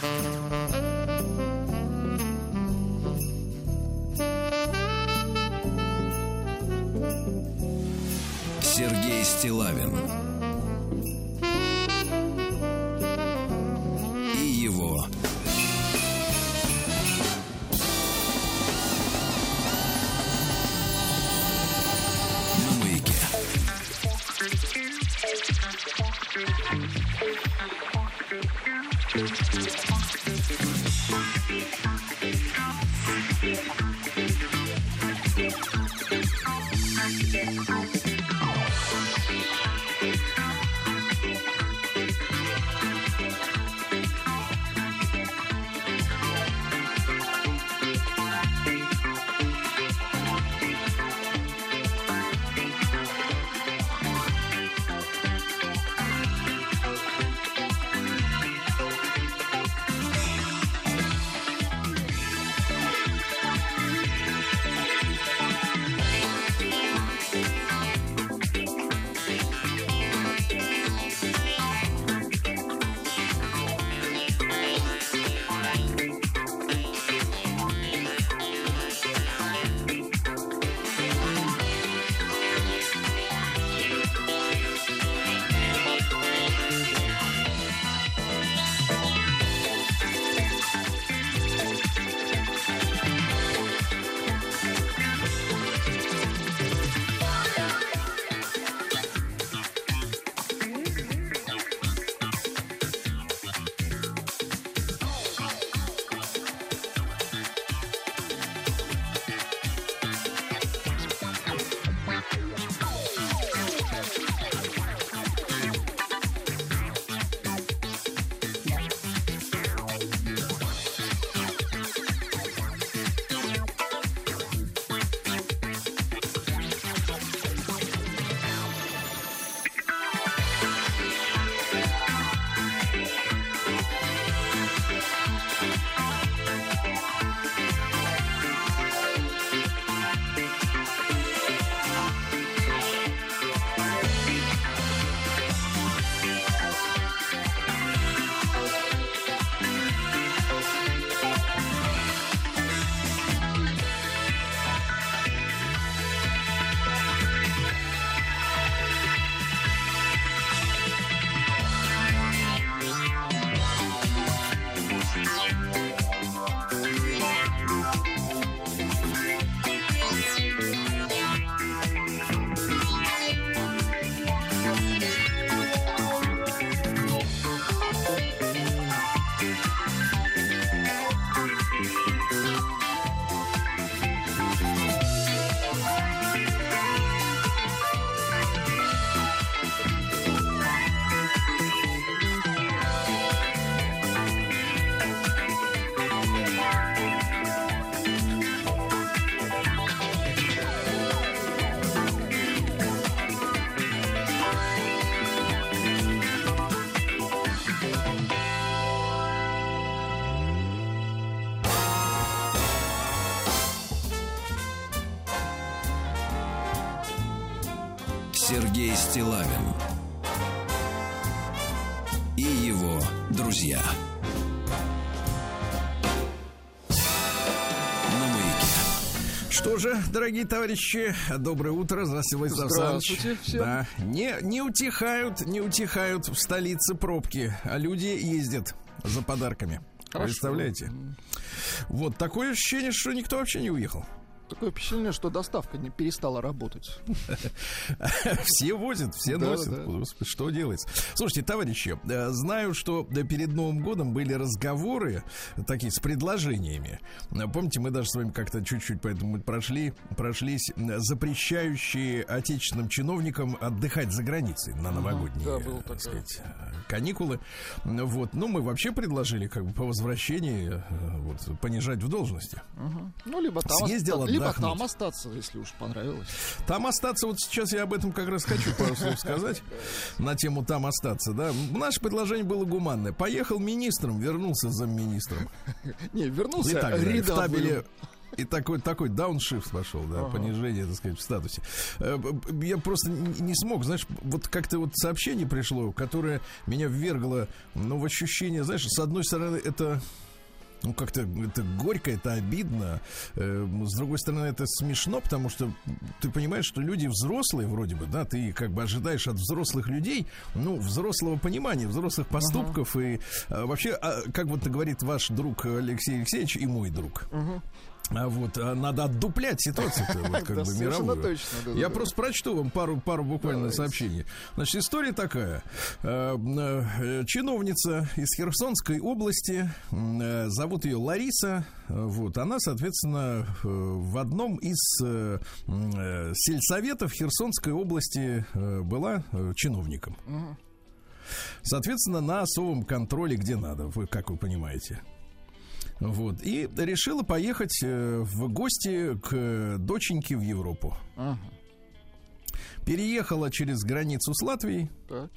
Сергей Стиллавин и его на Маяке. Сергей Стиллавин и его друзья на Маяке. Что же, дорогие товарищи, доброе утро. Здравствуйте, Владислав Александрович. Здравствуйте всем. Да, не утихают в столице пробки, а люди ездят за подарками. Хорошо. Представляете? Вот такое ощущение, что никто вообще не уехал. Такое впечатление, что доставка не перестала работать. Все возят, все носят. Да. Господи, что делается? Слушайте, товарищи, знаю, что перед Новым годом были разговоры такие с предложениями. Помните, мы даже с вами как-то чуть-чуть поэтому прошлись, запрещающие отечественным чиновникам отдыхать за границей на новогодние, так сказать, каникулы. Вот. Ну, мы вообще предложили как бы по возвращении понижать в должности. Ну, либо там остаться, если уж понравилось. Там остаться, вот сейчас я об этом как раз хочу пару слов сказать на тему там остаться, да. Наше предложение было гуманное. Поехал министром, вернулся замминистром. Не, вернулся рядовым. И такой дауншифт пошел, да, понижение, так сказать, в статусе. Я просто не смог, знаешь, вот как-то вот сообщение пришло, которое меня ввергло, в ощущение, знаешь, с одной стороны, это... как-то это горько, это обидно. С другой стороны, это смешно, потому что ты понимаешь, что люди взрослые вроде бы, да, ты как бы ожидаешь от взрослых людей, взрослого понимания, взрослых поступков. И вообще, как вот говорит ваш друг Алексей Алексеевич и мой друг, надо отдуплять ситуацию-то, вот как бы мировую. Точно, я просто прочту вам пару буквально сообщений. Значит, история такая. Чиновница из Херсонской области, зовут ее Лариса. Она, соответственно, в одном из сельсоветов Херсонской области была чиновником. Соответственно, на особом контроле где надо, как вы понимаете. И решила поехать в гости к доченьке в Европу. Переехала через границу с Латвией. Так.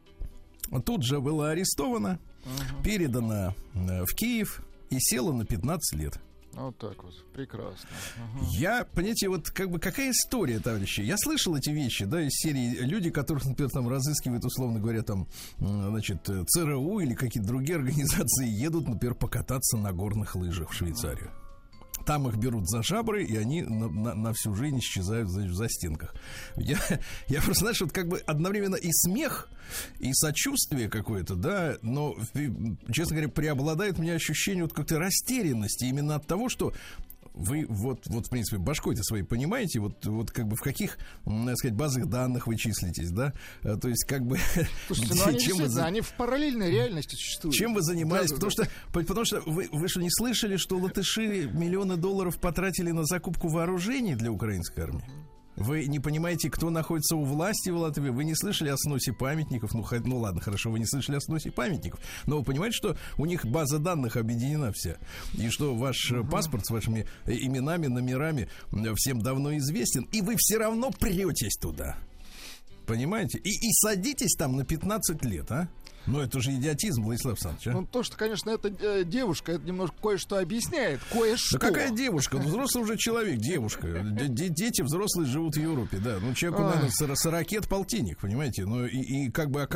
Тут же была арестована, передана в Киев и села на 15 лет. Вот так вот, прекрасно. Я, понимаете, вот как бы какая история, товарищи? Я слышал эти вещи, да, из серии люди, которых, например, там разыскивают, условно говоря, там, значит, ЦРУ или какие-то другие организации, едут, например, покататься на горных лыжах в Швейцарию. Там их берут за жабры, и они на всю жизнь исчезают в застенках. Я просто, знаешь, вот как бы одновременно и смех, и сочувствие какое-то, да, но, честно говоря, преобладает у меня ощущение вот какой-то растерянности именно от того, что вы в принципе, башкой-то своей понимаете, вот как бы в каких, так сказать, базах данных вы числитесь, да? То есть, как бы... Слушайте, они в параллельной реальности существуют. Чем вы занимаетесь? Потому что вы что, не слышали, что латыши миллионы долларов потратили на закупку вооружений для украинской армии? Вы не понимаете, кто находится у власти в Латвии? Вы не слышали о сносе памятников? Ну ладно, хорошо, вы не слышали о сносе памятников. Но вы понимаете, что у них база данных объединена вся. И что ваш паспорт с вашими именами, номерами всем давно известен. И вы все равно претесь туда. Понимаете? И садитесь там на 15 лет, а? Ну, это же идиотизм, Владислав Александрович, то, что, конечно, это девушка, это немножко кое-что объясняет, кое-что. Да какая девушка? Взрослый уже человек, девушка. Дети взрослые живут в Европе, да. Человеку, наверное, 40 полтинник, понимаете? И как бы,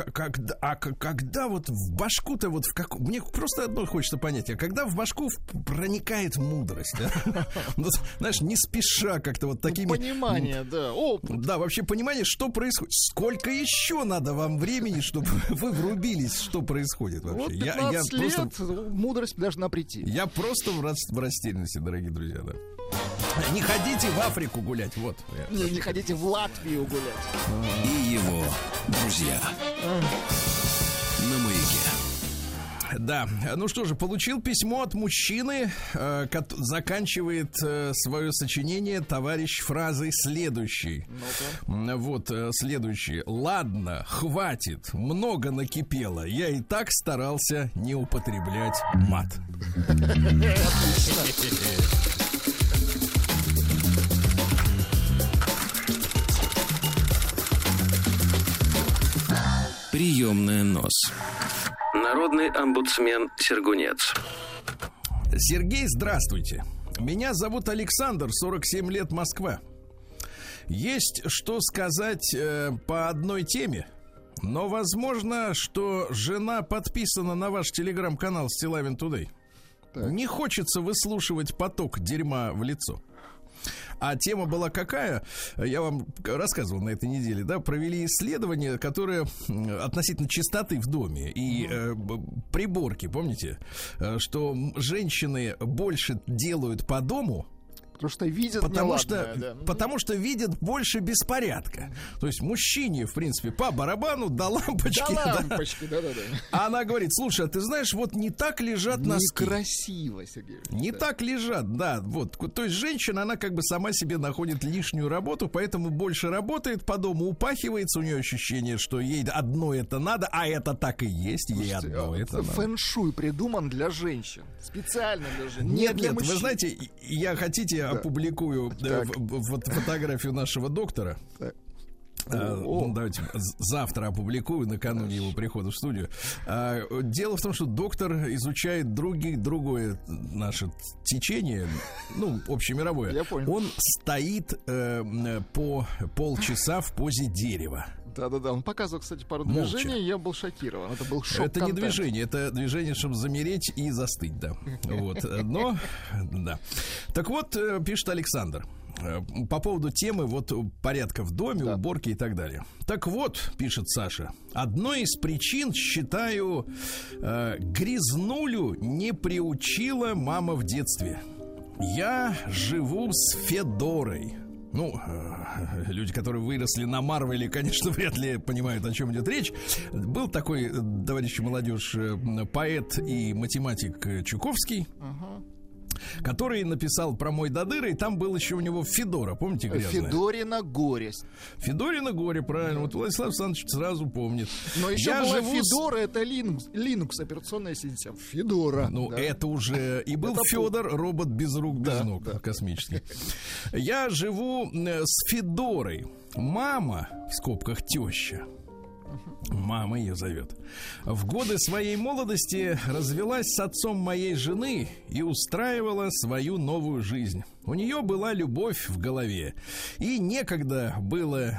когда вот в башку-то вот мне просто одно хочется понять, а когда в башку проникает мудрость, да? Знаешь, не спеша как-то вот такими... Понимание, да, опыт. Да, вообще понимание, что происходит. Сколько еще надо вам времени, чтобы вы врубились, что происходит вообще? Вот 15 лет, просто... мудрость должна прийти. Я просто в растерянности, дорогие друзья, да. Не ходите в Африку гулять, вот. Не ходите в Латвию гулять. И его друзья. На Маяке. Да, ну что же, получил письмо от мужчины, заканчивает свое сочинение товарищ фразой следующей. Следующий. Ладно, хватит, много накипело. Я и так старался не употреблять мат. Приемная нос. Народный омбудсмен Сергунец. Сергей, здравствуйте. Меня зовут Александр, 47 лет, Москва. Есть что сказать по одной теме, но возможно, что жена подписана на ваш телеграм-канал Стилавин Тудэй. Не хочется выслушивать поток дерьма в лицо. А тема была какая? Я вам рассказывал на этой неделе, да, провели исследование, которое относительно чистоты в доме и приборки, помните, что женщины больше делают по дому, потому что видят потому что видят больше беспорядка. То есть мужчине, в принципе, по барабану до лампочки. Да. А она говорит: слушай, а ты знаешь, вот не так лежат носки. Некрасиво, Сергей. Не так лежат, да. Вот. То есть женщина, она как бы сама себе находит лишнюю работу, поэтому больше работает по дому, упахивается, у нее ощущение, что ей одно это надо, а это так и есть. Ей одно это надо. Фэн-шуй придуман для женщин. Специально для женщин. Нет, вы знаете, опубликую фотографию нашего доктора. Давайте завтра опубликую, накануне его прихода в студию. Дело в том, что доктор изучает другое наше течение, общемировое. Я понял. Он стоит по полчаса в позе дерева. Да-да-да, он показывал, кстати, пару движений, я был шокирован. Это был шок-контент. Это не движение, это движение, чтобы замереть и застыть, да. Вот, но, да. Так вот, пишет Александр, по поводу темы порядка в доме, уборки и так далее. Так вот, пишет Саша, одной из причин, считаю, грязнулю не приучила мама в детстве. Я живу с Федорой. Люди, которые выросли на Марвеле, конечно, вряд ли понимают, о чем идет речь. Был такой, товарищи молодежь, поэт и математик Чуковский, который написал про «Мой до дыры», и там был еще у него Федора, помните, грязная? Федорина горе. Федорина горе, правильно. Вот Владислав Александрович сразу помнит. Но еще была Федора, это Linux, операционная система. Федора. Это уже... И был Федор, робот без рук, без ног, космический. Я живу с Федорой. Мама, в скобках теща, мама ее зовет, в годы своей молодости развелась с отцом моей жены и устраивала свою новую жизнь. У нее была любовь в голове, и некогда было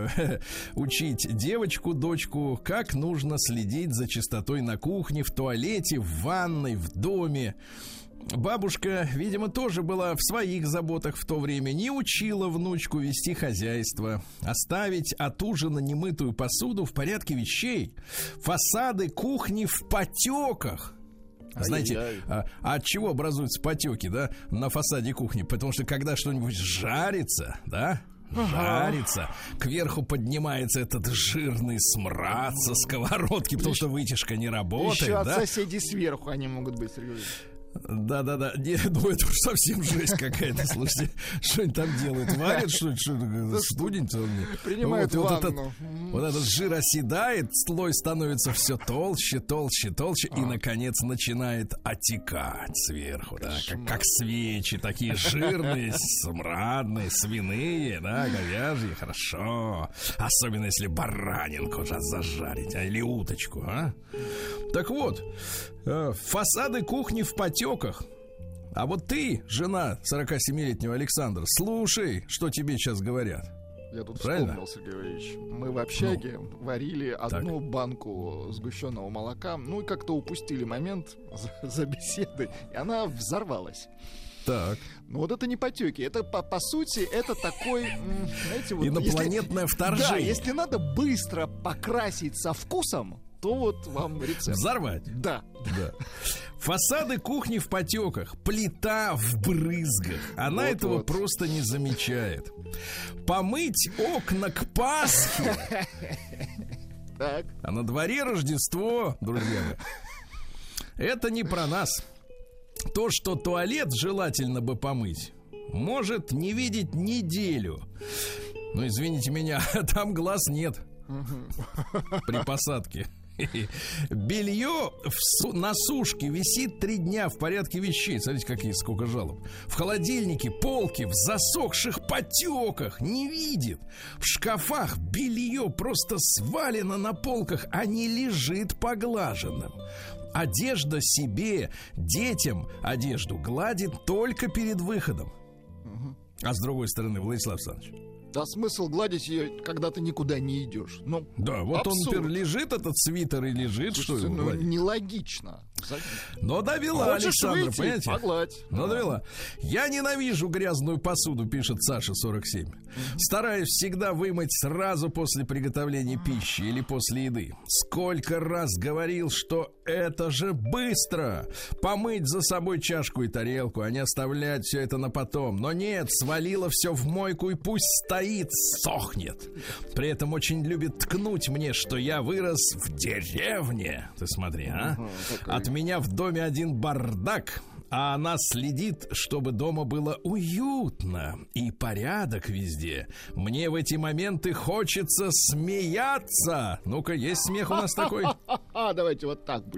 учить девочку, дочку, как нужно следить за чистотой на кухне, в туалете, в ванной, в доме. Бабушка, видимо, тоже была в своих заботах в то время, не учила внучку вести хозяйство, оставить от ужина немытую посуду в порядке вещей, фасады кухни в потеках. Знаете, от чего образуются потеки, да, на фасаде кухни? Потому что когда что-нибудь жарится, да, жарится, кверху поднимается этот жирный смрад со сковородки, потому что вытяжка не работает. Еще от соседей сверху они могут быть, Сергей. Да-да-да, это уж совсем жесть какая-то, слушайте, что они там делают, варят, что студень-то мне. Принимают ванну. Вот этот жир оседает, слой становится все толще, и, наконец, начинает отекать сверху, да, как свечи, такие жирные, смрадные, свиные, да, говяжьи, хорошо, особенно если баранинку зажарить, или уточку, а. Так вот, фасады кухни в потеках. А вот ты, жена 47-летнего Александра, слушай, что тебе сейчас говорят. Я тут вспомнил, Сергей Валерьевич. Мы в общаге варили одну банку сгущенного молока. И как-то упустили момент за беседой, и она взорвалась. Так. Вот это не потеки, это по сути это такой, знаете, инопланетное вторжение. Да, если надо быстро покрасить со вкусом, то вот вам рецепт. Взорвать? Да. Фасады кухни в потеках, плита в брызгах. Она этого просто не замечает. Помыть окна к Пасхе. Так. А на дворе Рождество, друзья. Это не про нас. То, что туалет желательно бы помыть, может не видеть неделю. Извините меня, там глаз нет. При посадке. Белье на сушке висит 3 дня в порядке вещей. Смотрите, сколько жалоб. В холодильнике полки в засохших потеках. Не видит. В шкафах белье просто свалено на полках, а не лежит поглаженным. Одежда себе, детям одежду гладит только перед выходом. А с другой стороны, Владислав Александрович, да, смысл гладить ее, когда ты никуда не идешь. Да, вот абсурд. Он лежит, этот свитер, и лежит. Слушайте, что его гладить? Нелогично. Но довела, Александр, выйти, понимаете? Погладь. Но довела. Я ненавижу грязную посуду, пишет Саша, 47. Стараюсь всегда вымыть сразу после приготовления пищи или после еды. Сколько раз говорил, что это же быстро. Помыть за собой чашку и тарелку, а не оставлять все это на потом. Но нет, свалила все в мойку и пусть стоит, сохнет. При этом очень любит ткнуть мне, что я вырос в деревне. Ты смотри, а? От меня в доме один бардак, а она следит, чтобы дома было уютно и порядок везде. Мне в эти моменты хочется смеяться. Ну-ка, есть смех у нас такой? Давайте вот так будем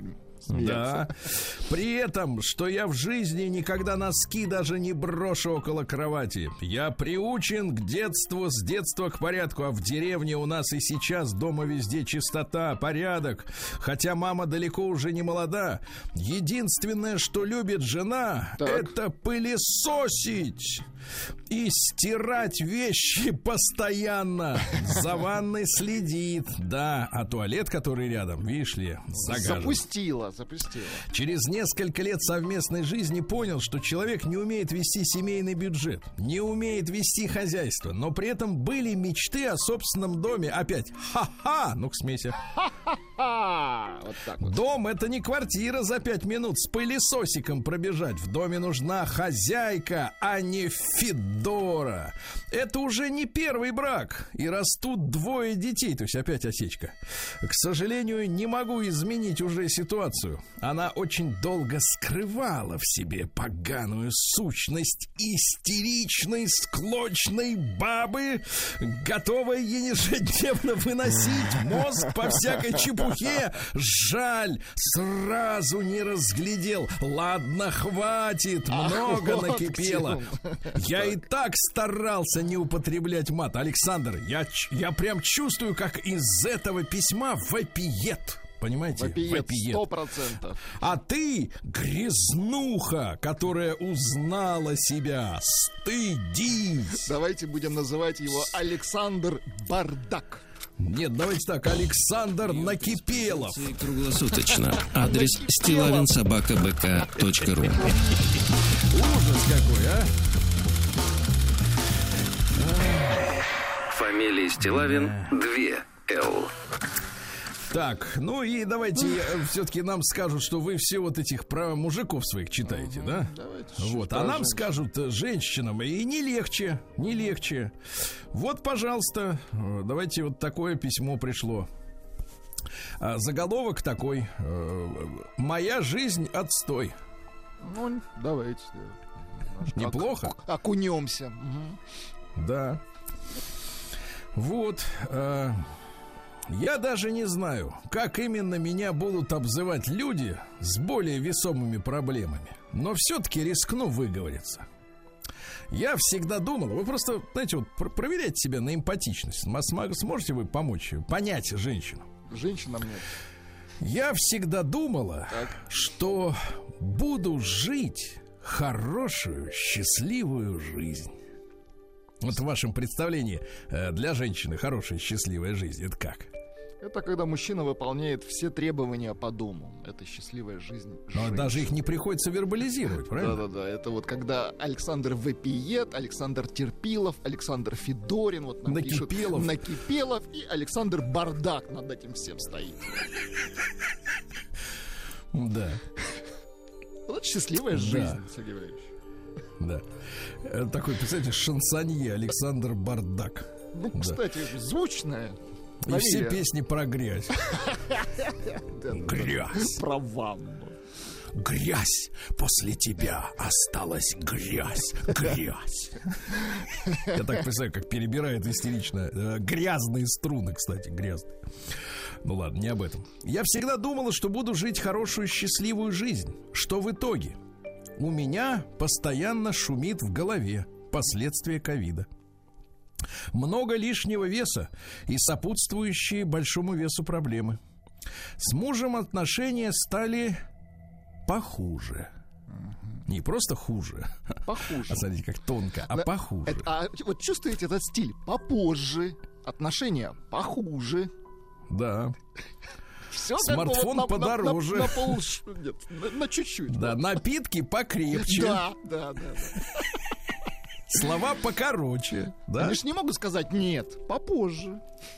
Да. При этом, что я в жизни никогда носки даже не брошу около кровати. Я приучен к детству, с детства к порядку. А в деревне у нас и сейчас дома везде чистота, порядок. Хотя мама далеко уже не молода. Единственное, что любит жена, это пылесосить и стирать вещи постоянно. За ванной следит. Да, а туалет, который рядом, видишь ли, загажен. Запустила. Через несколько лет совместной жизни понял, что человек не умеет вести семейный бюджет, не умеет вести хозяйство, но при этом были мечты о собственном доме. Опять, ха-ха, ну-ка смейся. Вот так вот. Дом — это не квартира за 5 минут с пылесосиком пробежать. В доме нужна хозяйка, а не Федора. Это уже не первый брак, и растут 2 детей. То есть опять осечка. К сожалению, не могу изменить уже ситуацию. Она очень долго скрывала в себе поганую сущность истеричной, склочной бабы, готовой ежедневно выносить мозг по всякой чепухе. Жаль, сразу не разглядел. Ладно, хватит, много накипело. Я и так старался не употреблять мат. Александр, я прям чувствую, как из этого письма вопиет. Понимаете? Вопиет 100%. А ты грязнуха, которая узнала себя. Стыдись. Давайте будем называть его Александр Бардак. Нет, давайте так, Александр Накипелов. Круглосуточно. Адрес stilavinsobakabk.ru. Ужас какой, а? Фамилия Стилавин 2 Л. Так, ну и давайте все-таки нам скажут, что вы все вот этих про мужиков своих читаете, да? Вот, а нам скажут, женщинам, и не легче. Вот, пожалуйста, давайте, вот такое письмо пришло. Заголовок такой: «Моя жизнь отстой». Ну, давайте. Неплохо? Окунемся. Да. Вот. Я даже не знаю, как именно меня будут обзывать люди с более весомыми проблемами, но все-таки рискну выговориться. Я всегда думал, вы просто, знаете, вот проверяйте себя на эмпатичность. Сможете вы помочь понять женщину? Женщинам нет. Я всегда думала, что буду жить хорошую, счастливую жизнь. Вот в вашем представлении для женщины хорошая, счастливая жизнь — это как? Это когда мужчина выполняет все требования по дому. Это счастливая жизнь. Но даже их не приходится вербализировать, правильно? Да. Это вот когда Александр Вопиет, Александр Терпилов, Александр Федорин, вот нам пишут Накипелов и Александр Бардак над этим всем стоит. Да. Вот счастливая жизнь, Сергей Валерьевич. Да. Такой, представьте, шансонье Александр Бардак. Ну, кстати, звучная. И все песни про грязь. Грязь. Про ванну. Грязь. После тебя осталась грязь. Грязь. Я так представляю, как перебирает истерично. Грязные струны, кстати, грязные. Ну ладно, не об этом. Я всегда думала, что буду жить хорошую, счастливую жизнь. Что в итоге? У меня постоянно шумит в голове последствия ковида. Много лишнего веса и сопутствующие большому весу проблемы. С мужем отношения стали похуже. Не просто хуже. Похуже. А смотрите, как тонко, а похуже. Вот чувствуете этот стиль? Попозже. Отношения похуже. Да. Все смартфон вот подороже. На чуть-чуть. Да, напитки покрепче. Да. Слова покороче. Да? Они же не могут сказать нет, попозже.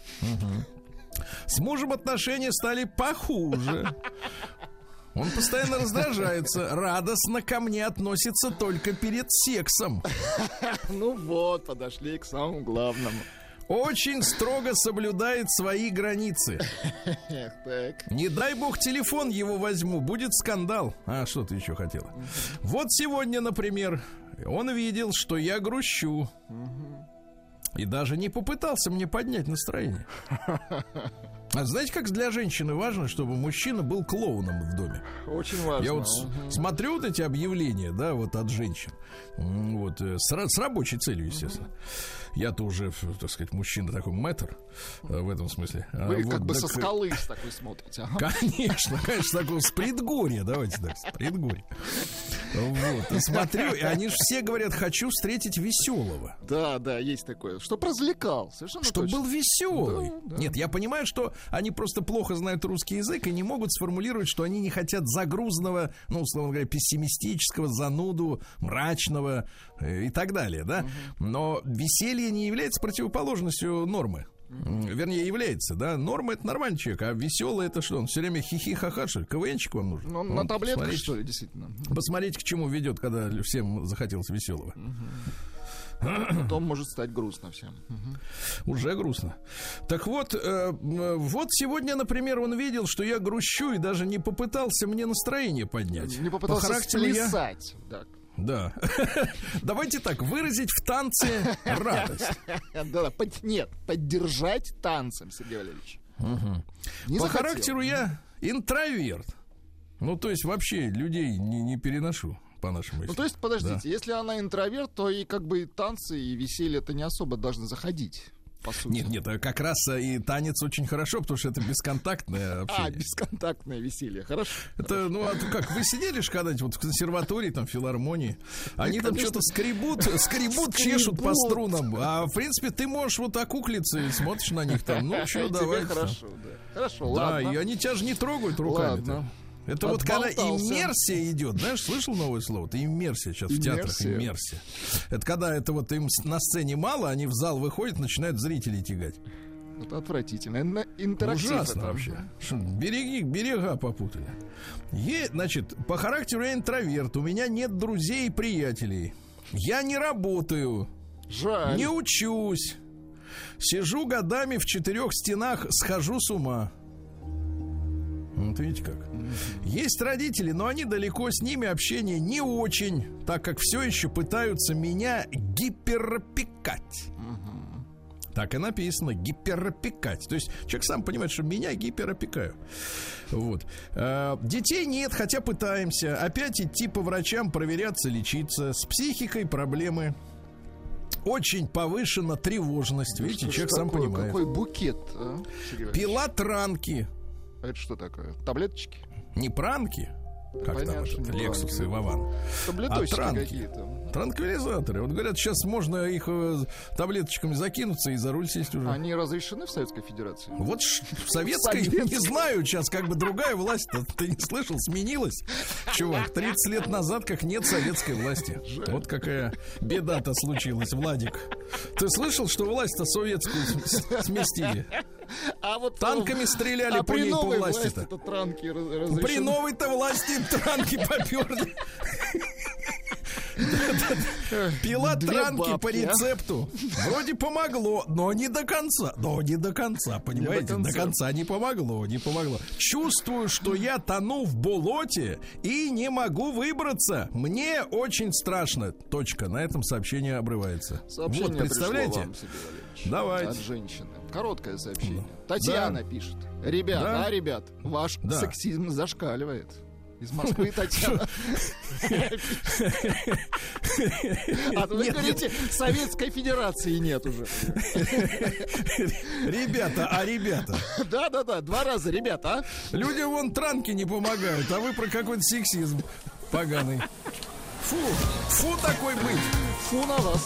С мужем отношения стали похуже. Он постоянно раздражается, радостно ко мне относится только перед сексом. Ну вот, подошли к самому главному. Очень строго соблюдает свои границы. Не дай бог телефон его возьму, будет скандал. А что ты еще хотела? Вот сегодня, например, он видел, что я грущу. И даже не попытался мне поднять настроение. А знаете, как для женщины важно, чтобы мужчина был клоуном в доме? Очень важно. Я вот смотрю вот эти объявления, да, вот от женщин, вот, с рабочей целью, естественно. Я-то уже, так сказать, мужчина такой мэтр в этом смысле. Вы вот, как бы так, со скалы с такой смотрите. Ага. Конечно, такого с предгорья, давайте так, с предгорья. Вот, смотрю, и они же все говорят, хочу встретить веселого. Да, есть такое. Чтоб развлекал, совершенно Чтобы точно. был веселый. Да. Нет, я понимаю, что они просто плохо знают русский язык и не могут сформулировать, что они не хотят загрузного, ну, условно говоря, пессимистического, зануду, мрачного и так далее, да? Но веселье не является противоположностью нормы. Вернее, является, да. Норма — это нормальный человек, а веселый — это что? Он все время хихи-ха-ха, что ли? КВНчик вам нужен? Ну, на таблетках, что ли, действительно. Посмотрите, к чему ведет, когда всем захотелось веселого. Потом может стать грустно всем. Уже грустно. Так вот, вот сегодня, например, он видел, что я грущу и даже не попытался мне настроение поднять. Не попытался сплясать. Да. Давайте так, выразить в танце радость. Да, нет, поддержать танцем, Сергей Валерьевич. По характеру я интроверт. Ну, то есть вообще людей не переношу. По-нашему. Ну, то есть, подождите, да. Если она интроверт, то и как бы танцы и веселье-то не особо должны заходить, по сути. Нет, как раз и танец очень хорошо, потому что это бесконтактное общение. Бесконтактное веселье, хорошо. Это, ну, а как, вы сидели же когда-нибудь вот в консерватории, там, в филармонии, они там что-то скребут, чешут по струнам, а, в принципе, ты можешь вот окуклиться и смотришь на них там, ну, что, давай. Хорошо, да. Хорошо, да, ладно. и они тебя же не трогают руками-то. Ладно. Это вот когда иммерсия идет, знаешь, слышал новое слово? Это иммерсия сейчас в театрах, иммерсия. Это когда это вот им на сцене мало, они в зал выходят, начинают зрителей тягать. Это отвратительно. Интерактив. Ужасно это вообще. Берега попутали. Значит, по характеру я интроверт, у меня нет друзей и приятелей. Я не работаю. Жаль. Не учусь. Сижу годами в 4 стенах, схожу с ума. Вот видите как. Есть родители, но они далеко, с ними общение не очень, так как все еще пытаются меня гиперопекать. Так и написано, гиперопекать. То есть человек сам понимает, что меня гиперопекаю. Вот. Детей нет, хотя пытаемся. Опять идти по врачам, проверяться, лечиться. С психикой проблемы. Очень повышена тревожность. Видите, человек сам понимает. Какой букет, Пила транки. Это что такое? Таблеточки? Не пранки, как там этот Лексус и Вован, таблеточки а транки. Какие-то. Транквилизаторы. Вот говорят, сейчас можно их таблеточками закинуться и за руль сесть уже. Они разрешены в Советской Федерации? Вот в советской, не знаю, сейчас как бы другая власть, ты не слышал, сменилась. Чувак, 30 лет назад как нет советской власти. Вот какая беда-то случилась, Владик. Ты слышал, что власть-то советскую сместили? А вот танками стреляли по ней, по власти-то. При новой-то власти транки поперли. Пила транки по рецепту. Вроде помогло, но не до конца. Понимаете? До конца не помогло. Чувствую, что я тону в болоте и не могу выбраться. Мне очень страшно. Точка. На этом сообщение обрывается. Сообщение вот, представляете? Пришло вам, Сергей Валерьевич, давайте. От женщины. Короткое сообщение. Татьяна пишет. Ребят, ваш сексизм зашкаливает. Из Москвы Татьяна. А вы говорите, Советской Федерации нет уже. Ребята. Да, 2 раза, ребята. Людям вон транки не помогают, а вы про какой-то сексизм поганый. Фу такой быть. Фу на вас.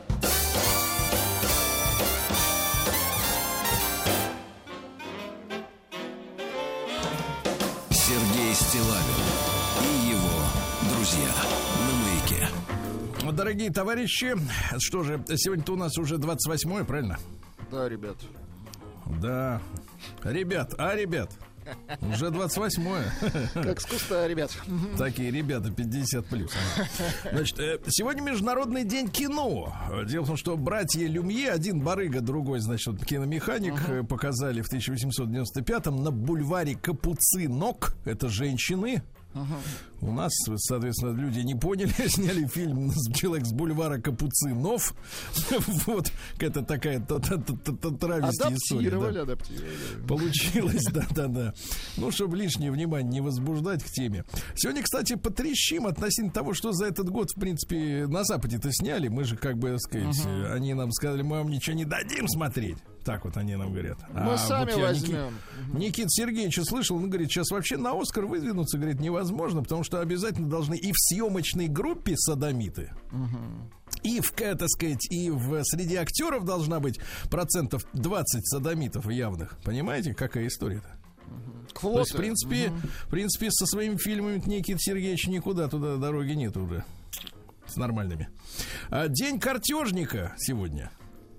Сергей Стиллавин и его друзья на Маяке. Дорогие товарищи, что же, сегодня-то у нас уже 28-е, правильно? Да, ребят. Да. Ребят. Уже 28-е. Как с куста, ребят. Такие ребята 50+. Значит, сегодня Международный день кино. Дело в том, что братья Люмье, один барыга, другой, значит, киномеханик, показали в 1895-м на бульваре Капуцинок. Это женщины. У нас, соответственно, люди не поняли, сняли фильм «Человек с бульвара Капуцинов». Вот, это такая травести история. Адаптировали. Получилось, да. Ну, чтобы лишнее внимание не возбуждать к теме. Сегодня, кстати, потрещим относительно того, что за этот год, в принципе, на Западе-то сняли. Мы же, как бы, так сказать, они нам сказали, мы вам ничего не дадим смотреть. Так вот они нам говорят. Мы сами вот возьмем. Никита Сергеевич слышал, он говорит, сейчас вообще на Оскар выдвинуться, говорит, невозможно, потому что обязательно должны и в съемочной группе содомиты, и в, так сказать, и среди актеров должна быть 20% содомитов явных. Понимаете, какая история-то? То есть, в принципе, со своими фильмами Никита Сергеевич никуда туда дороги нет уже. С нормальными. День картежника сегодня.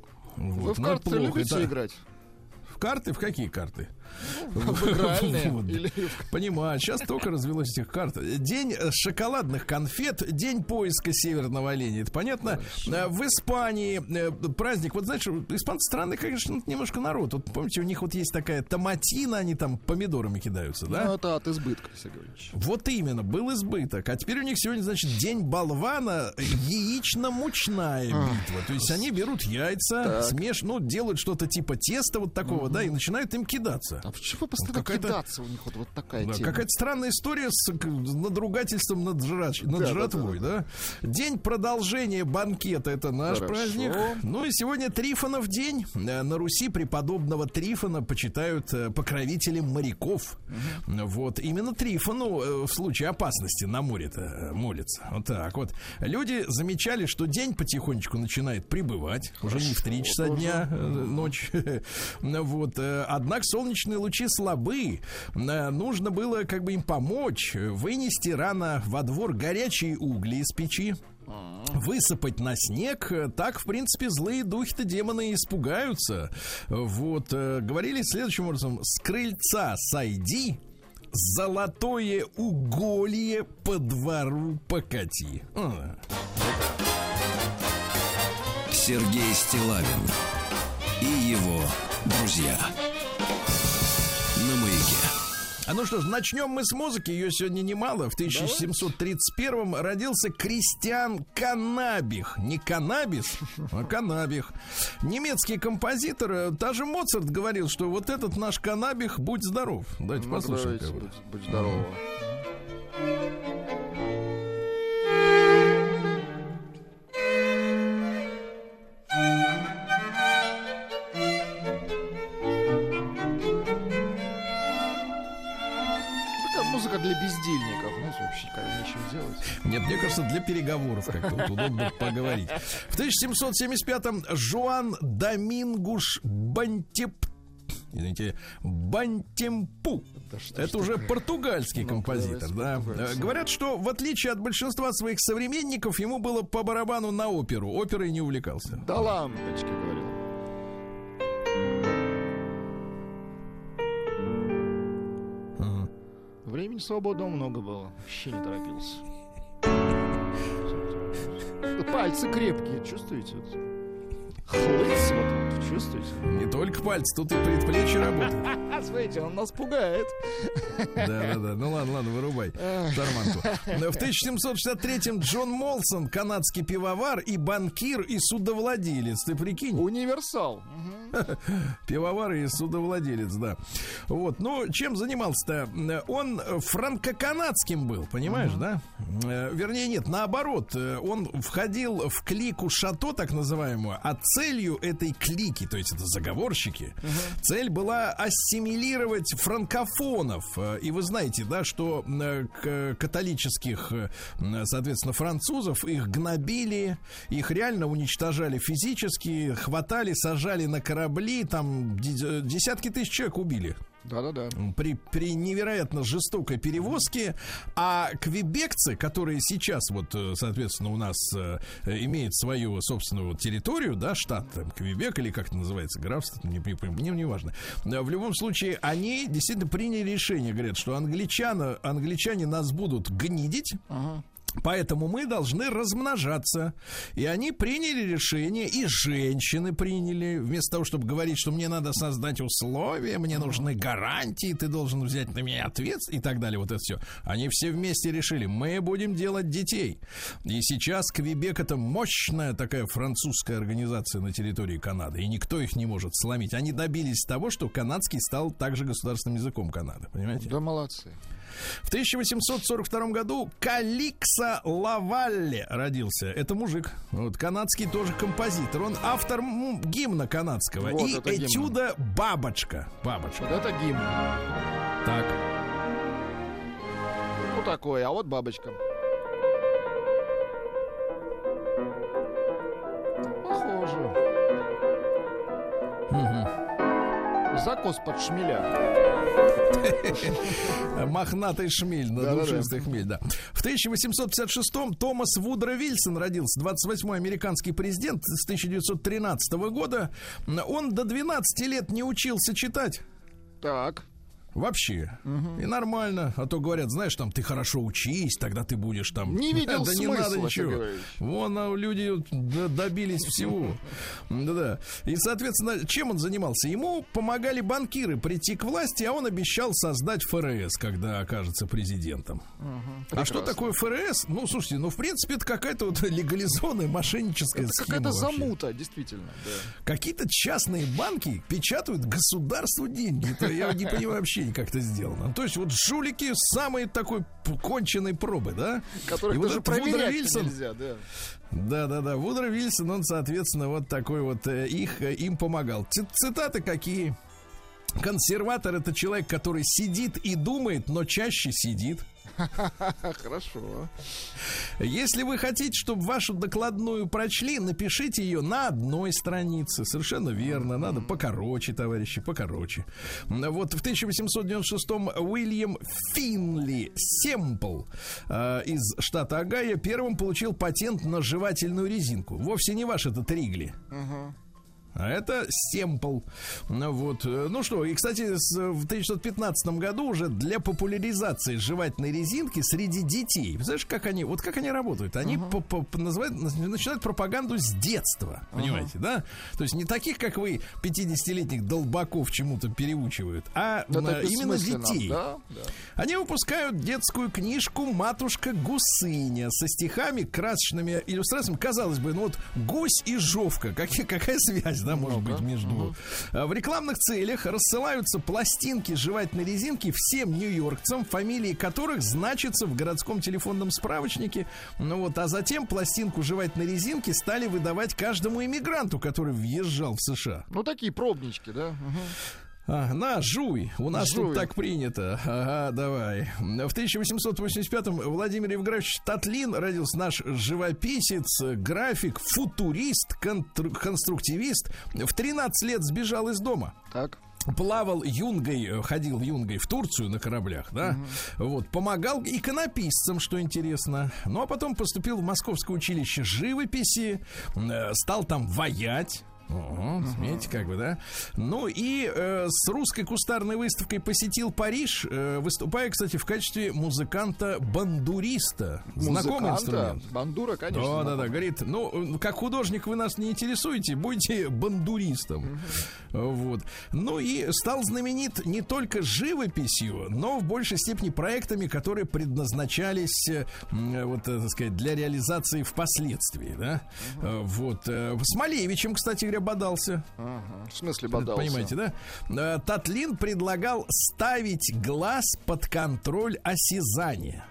Вы в карты любите играть? В карты? В какие карты? В игральные. Понимаю, сейчас только развелось этих карт. День шоколадных конфет, день поиска северного оленя. Это понятно. В Испании праздник. Вот знаешь, испанцы странный, конечно, немножко народ. Вот помните, у них вот есть такая томатина, они там помидорами кидаются, да? Ну, это от избытка, Сергеевич. Вот именно, был избыток. А теперь у них сегодня, значит, день болвана, яично-мучная битва. То есть они берут яйца, делают что-то типа теста вот такого, да, и начинают им кидаться. А почему постоянно кидаться у них вот такая тема? Какая-то странная история с надругательством над жратвой, да? День продолжения банкета — это наш праздник. Ну и сегодня Трифонов день. На Руси преподобного Трифона почитают покровителем моряков. Вот. Именно Трифону в случае опасности на море-то молятся. Вот так вот. Люди замечали, что день потихонечку начинает прибывать. Уже не в 3 часа дня, ночь. Вот. Однако солнечные лучи слабы. Нужно было как бы им помочь. Вынести рано во двор горячие угли из печи, высыпать на снег. Так, в принципе, злые духи-то демоны испугаются. Вот. Говорили следующим образом: с крыльца сойди, золотое уголье по двору покати. Сергей Стиллавин и его друзья. На Маяке. Ну что ж, начнем мы с музыки. Ее сегодня немало. В 1731-м родился Кристиан Канабих. Не Канабис, а Канабих. Немецкий композитор. Даже Моцарт говорил, что вот этот наш Канабих, будь здоров. Давайте послушаем. Будь здоров. Для бездельников, знаешь, вообще нечего делать. Нет, мне кажется, для переговоров как-то вот удобно поговорить. В 1775-м Жуан Домингуш Бантемпу. Это уже португальский композитор, да. Говорят, что в отличие от большинства своих современников, ему было по барабану на оперу. Оперой не увлекался. Да лампочки, говорил. Времени свободного много было. Вообще не торопился. Пальцы крепкие, чувствуете? Хлыц, вот, чувствуете? Не только пальцы, тут и предплечье работают. Смотрите, он нас пугает. Да. Ну ладно, вырубай шарманку. В 1763-м Джон Молсон, канадский пивовар и банкир и судовладелец. Ты прикинь? Универсал. Пивовар и судовладелец, да. Вот, ну, чем занимался-то? Он франко-канадским был, понимаешь, да? Вернее, нет, наоборот. Он входил в клику Шато, так называемую, а целью этой клики, то есть это заговорщики, цель была ассимилировать франкофонов. И вы знаете, да, что католических, соответственно, французов, их гнобили, их реально уничтожали физически, хватали, сажали на корабли, там десятки тысяч человек убили. Да. При невероятно жестокой перевозке. А квебекцы, которые сейчас вот, соответственно, у нас имеют свою собственную территорию, да, штат там, Квебек, или как это называется, графство, не важно. В любом случае, они действительно приняли решение, говорят, что англичане нас будут гнидить. Поэтому мы должны размножаться. И они приняли решение, и женщины приняли, вместо того, чтобы говорить, что мне надо создать условия, мне нужны гарантии, ты должен взять на меня ответственность и так далее, вот это все. Они все вместе решили, мы будем делать детей. И сейчас Квебек — это мощная такая французская организация на территории Канады, и никто их не может сломить. Они добились того, что канадский стал также государственным языком Канады, понимаете? Да, молодцы. В 1842 году Каликса Лавалле родился. Это мужик. Вот, канадский тоже композитор. Он автор гимна канадского. Вот, и этюда гимн. «Бабочка». Бабочка. Вот это гимн. Так. Ну, такое. А вот бабочка. Похоже. Закос под шмеля. Мохнатый шмель, душистый хмель, да. В 1856-м Томас Вудро Вильсон родился, 28-й американский президент с 1913 года. Он до 12 лет не учился читать. Так. Вообще. И нормально. А то говорят, знаешь, там, ты хорошо учись, тогда ты будешь там... Не видел да смысла, не надо ничего. Вон люди добились всего. Да-да. И, соответственно, чем он занимался? Ему помогали банкиры прийти к власти, а он обещал создать ФРС, когда окажется президентом. А что такое ФРС? Ну, слушайте, в принципе, это какая-то вот легализованная мошенническая схема. Какая-то замута, действительно. Да. Какие-то частные банки печатают государству деньги. Это я не понимаю вообще, как это сделано. То есть вот жулики самой такой конченой пробы, да? Которых и даже вот проверять Вильсон, нельзя, да. Да. Вудро Вильсон, он, соответственно, вот такой вот им помогал. Цитаты какие? Консерватор — это человек, который сидит и думает, но чаще сидит. Хорошо. Если вы хотите, чтобы вашу докладную прочли, напишите ее на одной странице. Совершенно верно. Надо покороче, товарищи, покороче. Вот в 1896-м Уильям Финли Семпл из штата Огайо первым получил патент на жевательную резинку. Вовсе не ваш этот Ригли. А это Семпл. Вот. Ну что, и, кстати, в 1915 году уже для популяризации жевательной резинки среди детей, знаешь, как они работают? Они начинают пропаганду с детства, понимаете, да? То есть не таких, как вы, 50-летних долбаков чему-то переучивают, а именно детей. Да? Они выпускают детскую книжку «Матушка Гусыня» со стихами, красочными иллюстрациями. Казалось бы, гусь и жовка. Какая связь? Да, может быть, между... В рекламных целях рассылаются пластинки жевательной резинки всем нью-йоркцам, фамилии которых значатся в городском телефонном справочнике. А затем пластинку жевательной резинки стали выдавать каждому иммигранту, который въезжал в США. Такие пробнички, да? На, жуй. У нас тут так принято. Ага, давай. В 1885-м Владимир Евграфович Татлин родился, наш живописец, график, футурист, конструктивист. В 13 лет сбежал из дома. Так. Плавал юнгой, ходил юнгой в Турцию на кораблях, да, вот, помогал иконописцам, что интересно. Ну, а потом поступил в Московское училище живописи, стал там ваять. Смотрите, как бы, да. Ну и с русской кустарной выставкой посетил Париж, выступая, кстати, в качестве музыканта-бандуриста. Знакомый инструмент? Бандура, конечно. Да. Говорит, как художник вы нас не интересуете, будьте бандуристом. Вот. Ну и стал знаменит не только живописью, но в большей степени проектами, которые предназначались, так сказать, для реализации впоследствии, да. Вот. С Малевичем, кстати говоря, бодался. В смысле бодался? Понимаете, да? Татлин предлагал ставить глаз под контроль осязания.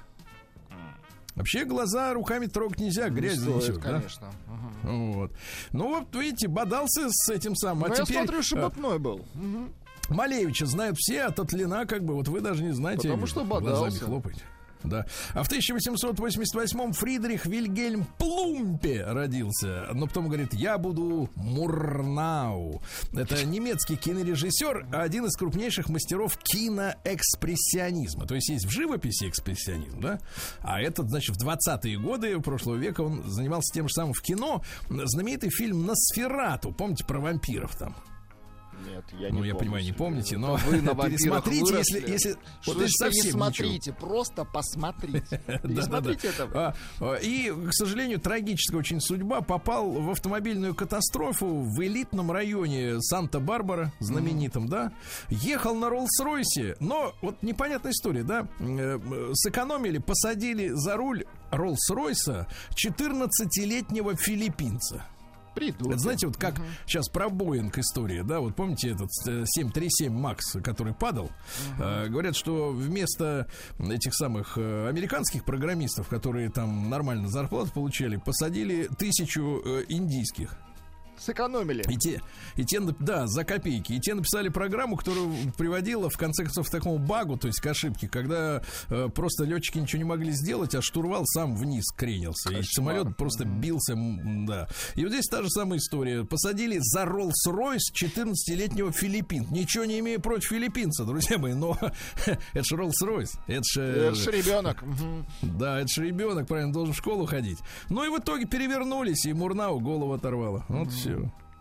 Вообще глаза руками трогать нельзя, грязь занесет, конечно. Да? Вот. Видите, бодался с этим самым. Я смотрю, шебутной был. Малевича знают все, а Татлина, как бы, вы даже не знаете. Потому что бодался. Глазами хлопаете. Да. А в 1888-м Фридрих Вильгельм Плумпе родился. Но потом говорит, я буду Мурнау. Это немецкий кинорежиссер, один из крупнейших мастеров киноэкспрессионизма. То есть в живописи экспрессионизм, да? А этот, значит, в 20-е годы прошлого века он занимался тем же самым в кино. Знаменитый фильм «Носферату». Помните про вампиров там? Нет, я не помню. Я понимаю, не помните, но вы на пересмотрите, если совсем смотрите, просто посмотрите. Пересмотрите это. И, к сожалению, трагическая очень судьба. Попал в автомобильную катастрофу в элитном районе Санта-Барбара, знаменитом, да. Ехал на Роллс-Ройсе, но вот непонятная история, да. Сэкономили, посадили за руль Роллс-Ройса 14-летнего филиппинца. Это, знаете, вот как сейчас про Боинг история, да, вот помните этот 737 Макс, который падал, говорят, что вместо этих самых американских программистов, которые там нормально зарплату получали, посадили 1000 индийских. Сэкономили. И те, да, за копейки. И те написали программу, которая приводила, в конце концов, к такому багу, то есть к ошибке, когда просто летчики ничего не могли сделать, а штурвал сам вниз кренился. Кошмар. И самолет просто бился, да. И вот здесь та же самая история. Посадили за Роллс-Ройс 14-летнего филиппинца. Ничего не имею против филиппинца, друзья мои, но это же Роллс-Ройс. Это же ребенок. Да, это же ребенок, правильно, должен в школу ходить. Ну и в итоге перевернулись, и Мурнау голову оторвало. Вот все.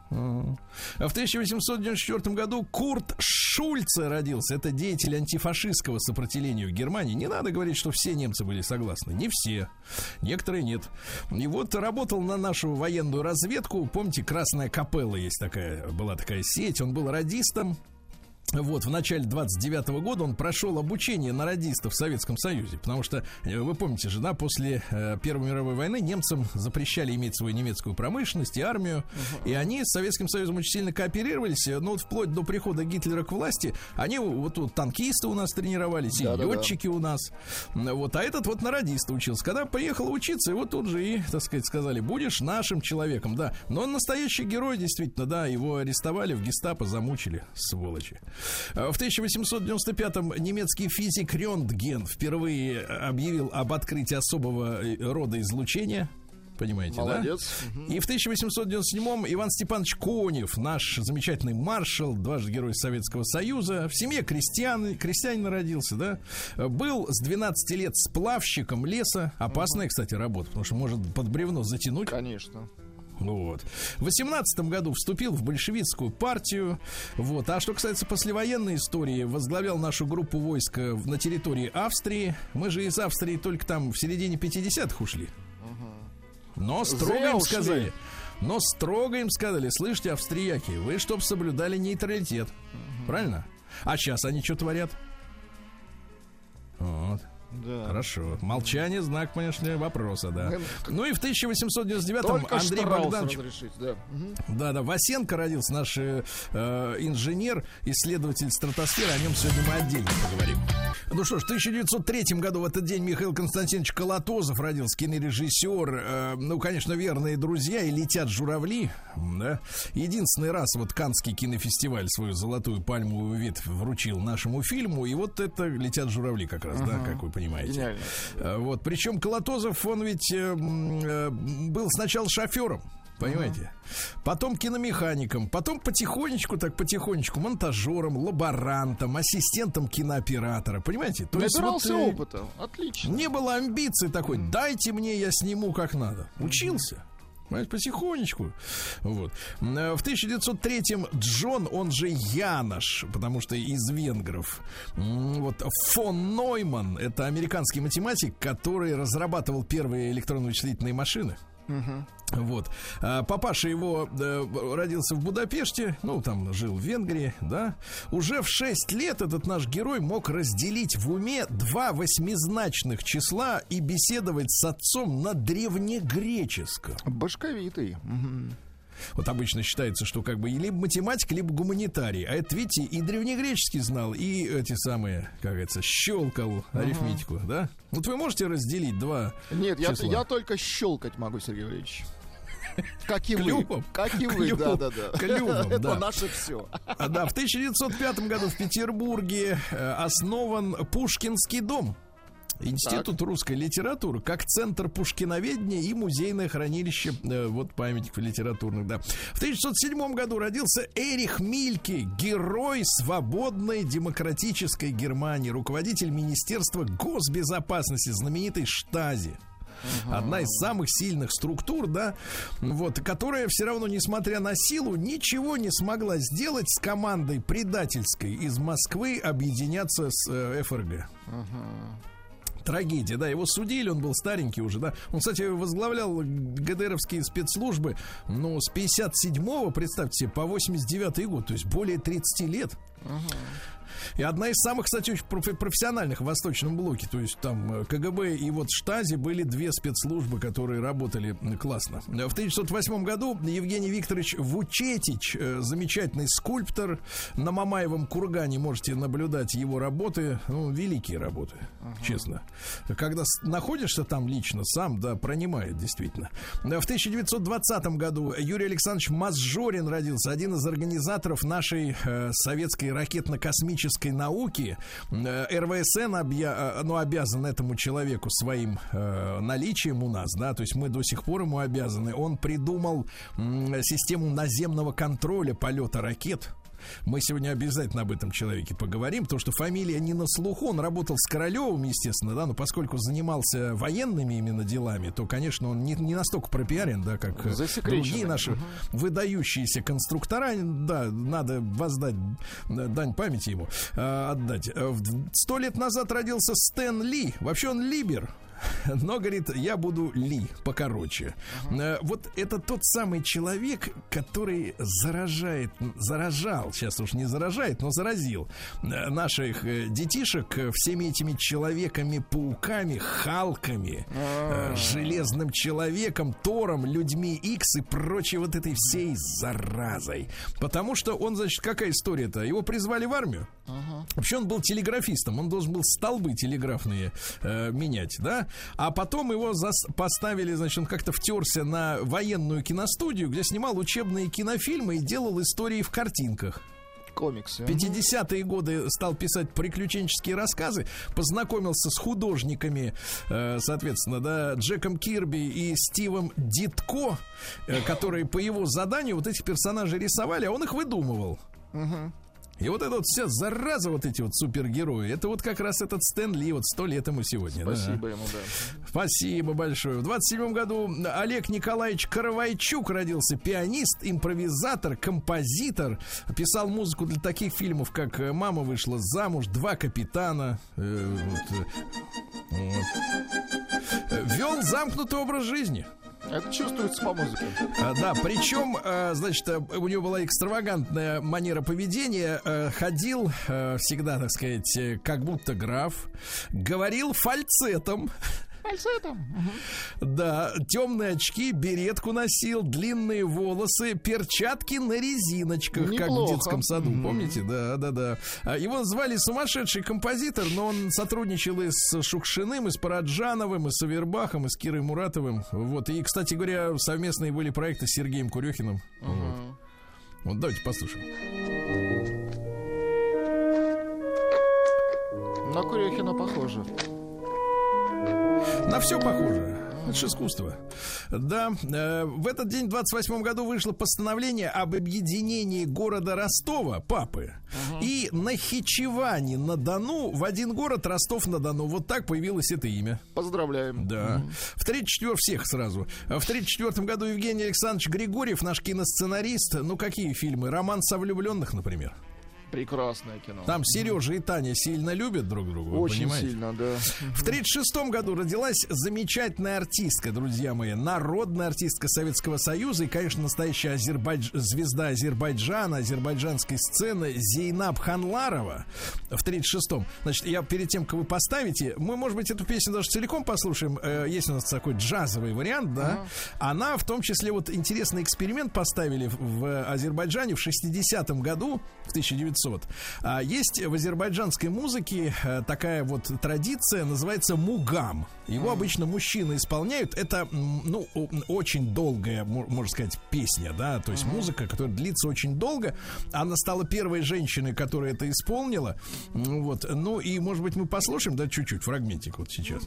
А в 1894 году Курт Шульце родился. Это деятель антифашистского сопротивления в Германии. Не надо говорить, что все немцы были согласны. Не все. Некоторые нет. И вот работал на нашу военную разведку. Помните, Красная Капелла есть такая, была такая сеть. Он был радистом. Вот, в начале 29-го года он прошел обучение на радиста в Советском Союзе, потому что, вы помните же, да, после Первой мировой войны немцам запрещали иметь свою немецкую промышленность и армию, и они с Советским Союзом очень сильно кооперировались, но вот вплоть до прихода Гитлера к власти, они вот танкисты у нас тренировались, и летчики у нас, вот, а этот вот на радиста учился. Когда приехал учиться, его тут же и, так сказать, сказали, будешь нашим человеком, да, но он настоящий герой, действительно, да, его арестовали, в гестапо замучили, сволочи. В 1895-м немецкий физик Рентген впервые объявил об открытии особого рода излучения. Понимаете, молодец. Да? И в 1897-м Иван Степанович Конев, наш замечательный маршал, дважды Герой Советского Союза, в семье крестьянин родился, да, был с 12 лет сплавщиком леса. Опасная, кстати, работа, потому что может под бревно затянуть. Конечно. Вот. В 18 году вступил в большевистскую партию. Вот. А что касается послевоенной истории, возглавлял нашу группу войск на территории Австрии. Мы же из Австрии только там в середине 50-х ушли. Но строго им сказали. Но строго им сказали, слышите, австрияки, вы чтоб соблюдали нейтралитет. Правильно? А сейчас они что творят? Вот. Да. Хорошо. Молчание — знак, конечно, вопроса, да. Ну и в 1899-м Андрей Богданович... Да, Васенко родился, наш инженер, исследователь стратосферы. О нем сегодня мы отдельно поговорим. Ну что ж, в 1903 году в этот день Михаил Константинович Колотозов родился, кинорежиссер. Ну, конечно, верные друзья и «Летят журавли». Да? Единственный раз вот Каннский кинофестиваль свою золотую пальмовую ветвь вручил нашему фильму. И вот это «Летят журавли» как раз, да, как вы понимаете. Гениально. Вот, причем Колотозов, он ведь был сначала шофером, понимаете, потом киномехаником, потом потихонечку монтажером, лаборантом, ассистентом кинооператора, понимаете? То есть набирался опыта, отлично. Не было амбиций такой, дайте мне, я сниму как надо. Учился. Потихонечку. Вот. В 1903-м Джон, он же Янош, потому что из венгров. Вот. Фон Нойман — это американский математик, который разрабатывал первые электронно-вычислительные машины. Вот. Папаша его родился в Будапеште, ну, там жил в Венгрии, да. Уже в 6 лет этот наш герой мог разделить в уме 2 восьмизначных числа и беседовать с отцом на древнегреческом. Башковитый. Вот обычно считается, что как бы либо математик, либо гуманитарий. А это, видите, и древнегреческий знал, и эти самые, как говорится, щелкал арифметику, да? Вот вы можете разделить 2 Нет, числа? Я только щелкать могу, Сергей Валерьевич. Как и клювом. вы. Как и вы, да. Клювом, это да. наше все. Да, в 1905 году в Петербурге основан Пушкинский дом. Институт русской литературы как центр пушкиноведения и музейное хранилище вот памятников литературных, да. В 1907 году родился Эрих Мильке, герой свободной демократической Германии, руководитель Министерства госбезопасности, знаменитой Штази. Одна из самых сильных структур, да, вот, которая все равно, несмотря на силу, ничего не смогла сделать с командой предательской из Москвы объединяться с ФРГ. Трагедия, да, его судили, он был старенький уже, да. Он, кстати, возглавлял ГДРовские спецслужбы, ну, с 57-го, представьте себе, по 89-й год, то есть более 30 лет. И одна из самых, кстати, очень профессиональных в Восточном блоке. То есть там КГБ и вот Штази были две спецслужбы, которые работали классно. В 1908 году Евгений Викторович Вучетич, замечательный скульптор, на Мамаевом кургане можете наблюдать его работы. Ну, великие работы, честно. Когда находишься там лично, сам, да, пронимает действительно. В 1920 году Юрий Александрович Мазжорин родился, один из организаторов нашей советской ракетно-космической науки. РВСН обязан этому человеку своим наличием у нас, да, то есть мы до сих пор ему обязаны. Он придумал систему наземного контроля полета ракет. Мы сегодня обязательно об этом человеке поговорим, потому что фамилия не на слуху. Он работал с Королевым, естественно, да, но поскольку занимался военными именно делами, то, конечно, он не настолько пропиарен, да, как другие наши выдающиеся конструктора. Да, надо воздать дань памяти ему, отдать. 100 лет назад родился Стэн Ли. Вообще он либер. Но, говорит, я буду Ли, покороче. Вот это тот самый человек, который заражал, сейчас уж не заражает, но заразил наших детишек всеми этими человеками-пауками, Халками, Железным человеком, Тором, людьми Икс и прочей вот этой всей заразой. Потому что он, значит, какая история-то? Его призвали в армию. Вообще он был телеграфистом, он должен был столбы телеграфные менять, да? А потом его поставили, значит, он как-то втерся на военную киностудию, где снимал учебные кинофильмы и делал истории в картинках. Комиксы. 50-е годы стал писать приключенческие рассказы, познакомился с художниками, соответственно, да, Джеком Кирби и Стивом Дитко, которые по его заданию вот этих персонажей рисовали, а он их выдумывал. И вот эта вот вся зараза, вот эти вот супергерои, это вот как раз этот Стэн Ли, вот 100 лет ему сегодня. Спасибо ему, да. Спасибо большое. В 27 году Олег Николаевич Каравайчук родился. Пианист, импровизатор, композитор. Писал музыку для таких фильмов, как «Мама вышла замуж», «Два капитана». Вел замкнутый образ жизни. Это чувствуется по музыке. Да, причем, значит, у него была экстравагантная манера поведения. Ходил всегда, так сказать, как будто граф. Говорил фальцетом. Да, темные очки, беретку носил, длинные волосы, перчатки на резиночках, неплохо. Как в детском саду, помните? Да. Его звали сумасшедший композитор, но он сотрудничал и с Шукшиным, и с Параджановым, и с Авербахом, и с Кирой Муратовым. Вот. И, кстати говоря, совместные были проекты с Сергеем Курехиным. Вот давайте послушаем. На Курехина похоже. На все похоже. Это же искусство. Да, в этот день, в 28 году, вышло постановление об объединении города Ростова, Папы, и Нахичевани-на-Дону в один город Ростов-на-Дону. Вот так появилось это имя. Поздравляем. Да. В 34 всех сразу. В 34 году Евгений Александрович Григорьев, наш киносценарист. Ну, какие фильмы? «Роман со влюбленных», например. Прекрасное кино. Там Сережа и Таня сильно любят друг друга. Очень понимаете? сильно, да. В 1936 году родилась замечательная артистка, друзья мои, народная артистка Советского Союза и, конечно, настоящая звезда Азербайджана, азербайджанской сцены Зейнаб Ханларова в 1936-м. Значит, я перед тем, как вы поставите, мы, может быть, эту песню даже целиком послушаем. Есть у нас такой джазовый вариант, да? Она, в том числе, вот интересный эксперимент поставили в Азербайджане в 60-м году, в 1900. Есть в азербайджанской музыке такая вот традиция, называется мугам. Его обычно мужчины исполняют. Это, ну, очень долгая, можно сказать, песня, да, то есть музыка, которая длится очень долго. Она стала первой женщиной, которая это исполнила. Вот, ну и, может быть, мы послушаем, да, чуть-чуть, фрагментик вот сейчас.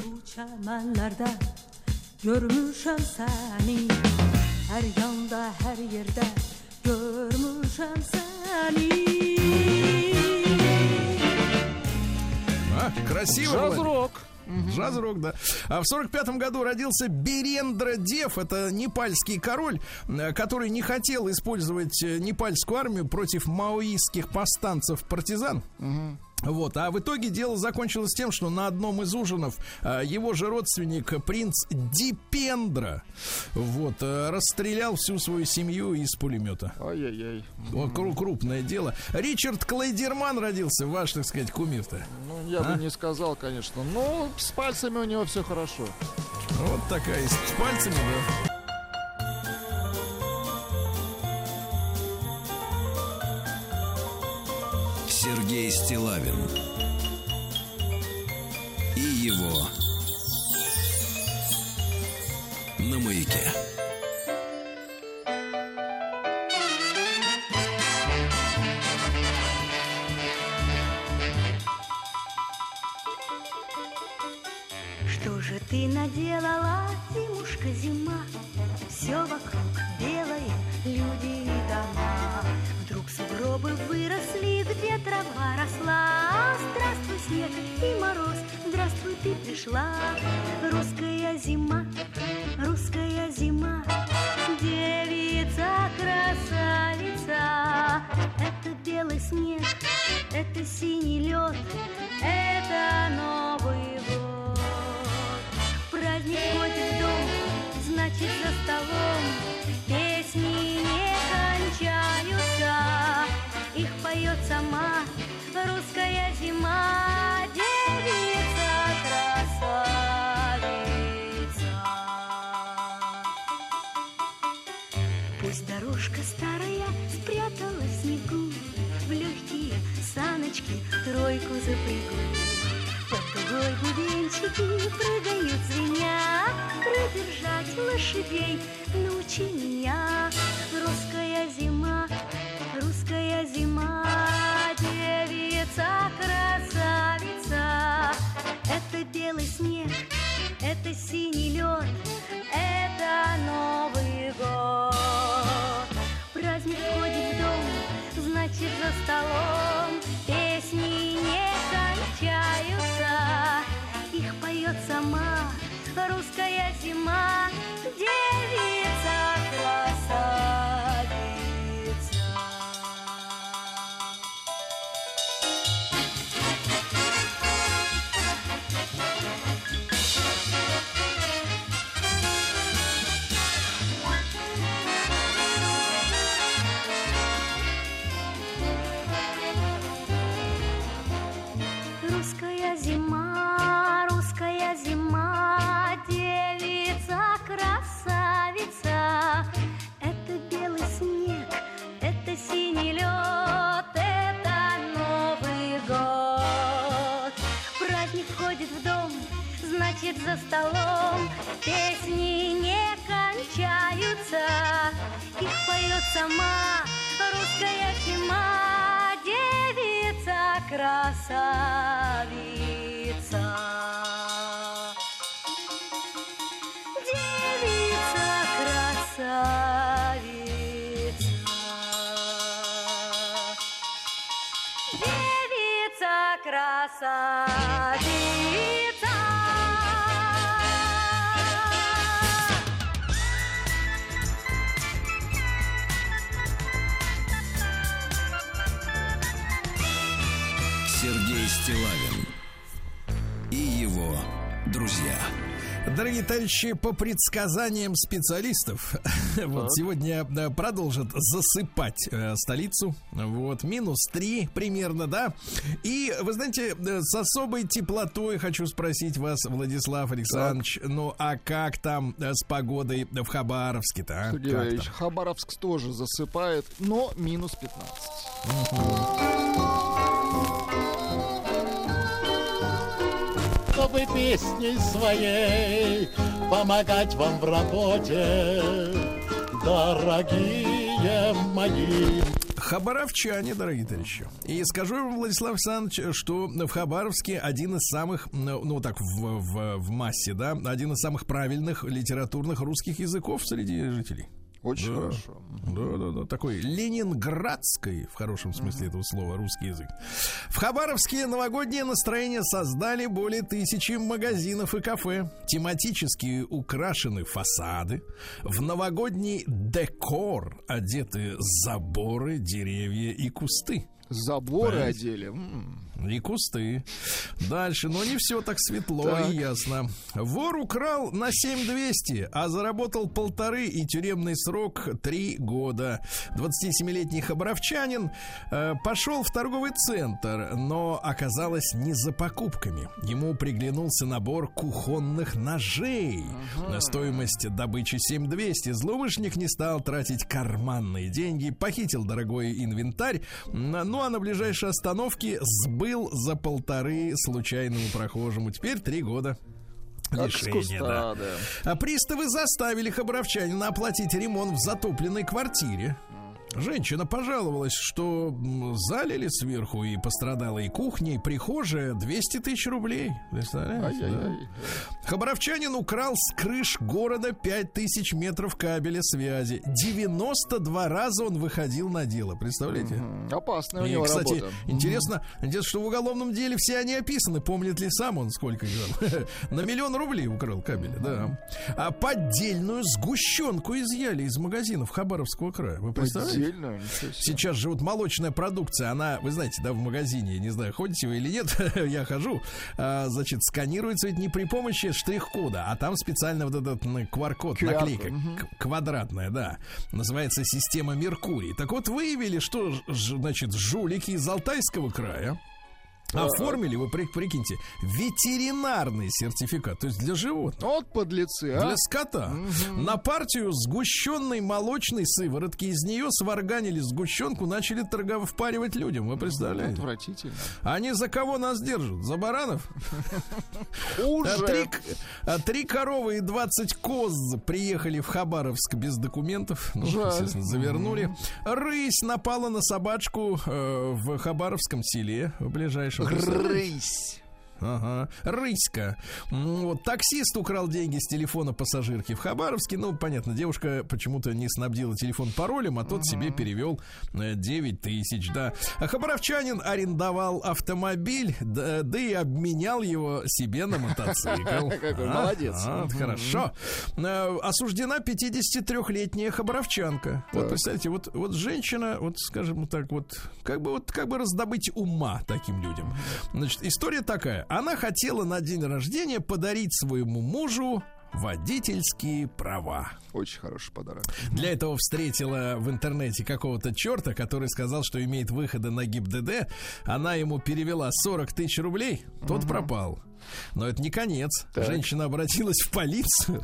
Красиво. Джаз-рок. Джаз-рок, да. А в 45-м году родился Бирендра Дев. Это непальский король, который не хотел использовать непальскую армию против маоистских повстанцев-партизан. Вот, а в итоге дело закончилось тем, что на одном из ужинов его же родственник, принц Дипендра, вот, расстрелял всю свою семью из пулемета. Ай-яй-яй. Вот, крупное дело. Ричард Клейдерман родился, ваш, так сказать, кумир-то. Ну, я бы не сказал, конечно, но с пальцами у него все хорошо. Вот такая, с пальцами, да. Сергей Стиллавин и его «На маяке». Что же ты наделала, зимушка, зима? Все вокруг белое, люди и дома. Вдруг сугробы выросли, где трава росла. Здравствуй, снег и мороз, здравствуй, ты пришла. Русская зима, девица, красавица. Это белый снег, это синий лед, это Новый год. Праздник входит в дом, значит, за столом песни не кончаются. Их поет сама русская зима, девица, красавица. Пусть дорожка старая спрятала в снегу, в легкие саночки тройку запрягу. Под дугой бубенчики прыгают, звеня. Продержать лошадей научи меня. Русская зима, девица, красавица. Это белый снег, это синий лед, это Новый год. Праздник входит в дом, значит, за столом песни не кончаются. Их поет сама русская зима, девица, красавица. Русская зима, девица, красавица. Это белый снег, это синий лед, это Новый год. Праздник входит в дом, значит, за столом песни не кончаются. Их поет сама русская зима, девица, красавица. Девица, красавица. Девица, красавица. Сергей Стиллавин и его друзья. Дорогие товарищи, по предсказаниям специалистов, вот сегодня продолжат засыпать столицу. Вот, -3 примерно, да. И, вы знаете, с особой теплотой хочу спросить вас, Владислав Александрович, ну а как там с погодой в Хабаровске-то? А? Сергей Ильич, Хабаровск тоже засыпает, но -15. Чтобы песней своей помогать вам в работе, дорогие мои. Хабаровчане, дорогие товарищи. И скажу вам, Владислав Александрович, что в Хабаровске один из самых, ну так в массе, да, один из самых правильных литературных русских языков среди жителей. Очень хорошо. Да. Такой ленинградской, в хорошем смысле этого слова, русский язык. В Хабаровске новогоднее настроение создали более 1000 магазинов и кафе. Тематически украшены фасады. В новогодний декор одеты заборы, деревья и кусты. Заборы одели. И кусты. Дальше, но не все так светло и ясно. Вор украл на 7200, а заработал 1,5 и тюремный срок 3 года. 27-летний хабаровчанин пошел в торговый центр, но оказалось не за покупками. Ему приглянулся набор кухонных ножей. Стоимость добычи 7200. Злоумышленник не стал тратить карманные деньги, похитил дорогой инвентарь, ну а на ближайшей остановке сбыл за 1,5 случайному прохожему. Теперь 3 года. Лишение, да. А приставы заставили хабаровчанина оплатить ремонт в затопленной квартире. Женщина пожаловалась, что залили сверху, и пострадала и кухня, и прихожая. 200 000 рублей. Представляете? Да? Хабаровчанин украл с крыш города 5000 метров кабеля связи. 92 раза он выходил на дело. Представляете? Опасная у него кстати, работа. Интересно, что в уголовном деле все они описаны. Помнит ли сам он, сколько на 1 000 000 рублей украл кабеля, да. А поддельную сгущенку изъяли из магазинов Хабаровского края. Вы представляете? Сейчас же вот молочная продукция, она, вы знаете, да, в магазине, не знаю, ходите вы или нет, я хожу, значит, сканируется ведь не при помощи штрих-кода, а там специально вот этот QR-код, наклейка квадратная, да, называется система Меркурий. Так вот, выявили, что, значит, жулики из Алтайского края оформили, вы прикиньте, ветеринарный сертификат, то есть для животных. Вот подлецы, для скота. На партию сгущенной молочной сыворотки. Из нее сварганили сгущенку, начали впаривать людям. Вы представляете? Отвратительно. Они за кого нас держат? За баранов? 3 коровы и 20 коз приехали в Хабаровск без документов. Ну, естественно, завернули. Рысь напала на собачку в Хабаровском селе, в ближайшем. Рысь. Ага, рыська. Вот, таксист украл деньги с телефона пассажирки в Хабаровске. Ну, понятно, девушка почему-то не снабдила телефон паролем, а тот себе перевел 9000, да. А хабаровчанин арендовал автомобиль, да и обменял его себе на мотоцикл. Какой молодец. Хорошо. Осуждена 53-летняя хабаровчанка. Вот, представьте, вот женщина, вот, скажем так, вот как бы раздобыть ума таким людям. Значит, история такая. Она хотела на день рождения подарить своему мужу водительские права. Очень хороший подарок. Для этого встретила в интернете какого-то черта, который сказал, что имеет выходы на ГИБДД. Она ему перевела 40 000 рублей. Тот пропал. Но это не конец. Так. Женщина обратилась в полицию.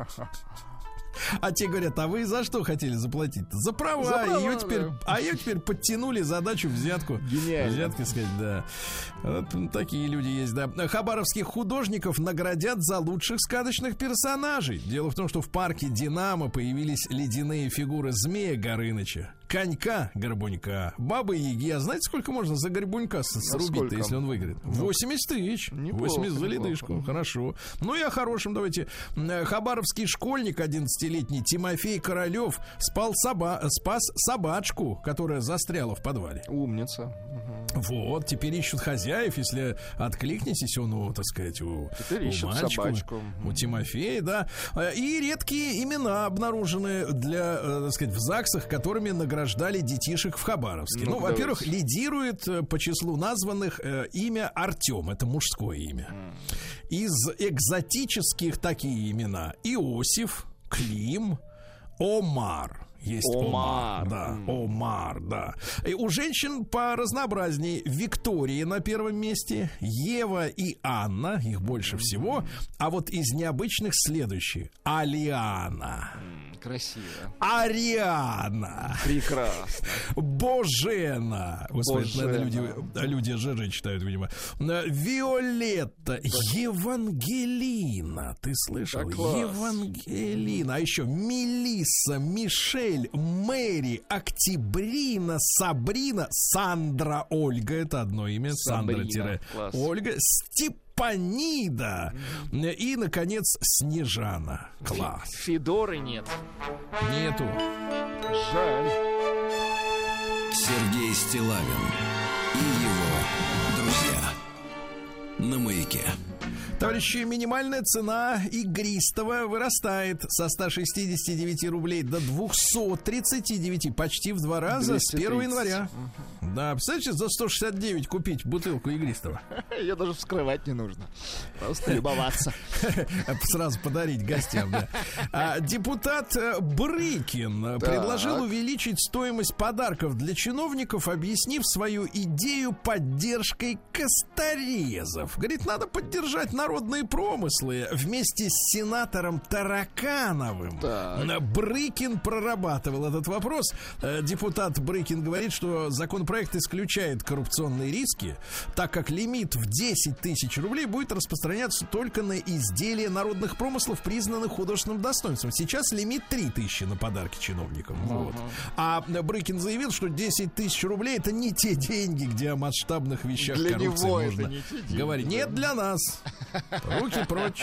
А те говорят, а вы за что хотели заплатить? За права. Ее теперь подтянули задачу взятку. Гениально. Взятки сказать, да. Вот такие люди есть, да. Хабаровских художников наградят за лучших сказочных персонажей. Дело в том, что в парке «Динамо» появились ледяные фигуры Змея Горыныча, Конька Горбунька, Бабы Яги. А знаете, сколько можно за Горбунька срубить-то, если он выиграет? 80 000. 80 за ледышку. Хорошо. Ну и о хорошем давайте. Хабаровский школьник 11-летний Тимофей Королев спас собачку, которая застряла в подвале. Умница. Вот, теперь ищут хозяев, если откликнетесь, он, так сказать, у мальчика, у Тимофея, да. И редкие имена обнаружены для, так сказать, в ЗАГСах, которыми награждали детишек в Хабаровске. Ну, во-первых, лидирует по числу названных имя Артем, это мужское имя. Из экзотических такие имена: Иосиф, Клим, Омар. Есть Омар, да, Омар, да. И у женщин по разнообразней. Виктория на первом месте, Ева и Анна, их больше всего. А вот из необычных следующие: Алиана. Красиво. Ариана. Прекрасно. Божена. Господи, наверное, люди ЖЖ читают, видимо. Виолетта. Евангелина. Ты слышал? Евангелина. А еще Мелисса, Мишель, Мэри, Октябрина, Сабрина, Сандра, Ольга. Это одно имя. Сандра-Ольга. Степанида и, наконец, Снежана. Класс. Федоры нет. Нету. Жаль. Сергей Стиллавин и его друзья на Маяке. Товарищи, минимальная цена игристого вырастает со 169 рублей до 239, почти в 2 раза с 1 января. Да, представляете, за 169 купить бутылку игристого. Ее даже вскрывать не нужно. Просто любоваться. Сразу подарить гостям, да. Депутат Брыкин предложил увеличить стоимость подарков для чиновников, объяснив свою идею поддержкой косторезов. Говорит, надо поддержать народные промыслы вместе с сенатором Таракановым. Так. Брыкин прорабатывал этот вопрос. Депутат Брыкин говорит, что законопроект исключает коррупционные риски, так как лимит в 10 тысяч рублей будет распространяться только на изделия народных промыслов, признанных художественным достоинством. Сейчас лимит 3 тысячи на подарки чиновникам. Вот. А Брыкин заявил, что 10 тысяч рублей — это не те деньги, где о масштабных вещах для коррупции него можно говорить. Нет, для нас. Руки прочь.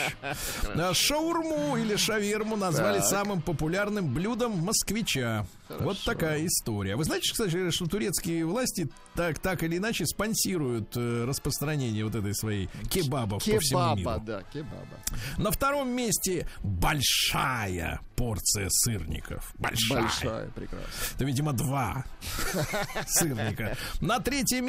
Шаурму или шаверму назвали самым популярным блюдом москвича. Хорошо. Вот такая история. Вы знаете, кстати, что турецкие власти так или иначе спонсируют распространение вот этой своей кебабов по всему миру. Да, кебаба. На втором месте большая порция сырников. Большая, прекрасно. Это, видимо, 2 сырника. На третьем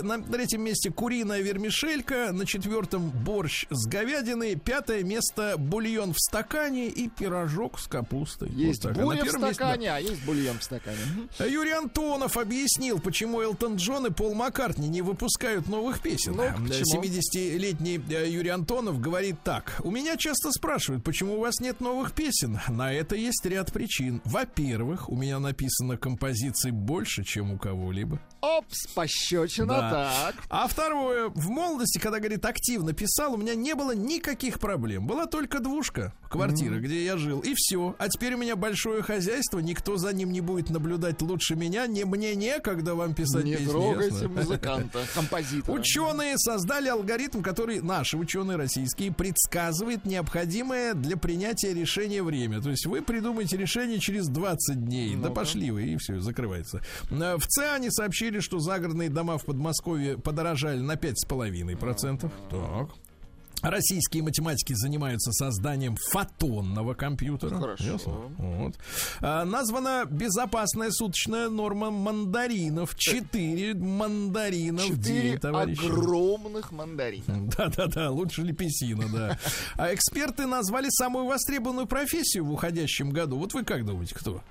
месте куриная вермишелька, на 4-м борщ с говядиной, 5-е место бульон в стакане и пирожок с капустой. Есть вот буря в стакане, а есть бульон в стакане. Юрий Антонов объяснил, почему Элтон Джон и Пол Маккартни не выпускают новых песен. 70-летний Юрий Антонов говорит так: у меня часто спрашивают, почему у вас нет новых песен. На это есть ряд причин. Во-первых, у меня написано композиций больше, чем у кого-либо. Опс, пощечина, да. Так. А второе, в молодости, когда, говорит, активно писал, у меня не было никаких проблем. Была только двушка, квартира, где я жил, и все. А теперь у меня большое хозяйство, никто за ним не будет наблюдать лучше меня. Мне некогда вам писать песни. Не трогайте музыканта, композитора. Ученые создали алгоритм, который, наши ученые российские, предсказывает необходимое для принятия решения время. То есть вы придумаете решение через 20 дней. Да пошли вы, и все, закрывается. В ЦИАНе сообщили, что загородные дома в Подмосковье подорожали на 5,5%. Так. Российские математики занимаются созданием фотонного компьютера. Хорошо. Вот. Названа безопасная суточная норма мандаринов. 4 мандарина в день, товарищи. Огромных мандаринов. Да, лучше лепесина, да. А эксперты назвали самую востребованную профессию в уходящем году. Вот вы как думаете, кто?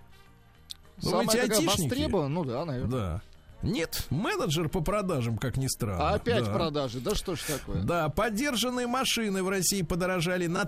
Самая такая востребованная? Ну да, наверное. Да. Нет, менеджер по продажам, как ни странно. Опять продажи, да что ж такое? Да, подержанные машины в России подорожали на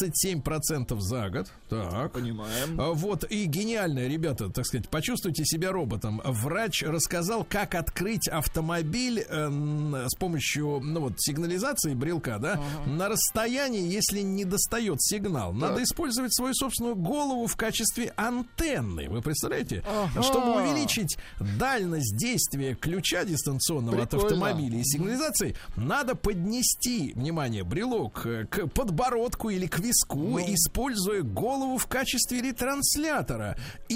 37% за год. Так. Понимаем. Вот, и гениально, ребята, так сказать, почувствуйте себя роботом. Врач рассказал, как открыть автомобиль с помощью, сигнализации брелка, да, на расстоянии, если не достает сигнал. Надо использовать свою собственную голову в качестве антенны. Вы представляете? Чтобы увеличить дальность действия ключа дистанционного от автомобиля и сигнализации, надо поднести, внимание, брелок к подбородку или к виску, используя голову в качестве ретранслятора.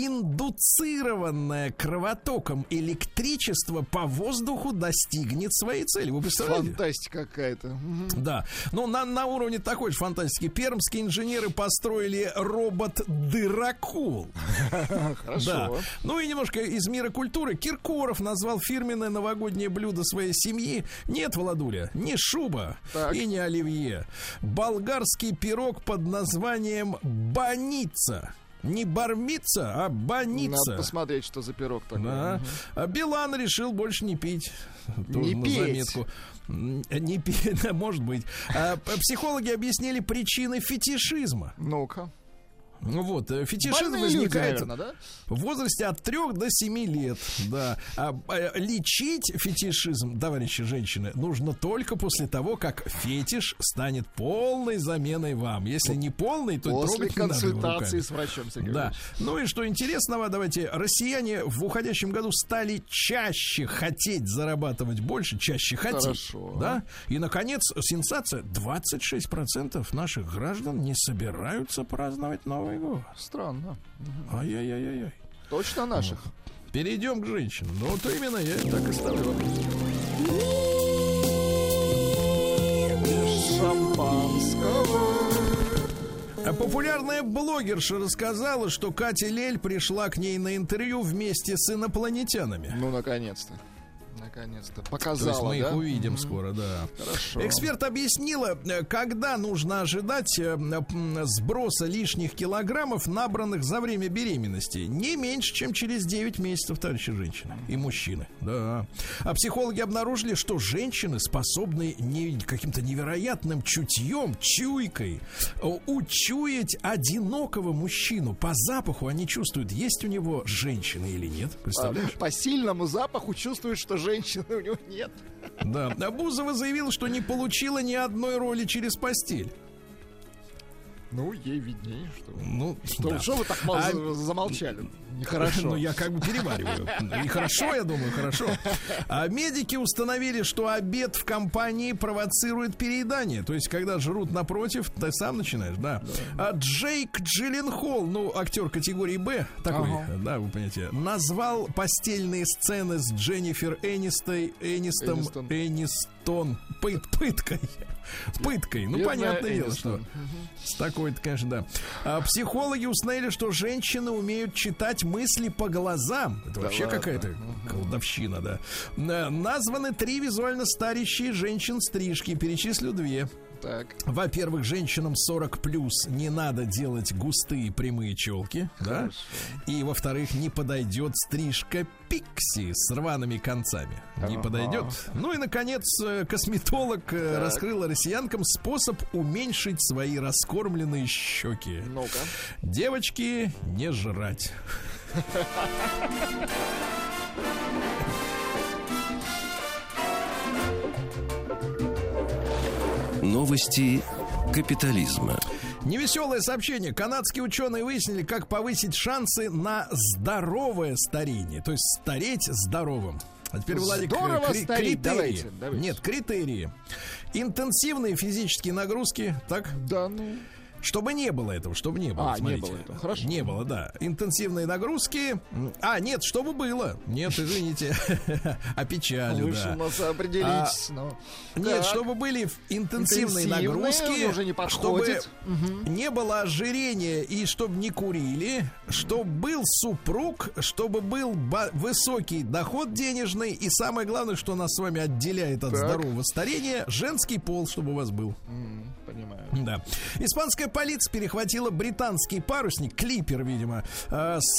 Индуцированное кровотоком электричество по воздуху достигнет своей цели. Вы представляете? Фантастика какая-то. Да. Ну, на уровне такой же фантастики. Пермские инженеры построили робот-дырокол. Хорошо. Да. Ну и немножко из мира культуры. Киркоров назвал фирменное новогоднее блюдо своей семьи. Нет, Владуля, не шуба и не оливье. Болгарский пирог под названием баница. Не бармица, а баница. Надо посмотреть, что за пирог такой. Да. Билан решил больше не пить. Не пить. Заметку. Не пить, может быть. Психологи объяснили причины фетишизма. Ну-ка. Вот, фетишизм Больные возникает люди, наверное, да? в возрасте от 3 до 7 лет. Да. Лечить фетишизм, товарищи женщины, нужно только после того, как фетиш станет полной заменой вам. Если не полный, то после трогать не надо его консультации руками. с врачом, Сергей Да. Ильич. Ну и что интересного, давайте, россияне в уходящем году стали чаще хотеть зарабатывать больше, чаще хотеть. Хорошо. Да? И, наконец, сенсация, 26% наших граждан не собираются праздновать Новый год. Странно. Ай-яй-яй-яй. Точно наших? Перейдем к женщинам. Ну, вот именно я так и ставлю вопрос. Шампанского. Популярная блогерша рассказала, что Катя Лель пришла к ней на интервью вместе с инопланетянами. Ну, наконец-то. Наконец-то. То Показала, есть мы да? их увидим скоро, да. Хорошо. Эксперт объяснила, когда нужно ожидать сброса лишних килограммов, набранных за время беременности. Не меньше, чем через 9 месяцев, товарищи женщины и мужчины. Да. А психологи обнаружили, что женщины способны каким-то невероятным чутьем, чуйкой учуять одинокого мужчину. По запаху они чувствуют, есть у него женщина или нет. Представляешь? По сильному запаху чувствуешь, что женщины у него нет. Да. А Бузова заявила, что не получила ни одной роли через постель. Ну, ей виднее, что... Ну, Что, да. что вы так замолчали? Нехорошо. Ну, я как бы перевариваю. И хорошо, я думаю, хорошо. А медики установили, что обед в компании провоцирует переедание. То есть, когда жрут напротив, ты сам начинаешь, да. А Джейк Джилленхол, ну, актер каtegории Б, такой, да, вы понимаете, назвал постельные сцены с Дженнифер Энистон пыткой. Пыткой. Ну, Бедная понятное дело, Энистон. что с такой-то, конечно, да. А психологи установили, что женщины умеют читать мысли по глазам. Это вообще ладно? какая-то колдовщина, да. Названы 3 визуально старящие женщин-стрижки. Перечислю 2. Так. Во-первых, женщинам 40+ не надо делать густые прямые челки, да? И, во-вторых, не подойдет стрижка пикси с рваными концами. Не подойдет. Ну и, наконец, косметолог раскрыла россиянкам способ уменьшить свои раскормленные щеки. Ну-ка. Девочки, не жрать. Новости капитализма. Невеселое сообщение. Канадские ученые выяснили, как повысить шансы на здоровое старение. То есть стареть здоровым. А теперь, Владик, Здорово стареть. критерии. Давайте. Нет, критерии. Интенсивные физические нагрузки. Так? Да, ну... Чтобы не было этого, чтобы не было. А, смотрите. не было этого. Хорошо. Не было, да. Интенсивные нагрузки. А, нет, чтобы было. Нет, извините. Опечалю, Лучше да. нас определить. Нет, Так. чтобы были интенсивные Интенсивные, нагрузки, уже не чтобы подходит. не было ожирения и чтобы не курили, чтобы был супруг, чтобы был высокий доход денежный и самое главное, что нас с вами отделяет от здорового старения, женский пол, чтобы у вас был. Понимаю. Да. Испанская полиция перехватила британский парусник, клипер, видимо, с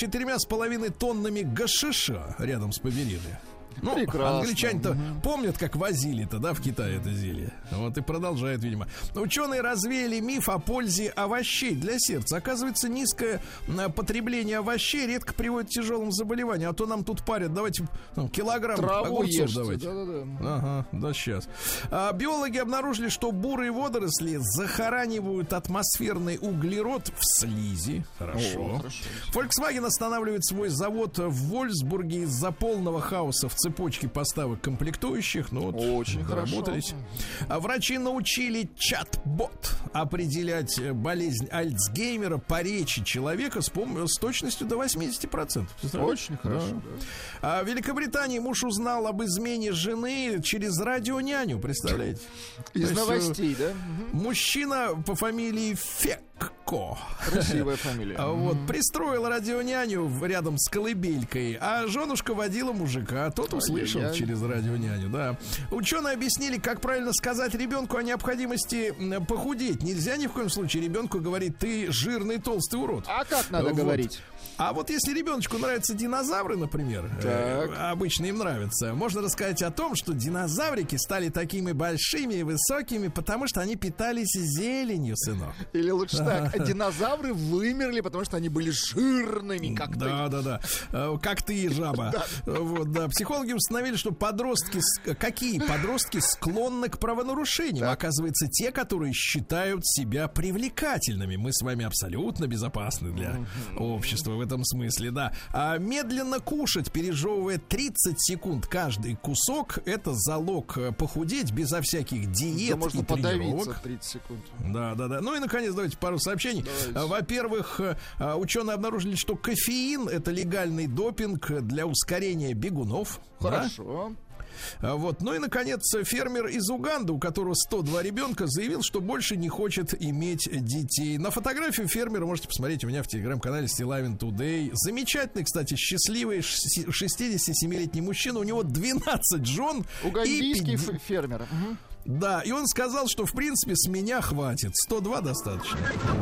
4,5 тоннами гашиша рядом с побережьем. Ну, прекрасно. англичане-то помнят, как возили-то, да, в Китае это зелье. Вот и продолжают, видимо. Ученые развеяли миф о пользе овощей для сердца. Оказывается, низкое потребление овощей редко приводит к тяжелым заболеваниям. А то нам тут парят, давайте килограмм Траву огурцов ешьте. давайте. Да-да-да. Ага, да, сейчас. Биологи обнаружили, что бурые водоросли захоранивают атмосферный углерод в слизи. Хорошо. О, хорошо. Volkswagen останавливает свой завод в Вольфсбурге из-за полного хаоса в цепочке поставок комплектующих. Ну, вот, Очень доработались. А врачи научили чат-бот определять болезнь Альцгеймера по речи человека с точностью до 80%. Очень хорошо. А в Великобритании муж узнал об измене жены через радионяню, представляете? Из То есть, новостей, да? Мужчина по фамилии Фекко. Красивая фамилия. Вот, пристроил радионяню рядом с колыбелькой, а женушка водила мужика. Тот услышал Ай-яй-яй. через радионяню, да. Ученые объяснили, как правильно сказать ребенку о необходимости похудеть. Нельзя ни в коем случае ребенку говорить: ты жирный толстый урод. А как надо Вот. говорить? А вот если ребеночку нравятся динозавры, например, обычно им нравятся, можно рассказать о том, что динозаврики стали такими большими и высокими, потому что они питались зеленью, сынок. Или лучше Да. Так, динозавры вымерли, потому что они были жирными, как ты. Да. Как ты, жаба. Вот, да. Психологи установили, что какие подростки склонны к правонарушениям? Оказывается, те, которые считают себя привлекательными. Мы с вами абсолютно безопасны для общества в этом смысле, да. А медленно кушать, пережевывая 30 секунд каждый кусок, это залог похудеть безо всяких диет и тренировок. 30 секунд. Да. Ну и, наконец, давайте пару сообщений. Во-первых, ученые обнаружили, что кофеин — это легальный допинг для ускорения бегунов. Хорошо. Да? Вот. Ну и, наконец, фермер из Уганды, у которого 102 ребенка, заявил, что больше не хочет иметь детей. На фотографию фермера можете посмотреть у меня в телеграм-канале Стилавин Today. Замечательный, кстати, счастливый 67-летний мужчина. У него 12 жен. Угандийский фермер. Да, и он сказал, что, в принципе, с меня хватит. 102 достаточно.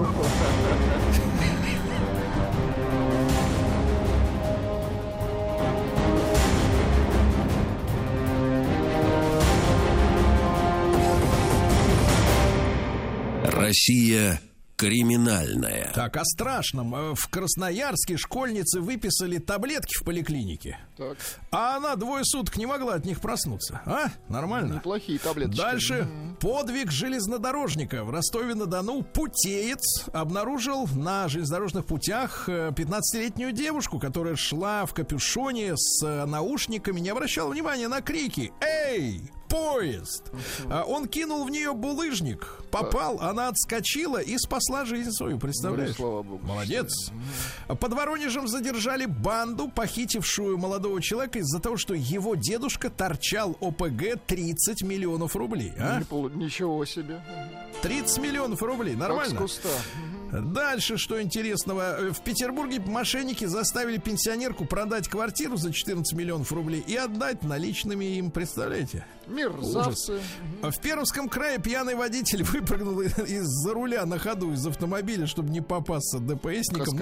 Россия криминальная. Так, о страшном. В Красноярске школьницы выписали таблетки в поликлинике. Так. А она 2 суток не могла от них проснуться. А? Нормально? Неплохие таблетки. Дальше. Подвиг железнодорожника. В Ростове-на-Дону путеец обнаружил на железнодорожных путях 15-летнюю девушку, которая шла в капюшоне с наушниками, не обращала внимания на крики. «Эй! Поезд!» Он кинул в нее булыжник, попал, она отскочила и спасла жизнь свою, представляешь? Слава Богу. Молодец. Под Воронежем задержали банду, похитившую молодого человека из-за того, что его дедушка торчал ОПГ 30 миллионов рублей. Ничего себе. 30 миллионов рублей, нормально? Как с куста. Дальше, что интересного. В Петербурге мошенники заставили пенсионерку продать квартиру за 14 миллионов рублей и отдать наличными им, представляете? Мерзавцы. В Пермском крае пьяный водитель выпрыгнул из-за руля на ходу из автомобиля, чтобы не попасться ДПСникам.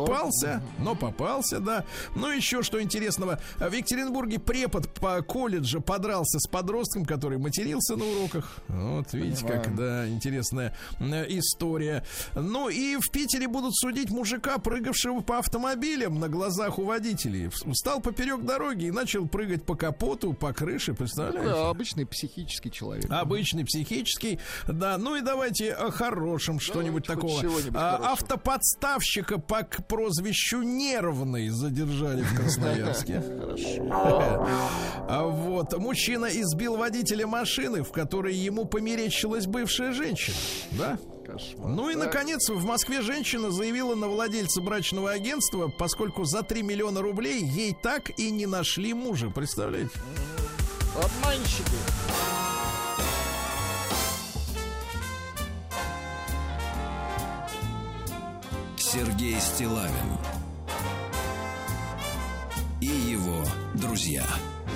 Но попался, да. Ну, еще что интересного. В Екатеринбурге препод по колледжу подрался с подростком, который матерился на уроках. Вот, видите, как, да, интересная история. Ну, и в Питере будут судить мужика, прыгавшего по автомобилям на глазах у водителей. Встал поперек дороги и начал прыгать по капоту, по крыше, представляете? Да, обычный психический человек. Обычный психический, да. Ну и давайте о хорошем что-нибудь такого. Автоподставщика по прозвищу Нервный задержали в Красноярске. Хорошо. Вот. Мужчина избил водителя машины, в которой ему померещилась бывшая женщина. Да? Кошмар. Ну и, наконец, в Москве женщина заявила на владельца брачного агентства, поскольку за 3 миллиона рублей ей так и не нашли мужа. Представляете? Обманщики. Сергей Стиллавин и его друзья.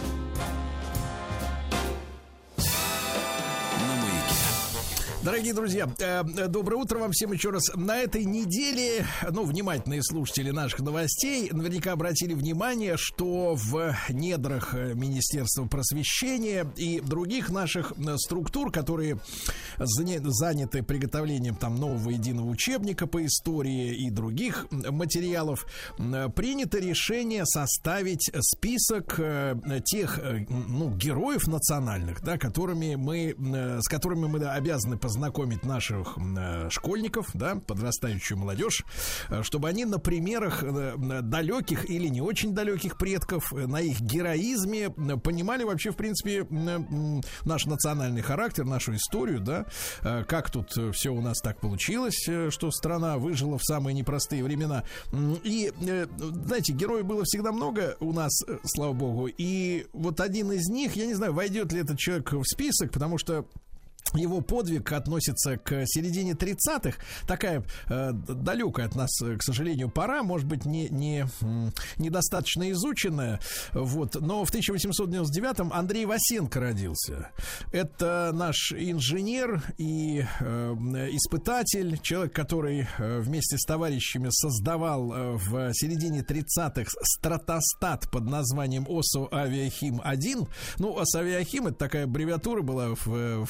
Дорогие друзья, доброе утро вам всем еще раз. На этой неделе, внимательные слушатели наших новостей наверняка обратили внимание, что в недрах Министерства просвещения и других наших структур, которые заняты приготовлением там нового единого учебника по истории и других материалов, принято решение составить список тех героев национальных, да, с которыми мы обязаны познакомить наших школьников, да, подрастающую молодежь, чтобы они на примерах далеких или не очень далеких предков, на их героизме понимали вообще, в принципе, наш национальный характер, нашу историю, да, как тут все у нас так получилось, что страна выжила в самые непростые времена. И, знаете, героев было всегда много у нас, слава богу, и вот один из них, я не знаю, войдет ли этот человек в список, потому что его подвиг относится к середине 30-х. Такая далекая от нас, к сожалению, пора, может быть, недостаточно изученная. Вот. Но в 1899-м Андрей Васенко родился. Это наш инженер и испытатель, человек, который вместе с товарищами создавал в середине 30-х стратостат под названием ОСО Авиахим-1. Ну, ОСО Авиахим — это такая аббревиатура была в те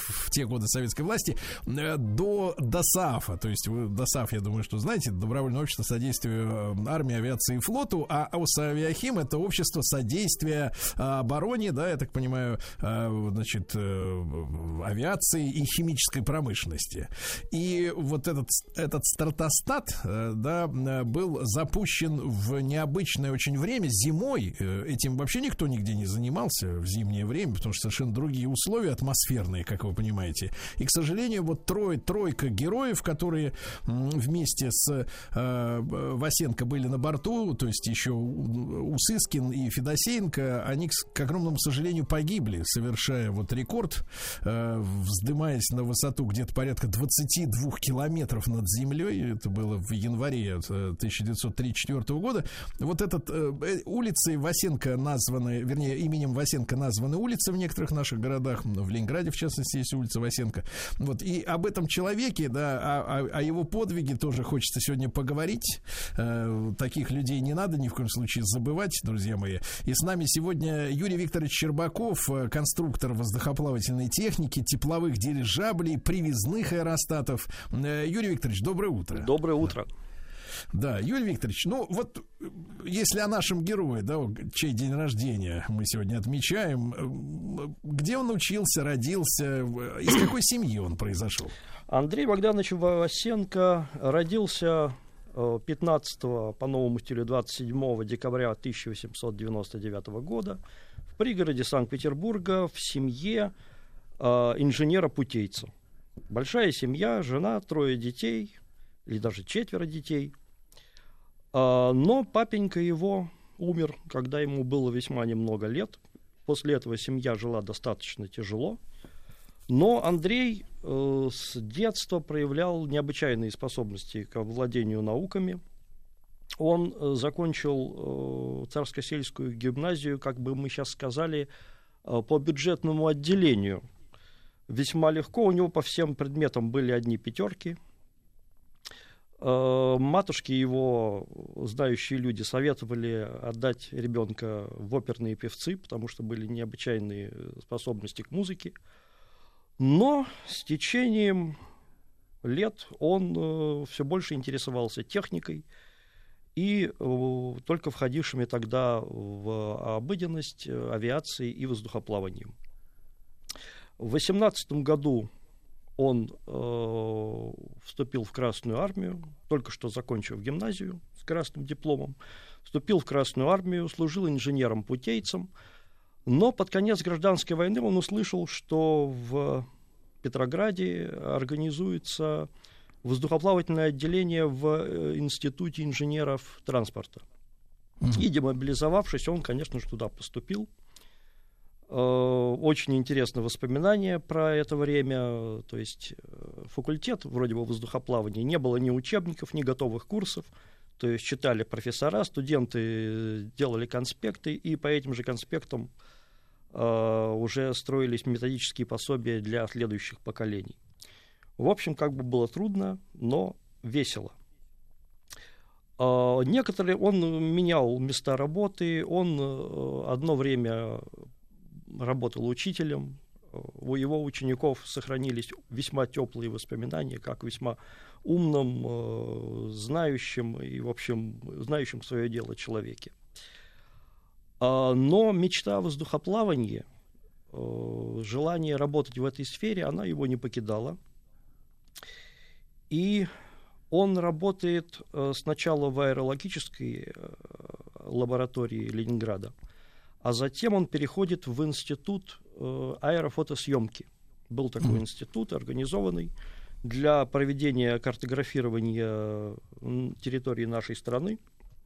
годы советской власти, до ДОСААФа. То есть вы ДОСААФ, я думаю, что знаете, Добровольное общество содействия армии, авиации и флоту, а Авиахим — это общество содействия обороне, да, я так понимаю, значит, авиации и химической промышленности. И вот этот стратостат, да, был запущен в необычное очень время, зимой. Этим вообще никто нигде не занимался в зимнее время, потому что совершенно другие условия атмосферные, как вы понимаете. И, к сожалению, вот тройка героев, которые вместе с Васенко были на борту, то есть еще Усыскин и Федосеенко, они, к огромному сожалению, погибли, совершая вот рекорд, вздымаясь на высоту где-то порядка 22 километров над землей. Это было в январе 1934 года. Вот этот улицей Васенко названы, вернее, именем Васенко названы улицы в некоторых наших городах. В Ленинграде, в частности, есть улица Васенко. Вот. И об этом человеке, да, о его подвиге тоже хочется сегодня поговорить. Таких людей не надо ни в коем случае забывать, друзья мои. И с нами сегодня Юрий Викторович Щербаков, конструктор воздухоплавательной техники, тепловых дирижаблей, привезных аэростатов. Юрий Викторович, доброе утро. Доброе утро. Да, Юрий Викторович, ну вот если о нашем герое, да, чей день рождения мы сегодня отмечаем, где он учился, родился, из какой семьи он произошел? Андрей Богданович Васенко родился 15 по новому стилю 27 декабря 1899 года в пригороде Санкт-Петербурга в семье инженера-путейца. Большая семья, жена, 3 детей, или даже 4 детей. Но папенька его умер, когда ему было весьма немного лет. После этого семья жила достаточно тяжело. Но Андрей с детства проявлял необычайные способности к овладению науками. Он закончил Царско-сельскую гимназию, как бы мы сейчас сказали, по бюджетному отделению. Весьма легко, у него по всем предметам были одни 5. Матушки его, знающие люди, советовали отдать ребенка в оперные певцы, потому что были необычайные способности к музыке. Но с течением лет он все больше интересовался техникой и только входившими тогда в обыденность авиацией и воздухоплаванием. В 18 году он вступил в Красную армию, только что закончив гимназию с красным дипломом, вступил в Красную армию, служил инженером-путейцем, но под конец гражданской войны он услышал, что в Петрограде организуется воздухоплавательное отделение в Институте инженеров транспорта. И демобилизовавшись, он, конечно же, туда поступил. Очень интересно воспоминания про это время. То есть факультет вроде бы воздухоплавания, не было ни учебников, ни готовых курсов. То есть читали профессора, студенты делали конспекты, и по этим же конспектам уже строились методические пособия для следующих поколений. В общем, как бы было трудно, но весело. Некоторые, он менял места работы, он одно время работал учителем, у его учеников сохранились весьма теплые воспоминания, как весьма умном, знающем и, в общем, знающем свое дело человеке. Но мечта о воздухоплавании, желание работать в этой сфере, она его не покидала. И он работает сначала в аэрологической лаборатории Ленинграда, а затем он переходит в институт аэрофотосъемки. Был такой институт, организованный для проведения картографирования территории нашей страны.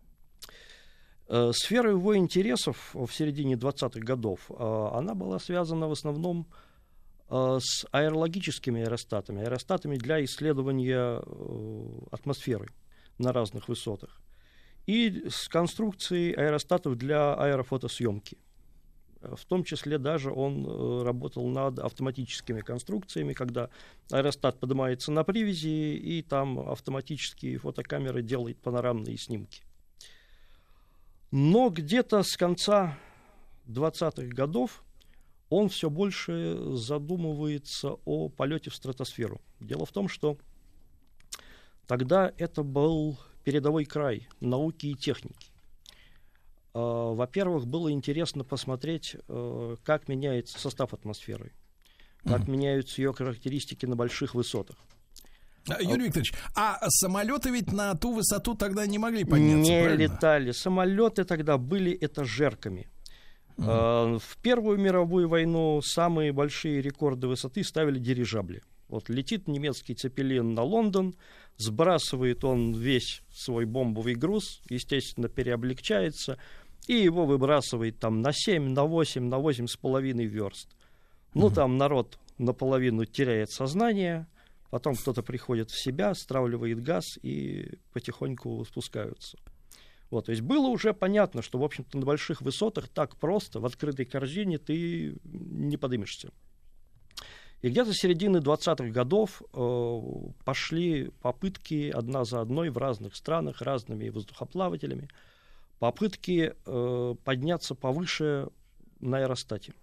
Сфера его интересов в середине 20-х годов, она была связана в основном с аэрологическими аэростатами для исследования атмосферы на разных высотах, и с конструкцией аэростатов для аэрофотосъемки. В том числе даже он работал над автоматическими конструкциями, когда аэростат поднимается на привязи, и там автоматически фотокамера делает панорамные снимки. Но где-то с конца 20-х годов он все больше задумывается о полете в стратосферу. Дело в том, что тогда это был передовой край науки и техники. Во-первых, было интересно посмотреть, как меняется состав атмосферы, как меняются ее характеристики на больших высотах. Юрий Викторович, а самолеты ведь на ту высоту тогда не могли подняться, не правильно? летали. Самолеты тогда были этажерками. В Первую мировую войну самые большие рекорды высоты ставили дирижабли. Вот летит немецкий цепелин на Лондон, сбрасывает он весь свой бомбовый груз, естественно, переоблегчается, и его выбрасывает там на 7, на 8, на 8,5 верст. Ну, там народ наполовину теряет сознание, потом кто-то приходит в себя, стравливает газ и потихоньку спускаются. Вот, то есть было уже понятно, что, в общем-то, на больших высотах так просто, в открытой корзине ты не подымешься. И где-то с середины 20-х годов пошли попытки одна за одной в разных странах, разными воздухоплавателями, попытки подняться повыше на аэростате.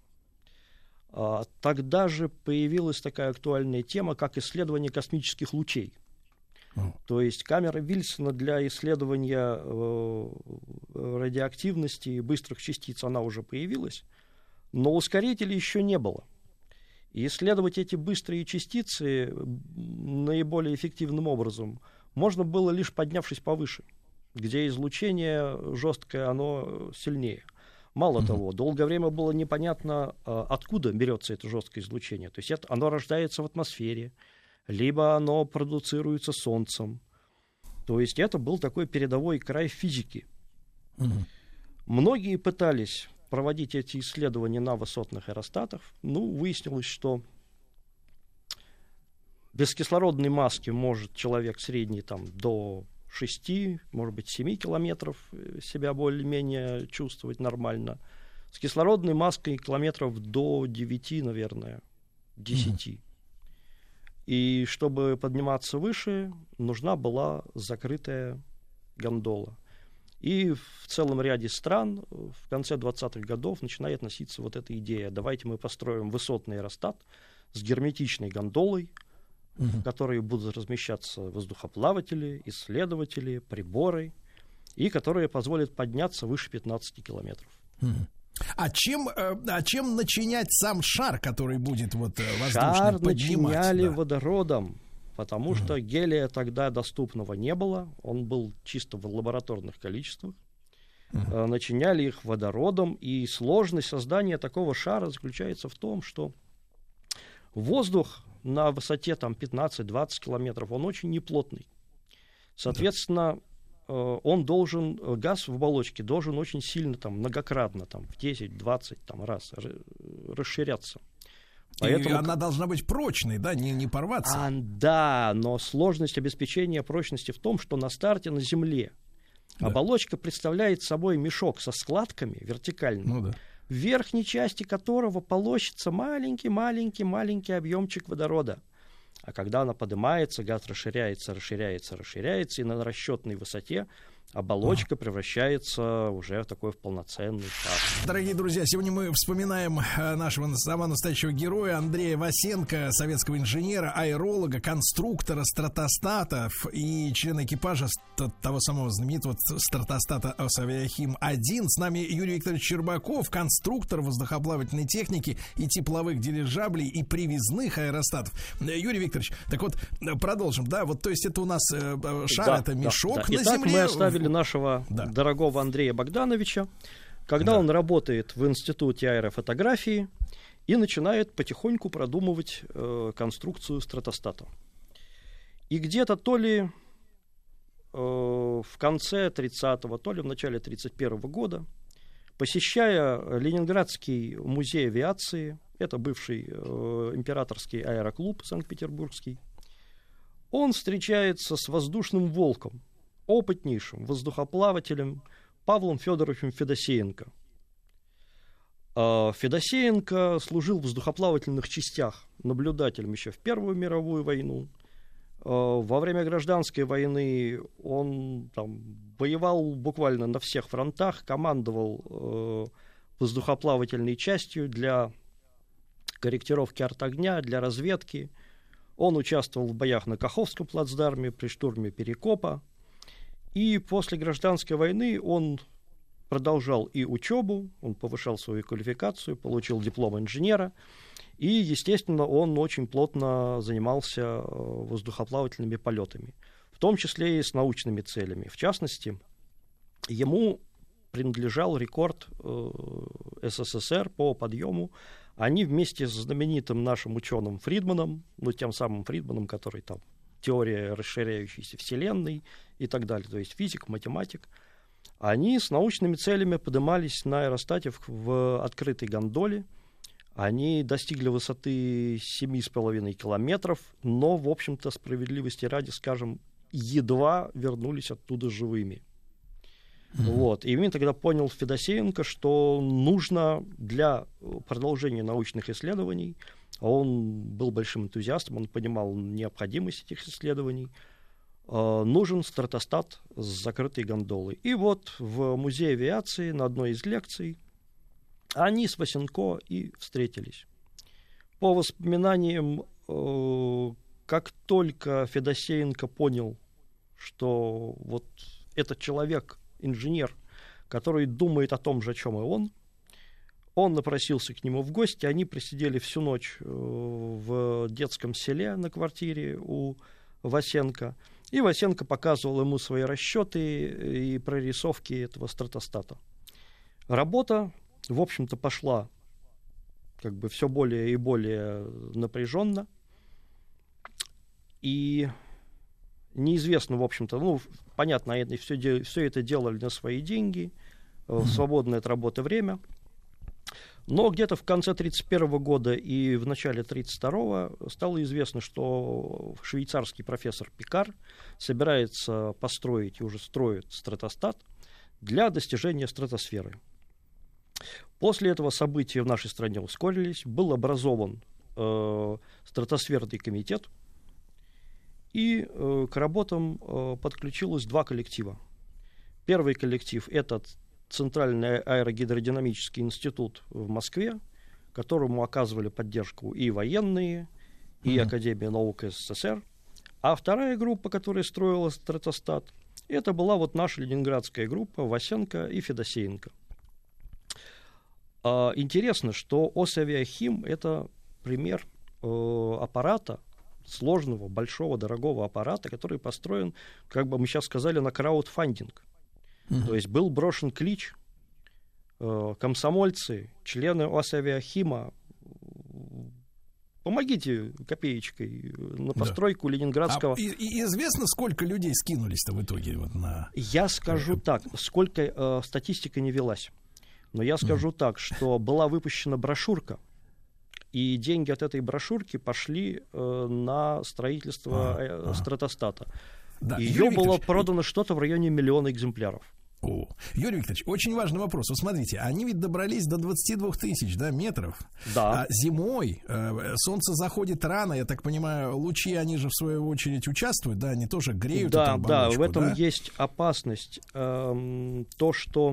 Тогда же появилась такая актуальная тема, как исследование космических лучей. То есть камера Вильсона для исследования радиоактивности и быстрых частиц, она уже появилась, но ускорителей еще не было. И исследовать эти быстрые частицы наиболее эффективным образом можно было лишь поднявшись повыше, где излучение жесткое, оно сильнее. Мало того, долгое время было непонятно, откуда берется это жесткое излучение. То есть оно рождается в атмосфере, либо оно продуцируется Солнцем. То есть это был такой передовой край физики. Многие пытались проводить эти исследования на высотных аэростатах. Ну, выяснилось, что без кислородной маски может человек средний там, до 6, может быть, 7 километров себя более-менее чувствовать нормально. С кислородной маской километров до 9, наверное, 10. И чтобы подниматься выше, нужна была закрытая гондола. И в целом ряде стран в конце 20-х годов начинает носиться вот эта идея. Давайте мы построим высотный аэростат с герметичной гондолой, в которой будут размещаться воздухоплаватели, исследователи, приборы, и которые позволят подняться выше 15 километров. А чем начинять сам шар, который будет воздушный шар поднимать? начиняли водородом, потому что гелия тогда доступного не было, он был чисто в лабораторных количествах. Начиняли их водородом, и сложность создания такого шара заключается в том, что воздух на высоте там, 15-20 километров, он очень неплотный. Соответственно, газ в оболочке должен очень сильно, там, многократно, там, в 10-20 там, раз расширяться. Поэтому... И она должна быть прочной, да, не порваться. Да, но сложность обеспечения прочности в том, что на старте на Земле оболочка представляет собой мешок со складками вертикальными, в верхней части которого полощется маленький объемчик водорода. А когда она поднимается, газ расширяется, и на расчетной высоте оболочка превращается уже в такой полноценный шар. Дорогие друзья, сегодня мы вспоминаем нашего самого настоящего героя Андрея Васенко, советского инженера, аэролога, конструктора стратостатов и члена экипажа того самого знаменитого стратостата «Осавиахим-1». С нами Юрий Викторович Щербаков, конструктор воздухоплавательной техники и тепловых дирижаблей и привезных аэростатов. Юрий Викторович, так вот, продолжим, да, вот, то есть это у нас шар, это мешок на Итак, Земле. Мы оставили нашего дорогого Андрея Богдановича, когда он работает в Институте аэрофотографии и начинает потихоньку продумывать конструкцию стратостата. И где-то то ли в конце 30-го, то ли в начале 31-го года, посещая Ленинградский музей авиации, это бывший императорский аэроклуб Санкт-Петербургский, он встречается с воздушным волком, опытнейшим воздухоплавателем Павлом Федоровичем Федосеенко. Федосеенко служил в воздухоплавательных частях наблюдателем еще в Первую мировую войну. Во время гражданской войны он там воевал буквально на всех фронтах, командовал воздухоплавательной частью для корректировки артогня, для разведки. Он участвовал в боях на Каховском плацдарме, при штурме Перекопа. И после гражданской войны он продолжал и учебу, он повышал свою квалификацию, получил диплом инженера. И, естественно, он очень плотно занимался воздухоплавательными полетами, в том числе и с научными целями. В частности, ему принадлежал рекорд СССР по подъему. Они вместе с знаменитым нашим ученым Фридманом, ну, тем самым Фридманом, который там теория расширяющейся Вселенной и так далее, то есть физик, математик, они с научными целями поднимались на аэростате в открытой гондоле. Они достигли высоты 7,5 километров, но, в общем-то, справедливости ради, скажем, едва вернулись оттуда живыми. Вот. И именно тогда понял Федосеенко, что нужно для продолжения научных исследований, он был большим энтузиастом, он понимал необходимость этих исследований, нужен стратостат с закрытой гондолой. И вот в музее авиации на одной из лекций они с Васенко и встретились. По воспоминаниям, как только Федосеенко понял, что вот этот человек, инженер, который думает о том же, о чем и он напросился к нему в гости, они просидели всю ночь в детском селе на квартире у Васенко, и Васенко показывал ему свои расчеты и прорисовки этого стратостата. Работа, в общем-то, пошла как бы все более и более напряженно, и неизвестно, в общем-то, ну, понятно, они все это делали на свои деньги, в свободное от работы время, но где-то в конце 1931 года и в начале 1932 стало известно, что швейцарский профессор Пикар собирается построить и уже строит стратостат для достижения стратосферы. После этого события в нашей стране ускорились, был образован стратосферный комитет, и к работам подключилось два коллектива. Первый коллектив – это Центральный аэрогидродинамический институт в Москве, которому оказывали поддержку и военные, и Академия наук СССР. А вторая группа, которая строила стратостат, это была вот наша ленинградская группа Васенко и Федосеенко. Интересно, что Осавиахим – это пример аппарата, сложного, большого, дорогого аппарата, который построен, как бы мы сейчас сказали, на краудфандинг. То есть был брошен клич, комсомольцы, члены Осавиахима, помогите копеечкой на постройку ленинградского... И известно, сколько людей скинулись-то в итоге? Вот на... Я скажу так, сколько статистика не велась, но я скажу так, что была выпущена брошюрка, и деньги от этой брошюрки пошли на строительство стратостата. Да. Ее было продано что-то в районе 1 миллиона экземпляров. Юрий Викторович, очень важный вопрос. Вот смотрите, они ведь добрались до 22 тысяч, да, метров. Да. А зимой солнце заходит рано, я так понимаю, лучи, они же в свою очередь участвуют, да, они тоже греют эту оболочку. Да, в этом есть опасность. То, что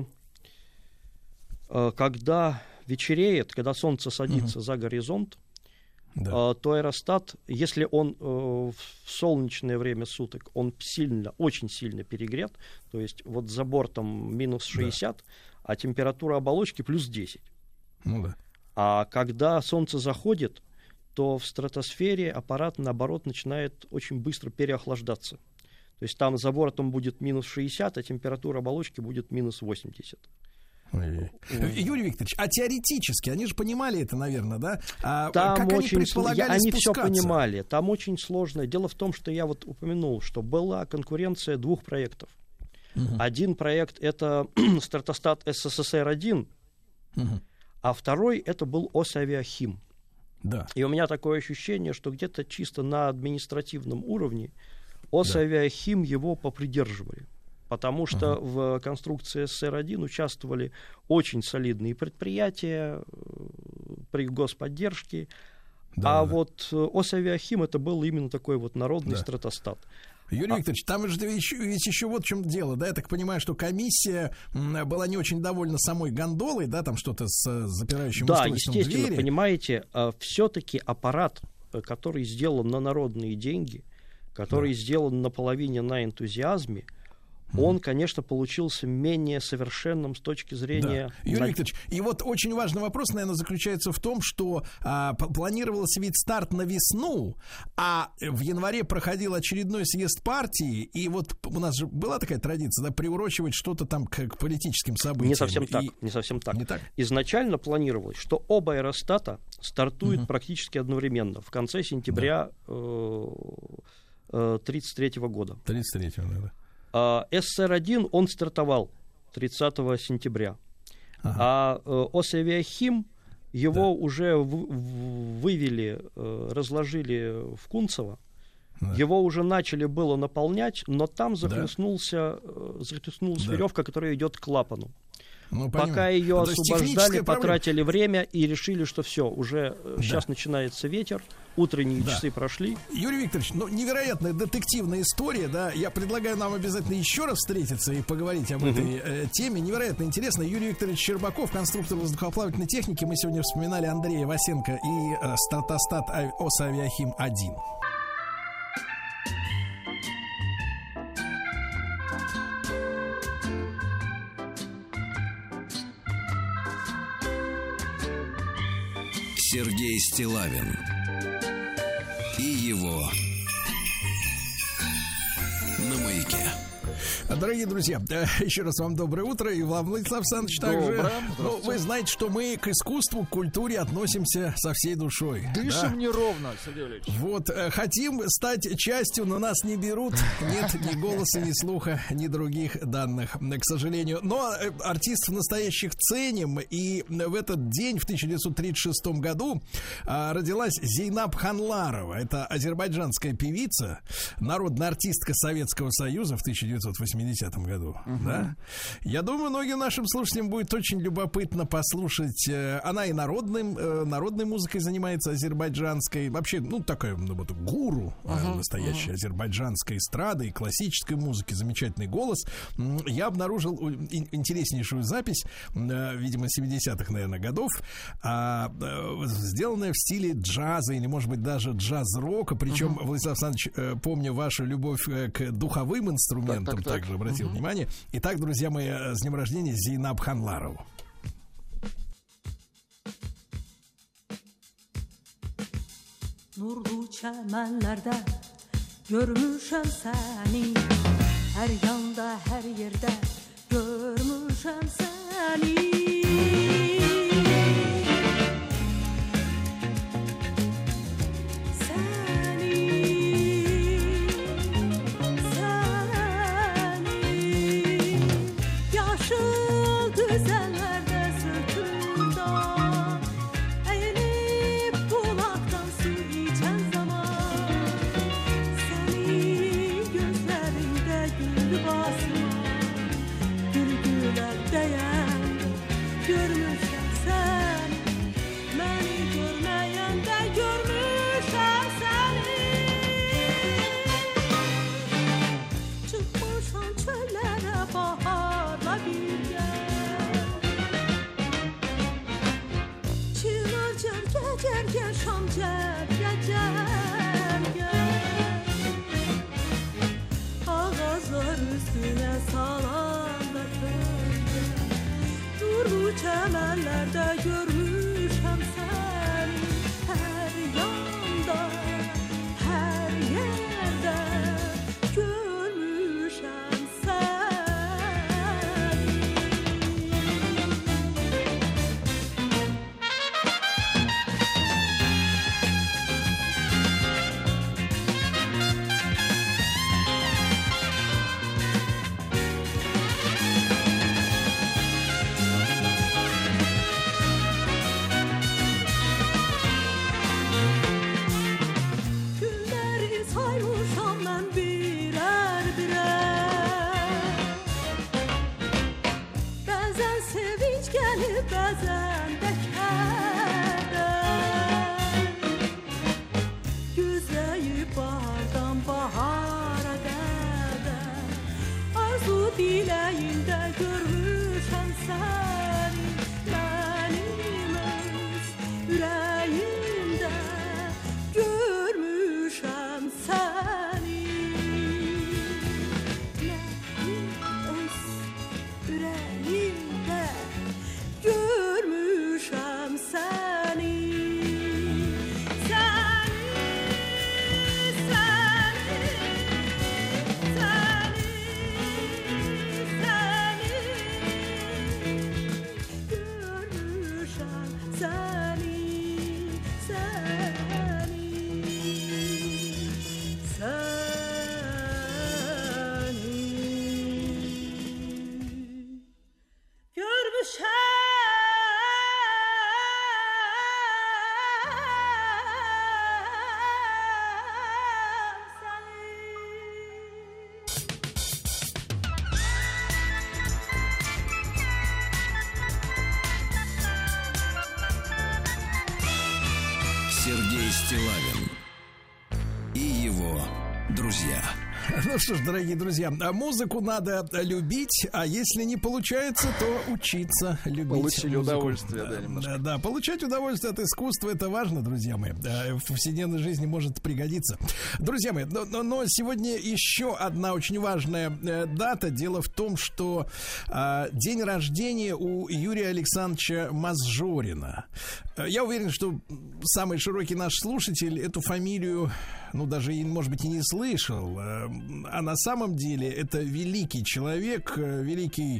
когда вечереет, когда солнце садится за горизонт, то аэростат, если он в солнечное время суток, он очень сильно перегрет, то есть вот за бортом минус 60, а температура оболочки плюс 10. А когда солнце заходит, то в стратосфере аппарат, наоборот, начинает очень быстро переохлаждаться. То есть там за бортом будет минус 60, а температура оболочки будет минус 80. Юрий Викторович, а теоретически, они же понимали это, наверное, да? Там как очень они предполагали они спускаться? все понимали, там очень сложно. Дело в том, что я вот упомянул, что была конкуренция двух проектов. Один проект — это стратостат СССР-1, а второй — это был Осавиахим. Да. И у меня такое ощущение, что где-то чисто на административном уровне Осавиахим его попридерживали. Потому что в конструкции СССР-1 участвовали очень солидные предприятия при господдержке. Вот Осавиахим — это был именно такой вот народный стратостат. Юрий Викторович, там же ведь еще вот в чем дело, да, я так понимаю, что комиссия была не очень довольна самой гондолой, да, там что-то с запирающим устройством двери. Да, естественно, понимаете, все-таки аппарат, который сделан на народные деньги, который сделан наполовине на энтузиазме, он, конечно, получился менее совершенным с точки зрения... Да. Юрий Викторович, и вот очень важный вопрос, наверное, заключается в том, что планировался ведь старт на весну, а в январе проходил очередной съезд партии, и вот у нас же была такая традиция, да, приурочивать что-то там к политическим событиям. Не совсем так, не совсем так. Не так? Изначально планировалось, что оба аэростата стартуют практически одновременно, в конце сентября 1933 года. 33-го, да. СССР-1, он стартовал 30 сентября. А Осавиахим, его уже вывели, разложили в Кунцево. Его уже начали было наполнять, но там захлестнулась веревка, которая идет к клапану. Пока ее освобождали, потратили время и решили, что все, уже сейчас начинается ветер, утренние часы прошли. Юрий Викторович, невероятная детективная история, да, я предлагаю нам обязательно еще раз встретиться и поговорить об этой теме, невероятно интересно. Юрий Викторович Щербаков, конструктор воздухоплавательной техники, мы сегодня вспоминали Андрея Васенко и стратостат Осавиахим-1. Сергей Стиллавин и его «На маяке». Дорогие друзья, еще раз вам доброе утро. И вам, Владислав Александрович, также. Вы знаете, что мы к искусству, к культуре относимся со всей душой. Дышим неровно, Сергей Валерьевич. Вот, хотим стать частью, но нас не берут. Нет ни голоса, ни слуха, ни других данных, к сожалению. Но артистов настоящих ценим. И в этот день, в 1936 году, родилась Зейнаб Ханларова. Это азербайджанская певица, народная артистка Советского Союза в 1980 году. Да? Я думаю, многим нашим слушателям будет очень любопытно послушать. Она и народной музыкой занимается, азербайджанской. Вообще, такая вот, гуру настоящей азербайджанской эстрады и классической музыки. Замечательный голос. Я обнаружил интереснейшую запись, видимо, 70-х, наверное, годов, сделанная в стиле джаза или, может быть, даже джаз-рока. Причем, Владислав Александрович, помню вашу любовь к духовым инструментам, также обратил внимание. Итак, друзья мои, с днем рождения Зейнаб Ханларову. Nurlu çəmənlərdə görmüşəm səni. Hər yanda, hər yerdə görmüşəm səni. Çəmənlərdə görmüşəm səni. Hər yanda, hər yerdə görmüşəm səni. Güzəyi bardan bahara Сергей Стиллавин и его друзья. Ну что ж, дорогие друзья, музыку надо любить, а если не получается, то учиться любить. Получили музыку. Удовольствие, да, немножко. Да, получать удовольствие от искусства, это важно, друзья мои. В повседневной жизни может пригодиться. Друзья мои, но сегодня еще одна очень важная дата. Дело в том, что день рождения у Юрия Александровича Мазжорина. Я уверен, что самый широкий наш слушатель эту фамилию, даже, может быть, и не слышал. А на самом деле это великий человек, великий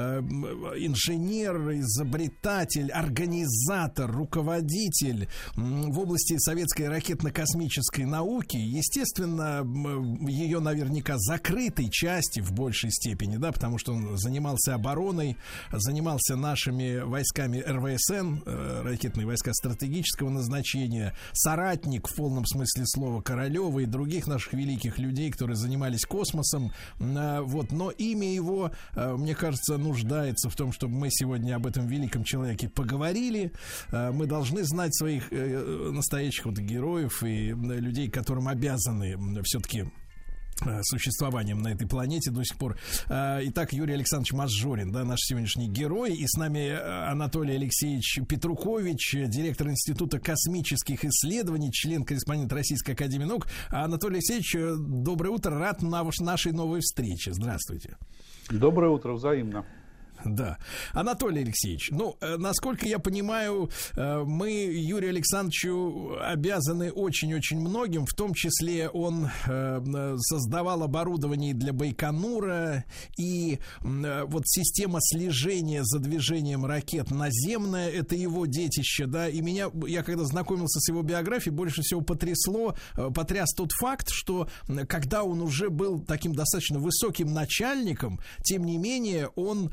инженер, изобретатель, организатор, руководитель в области советской ракетно-космической науки. Естественно, ее наверняка закрытой части в большей степени, да, потому что он занимался обороной, занимался нашими войсками РВСН, ракетные войска стратегического назначения, соратник в полном смысле слова Королева и других наших великих людей, которые занимались космосом. Вот. Но имя его, мне кажется, нуждается в том, чтобы мы сегодня об этом великом человеке поговорили. Мы должны знать своих настоящих героев и людей, которым обязаны все-таки существованием на этой планете до сих пор. Итак, Юрий Александрович Мазжорин, да, наш сегодняшний герой. И с нами Анатолий Алексеевич Петрукович, директор Института космических исследований, член-корреспондент Российской академии наук. Анатолий Алексеевич, доброе утро. Рад нашей новой встрече. Здравствуйте. Доброе утро, взаимно. Да. Анатолий Алексеевич, насколько я понимаю, мы Юрию Александровичу обязаны очень-очень многим, в том числе он создавал оборудование для Байконура, и вот система слежения за движением ракет наземная, это его детище, да, и я когда знакомился с его биографией, больше всего потряс тот факт, что когда он уже был таким достаточно высоким начальником, тем не менее он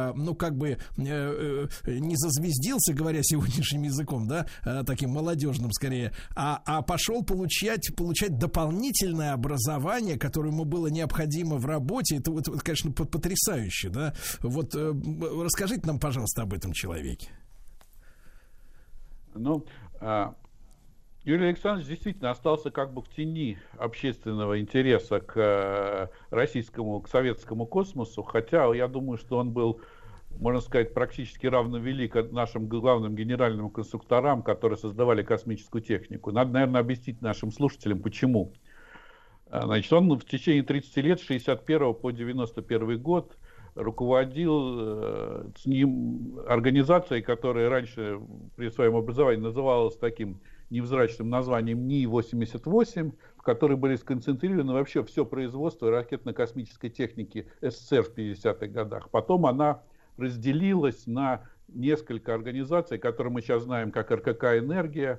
не зазвездился, говоря сегодняшним языком, да, таким молодежным скорее, а пошел получать дополнительное образование, которое ему было необходимо в работе. Это конечно, потрясающе, да. Вот расскажите нам, пожалуйста, об этом человеке. Юрий Александрович действительно остался в тени общественного интереса к советскому космосу, хотя я думаю, что он был, можно сказать, практически равно велик нашим главным генеральным конструкторам, которые создавали космическую технику. Надо, наверное, объяснить нашим слушателям, почему. Значит, он в течение 30 лет, с 61 по 91 год, руководил организацией, которая раньше при своем образовании называлась таким невзрачным названием НИИ-88, в которой были сконцентрированы вообще все производство ракетно-космической техники СССР в 50-х годах. Потом она разделилась на несколько организаций, которые мы сейчас знаем как РКК «Энергия».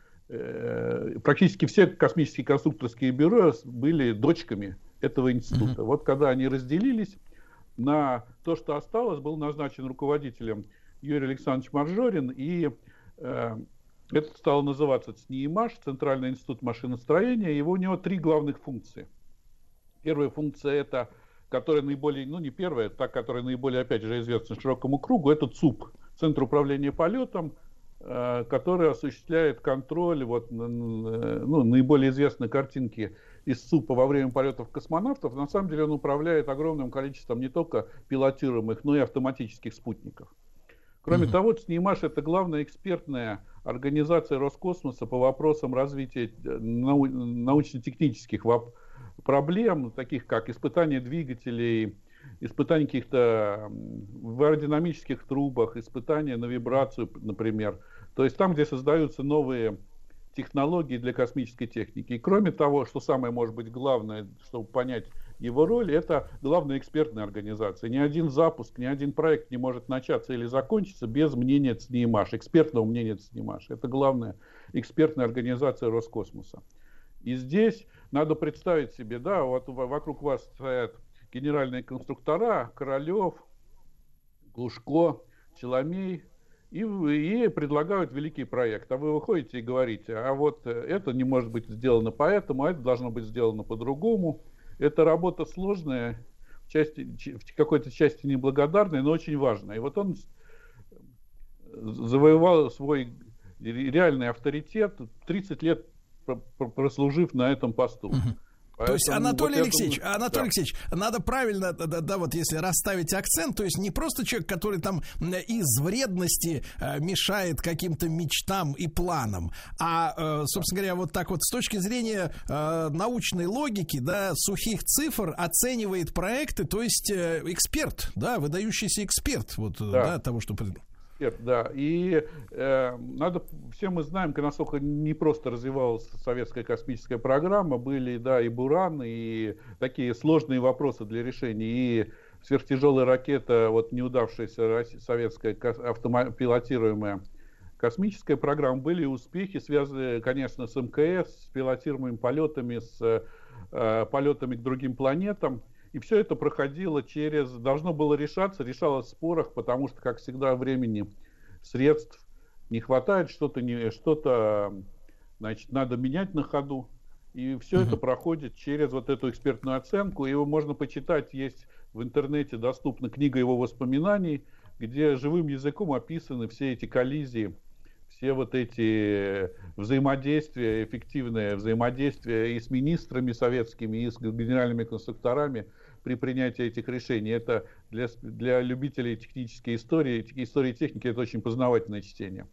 Практически все космические конструкторские бюро были дочками этого института. Вот когда они разделились, на то, что осталось, был назначен руководителем Юрий Александрович Мазжорин, и это стало называться ЦНИИМАШ, Центральный институт машиностроения, и у него три главных функции. Первая функция, это, которая наиболее, не первая, та, которая наиболее, опять же, известна широкому кругу, это ЦУП, Центр управления полетом, который осуществляет контроль, наиболее известной картинки из ЦУПа во время полетов космонавтов. На самом деле он управляет огромным количеством не только пилотируемых, но и автоматических спутников. Кроме того, ЦНИИМАШ — это главная экспертная организация Роскосмоса по вопросам развития научно-технических проблем, таких как испытание двигателей, испытание каких-то в аэродинамических трубах, испытания на вибрацию, например. То есть там, где создаются новые технологии для космической техники. И кроме того, что самое, может быть, главное, чтобы понять его роль, это главная экспертная организация. Ни один запуск, ни один проект не может начаться или закончиться без мнения ЦНИИМАШ, экспертного мнения ЦНИИМАШ. Это главная экспертная организация Роскосмоса. И здесь надо представить себе, да, вот вокруг вас стоят генеральные конструктора: Королев, Глушко, Челомей, и предлагают великий проект. А вы выходите и говорите, а вот это не может быть сделано поэтому, а это должно быть сделано по-другому. Это работа сложная, в какой-то части неблагодарная, но очень важная. И вот он завоевал свой реальный авторитет, 30 лет прослужив на этом посту. Поэтому то есть, Анатолий Алексеевич, надо правильно, да, вот если расставить акцент, то есть не просто человек, который там из вредности мешает каким-то мечтам и планам, а, собственно говоря, вот так вот с точки зрения научной логики, да, сухих цифр оценивает проекты, то есть эксперт, да, выдающийся эксперт, вот, да, того, что... Да, и все мы знаем, насколько не просто развивалась советская космическая программа, были, да, и Буран, и такие сложные вопросы для решения, и сверхтяжелая ракета, вот неудавшаяся советская автопилотируемая космическая программа, были успехи, связанные, конечно, с МКС, с пилотируемыми полетами, с полетами к другим планетам. И все это проходило должно было решалось в спорах, потому что, как всегда, времени, средств не хватает, что-то значит, надо менять на ходу. И все это проходит через вот эту экспертную оценку. Его можно почитать, есть в интернете доступна книга его воспоминаний, где живым языком описаны все эти коллизии, все вот эти взаимодействия, эффективное взаимодействие и с министрами советскими, и с генеральными конструкторами при принятии этих решений. Это для любителей технической истории техники, это очень познавательное чтение.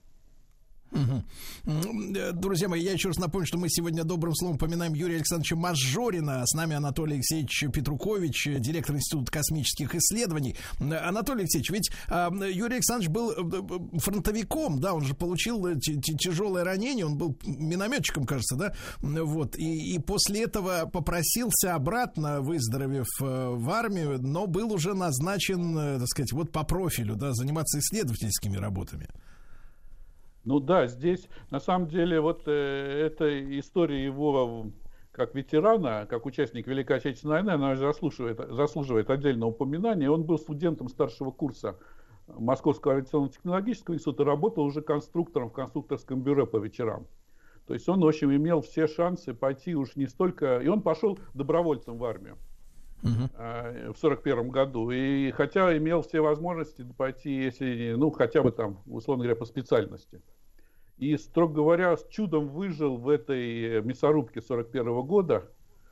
Друзья мои, я еще раз напомню, что мы сегодня добрым словом поминаем Юрия Александровича Мажорина. С нами Анатолий Алексеевич Петрукович, директор Института космических исследований. Анатолий Алексеевич, ведь Юрий Александрович был фронтовиком, да, он же получил тяжелое ранение, он был минометчиком, кажется, да, вот, и после этого попросился обратно, выздоровев в армию, но был уже назначен, так сказать, вот по профилю, да, заниматься исследовательскими работами. Ну да, здесь на самом деле вот эта история его как ветерана, как участник Великой Отечественной войны, она заслуживает отдельного упоминания. Он был студентом старшего курса Московского авиационно-технологического института, работал уже конструктором в конструкторском бюро по вечерам. То есть он, в общем, имел все шансы пойти уж не столько... И он пошел добровольцем в армию. В 1941 году. И хотя имел все возможности пойти, если, ну, хотя бы там, условно говоря, по специальности. И, строго говоря, с чудом выжил в этой мясорубке 1941 года.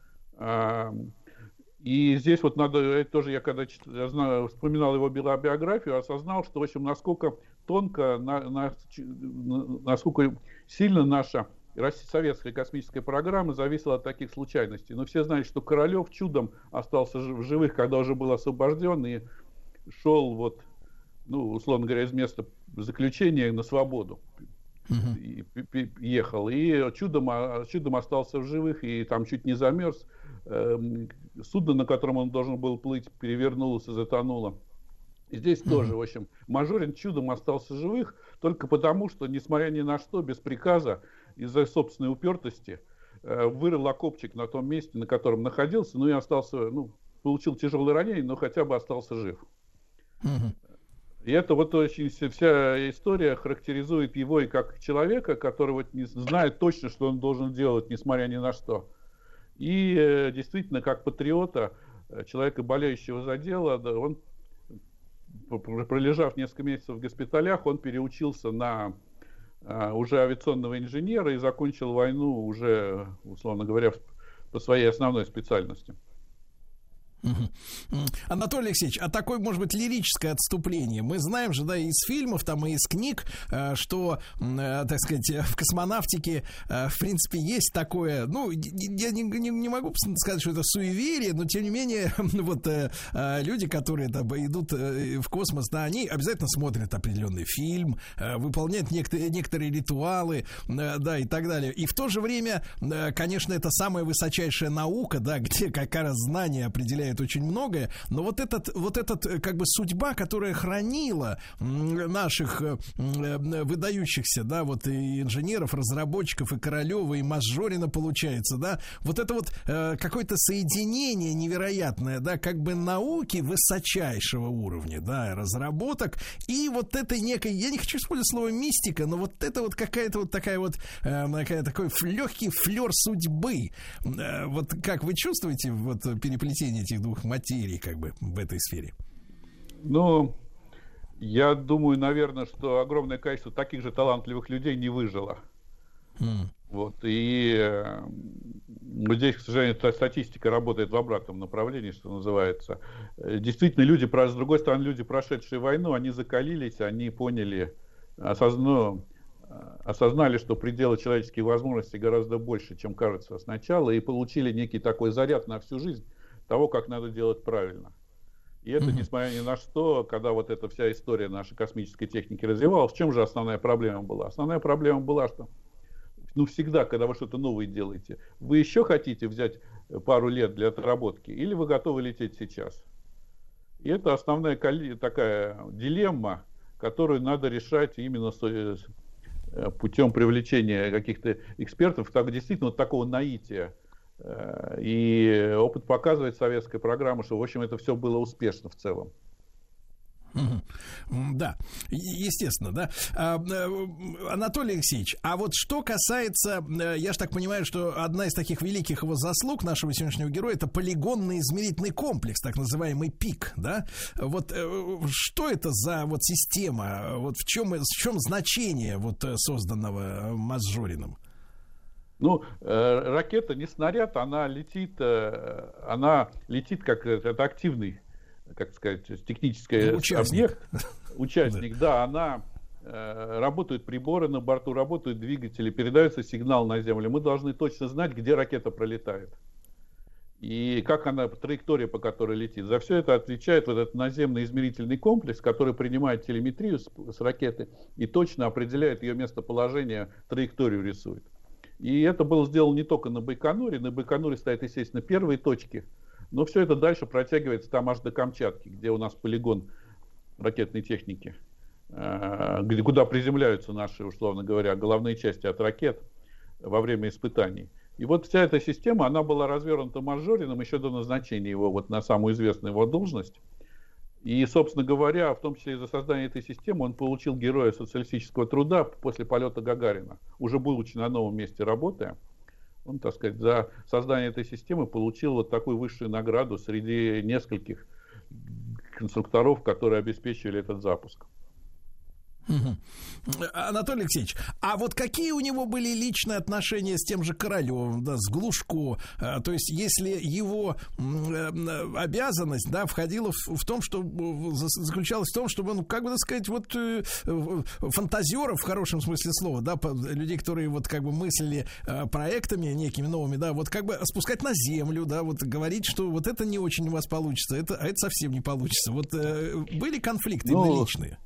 И здесь вот надо, это тоже я когда вспоминал его биографию, осознал, что, в общем, насколько тонко, насколько сильно наша советская космическая программа зависела от таких случайностей. Но все знают, что Королев чудом остался в живых, когда уже был освобожден и шел, вот, ну, условно говоря, из места заключения на свободу. И ехал. И чудом остался в живых, и там чуть не замерз. Судно, на котором он должен был плыть, перевернулось и затонуло. И здесь тоже, в общем, Мажорин чудом остался живых, только потому, что, несмотря ни на что, без приказа, из-за собственной упертости, вырыл окопчик на том месте, на котором находился, ну и остался, ну, получил тяжелое ранение, но хотя бы остался жив. И это вот очень вся история характеризует его и как человека, который вот не знает точно, что он должен делать, несмотря ни на что. И действительно, как патриота, человека, болеющего за дело, он, пролежав несколько месяцев в госпиталях, он переучился на уже авиационного инженера и закончил войну уже, условно говоря, по своей основной специальности. Анатолий Алексеевич, а такое, может быть, лирическое отступление? Мы знаем же, да, из фильмов, там, и из книг, что, так сказать, в космонавтике, в принципе, есть такое, ну, я не могу сказать, что это суеверие, но, тем не менее, вот люди, которые там идут в космос, да, они обязательно смотрят определенный фильм, выполняют некоторые ритуалы, да, и так далее. И в то же время, конечно, это самая высочайшая наука, да, где как раз знание определяет объясняет очень многое, но вот этот как бы судьба, которая хранила наших выдающихся, да, вот и инженеров, разработчиков, и Королева, и Мажорина, получается, да, вот это вот какое-то соединение невероятное, да, как бы науки высочайшего уровня, да, разработок, и вот этой некой, я не хочу использовать слово мистика, но вот это вот какая-то вот такая вот такой легкий флер судьбы. Вот как вы чувствуете вот переплетение этих двух материй как бы в этой сфере? Ну, я думаю, наверное, что огромное количество таких же талантливых людей не выжило. Вот, и здесь, к сожалению, статистика работает в обратном направлении, что называется. Действительно, люди, с другой стороны, люди, прошедшие войну, они закалились, они поняли, осознали, что пределы человеческих возможностей гораздо больше, чем кажется сначала, и получили некий такой заряд на всю жизнь того, как надо делать правильно. И это, несмотря ни на что, когда вот эта вся история нашей космической техники развивалась, в чем же основная проблема была? Основная проблема была, что всегда, когда вы что-то новое делаете, вы еще хотите взять пару лет для отработки, или вы готовы лететь сейчас? И это основная такая дилемма, которую надо решать именно путем привлечения каких-то экспертов, так, действительно вот такого наития. И опыт показывает, советская программа, что, в общем, это все было успешно в целом. Да, естественно, да. Анатолий Алексеевич, а вот что касается, я же так понимаю, что одна из таких великих его заслуг нашего сегодняшнего героя — это полигонный измерительный комплекс, так называемый ПИК, да? Вот что это за вот система, вот в чем значение вот созданного Мажориным? Ну, ракета не снаряд, она летит как это активный, как сказать, технический объект, участник, да, она работают приборы на борту, работают двигатели, передается сигнал на Землю. Мы должны точно знать, где ракета пролетает и как она, траектория, по которой летит. За все это отвечает вот этот наземный измерительный комплекс, который принимает телеметрию с ракеты и точно определяет ее местоположение, траекторию рисует. И это было сделано не только на Байконуре. На Байконуре стоят, естественно, первые точки. Но все это дальше протягивается там аж до Камчатки, где у нас полигон ракетной техники, куда приземляются наши, условно говоря, головные части от ракет во время испытаний. И вот вся эта система, она была развернута Мажориным еще до назначения его вот на самую известную его должность. И, собственно говоря, в том числе из-за создания этой системы он получил Героя социалистического труда после полета Гагарина. Уже будучи на новом месте работая, он, так сказать, за создание этой системы получил вот такую высшую награду среди нескольких конструкторов, которые обеспечивали этот запуск. Анатолий Алексеевич, а вот какие у него были личные отношения с тем же Королевым, да, с Глушко? То есть, если его обязанность, да, входила в том, что заключалась в том, чтобы он, как бы, так сказать, вот фантазеров в хорошем смысле слова, да, людей, которые вот как бы мыслили проектами некими новыми, да, вот как бы спускать на землю, да, вот говорить, что вот это не очень у вас получится, а это совсем не получится. Вот были конфликты именно личные?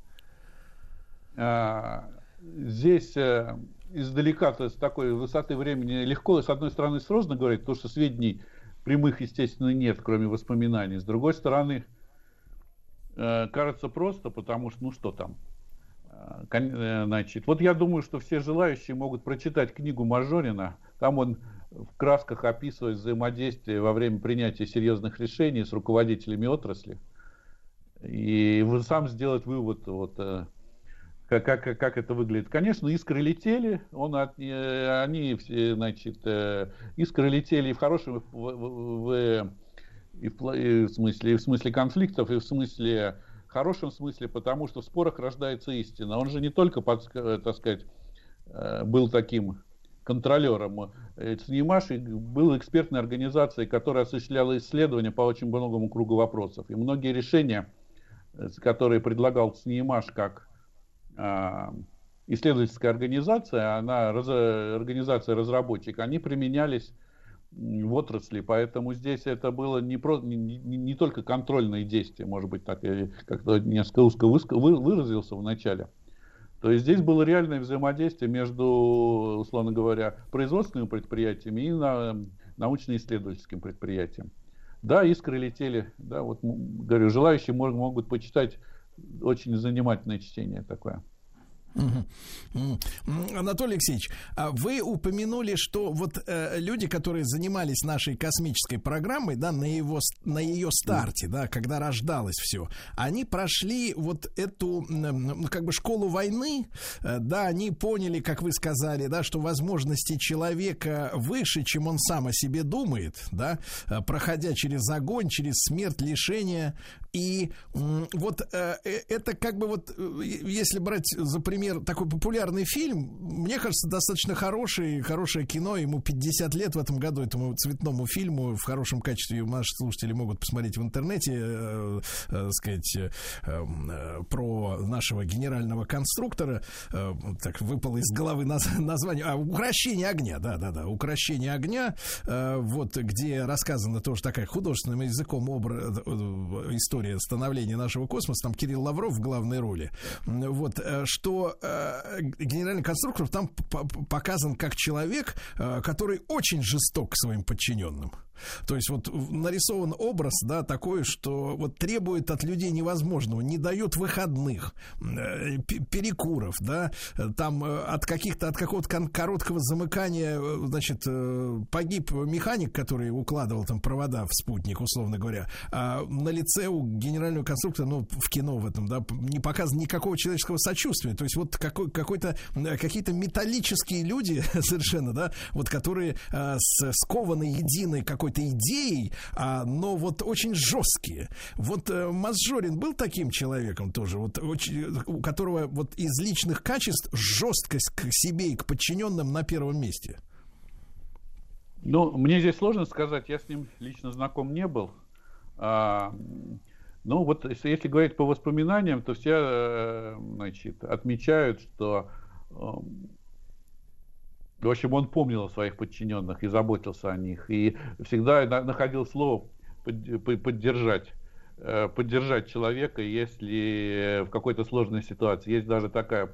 Здесь издалека, то есть с такой высоты времени легко, с одной стороны, сложно говорить, потому что сведений прямых, естественно, нет, кроме воспоминаний. С другой стороны, кажется просто, потому что, ну что там, значит, вот я думаю, что все желающие могут прочитать книгу Мажорина, там он в красках описывает взаимодействие во время принятия серьезных решений с руководителями отрасли, и сам сделать вывод, вот, как это выглядит. Конечно, искры летели, они, значит, искры летели и в хорошем, в смысле конфликтов, и в смысле хорошем смысле, потому что в спорах рождается истина. Он же не только, так сказать, был таким контролером. ЦНИИМАШ был экспертной организацией, которая осуществляла исследования по очень многому кругу вопросов. И многие решения, которые предлагал ЦНИИМАШ как исследовательская организация, организация разработчик, они применялись в отрасли, поэтому здесь это было не только контрольные действия, может быть, так я как-то несколько узко выразился в начале. То есть здесь было реальное взаимодействие между, условно говоря, производственными предприятиями и научно-исследовательским предприятием. Да, искры летели. Да, вот, говорю, желающие могут почитать. Очень занимательное чтение такое. Анатолий Алексеевич, вы упомянули, что вот люди, которые занимались нашей космической программой, да, на ее старте, да, когда рождалось все, они прошли вот эту как бы школу войны, да, они поняли, как вы сказали, да, что возможности человека выше, чем он сам о себе думает, да, проходя через огонь, через смерть, лишение. И вот это как бы вот, если брать за пример такой популярный фильм, мне кажется, достаточно хорошее кино, ему 50 лет в этом году, этому цветному фильму, в хорошем качестве наши слушатели могут посмотреть в интернете, сказать, про нашего генерального конструктора, так выпало из головы название, «Укрощение огня», да, «Укрощение огня», вот, где рассказана тоже такая художественным языком история становления нашего космоса, там Кирилл Лавров в главной роли, вот, что генеральный конструктор там показан как человек, который очень жесток к своим подчиненным. То есть вот нарисован образ, да, такой, что вот требует от людей невозможного, не дает выходных, перекуров, да, там от какого-то короткого замыкания, значит, погиб механик, который укладывал там провода в спутник, условно говоря, а на лице у генерального конструктора, ну, в кино в этом, да, не показано никакого человеческого сочувствия, то есть вот какие-то металлические люди совершенно, да, вот которые скованы единой какой-то идеей, но вот очень жесткие. Вот Масжорин был таким человеком тоже, вот, у которого вот из личных качеств жесткость к себе и к подчиненным на первом месте. Ну, мне здесь сложно сказать, я с ним лично знаком не был. Ну, вот если говорить по воспоминаниям, то все, значит, отмечают, что в общем, он помнил о своих подчиненных и заботился о них. И всегда находил слово поддержать человека, если в какой-то сложной ситуации. Есть даже такая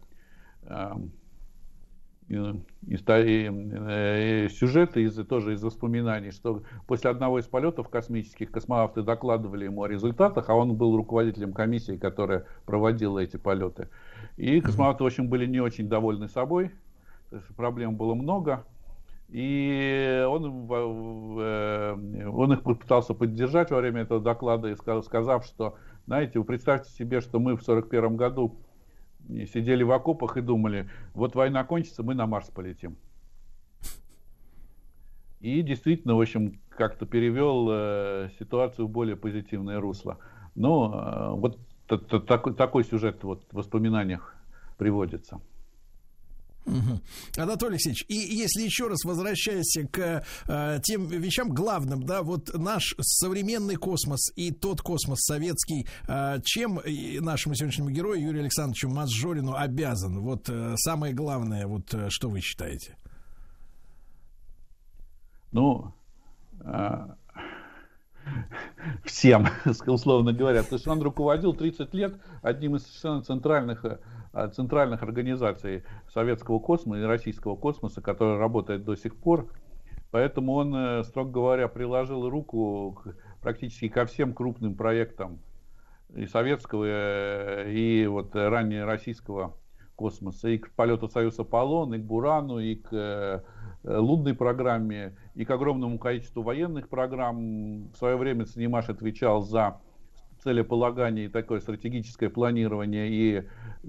сюжет тоже из воспоминаний, что после одного из полетов космических космонавты докладывали ему о результатах, а он был руководителем комиссии, которая проводила эти полеты. И космонавты, в общем, были не очень довольны собой. Проблем было много, и он их попытался поддержать во время этого доклада, сказав, что, знаете, вы представьте себе, что мы в 1941 году сидели в окопах и думали, вот война кончится, мы на Марс полетим. И действительно, в общем, как-то перевел ситуацию в более позитивное русло. Но вот такой сюжет вот в воспоминаниях приводится. Анатолий Алексеевич, и если еще раз возвращаясь к тем вещам главным, да, вот наш современный космос и тот космос советский, чем нашему сегодняшнему герою Юрию Александровичу Масжорину обязан? Вот самое главное, вот что вы считаете? Ну, всем, условно говоря. То есть он руководил 30 лет одним из совершенно центральных организаций советского космоса и российского космоса, который работает до сих пор. Поэтому он, строго говоря, приложил руку практически ко всем крупным проектам и советского, и вот ранее российского космоса, и к полету «Союз Аполлон», и к «Бурану», и к лунной программе, и к огромному количеству военных программ. В свое время Ценимаш отвечал за целеполагание и такое стратегическое планирование и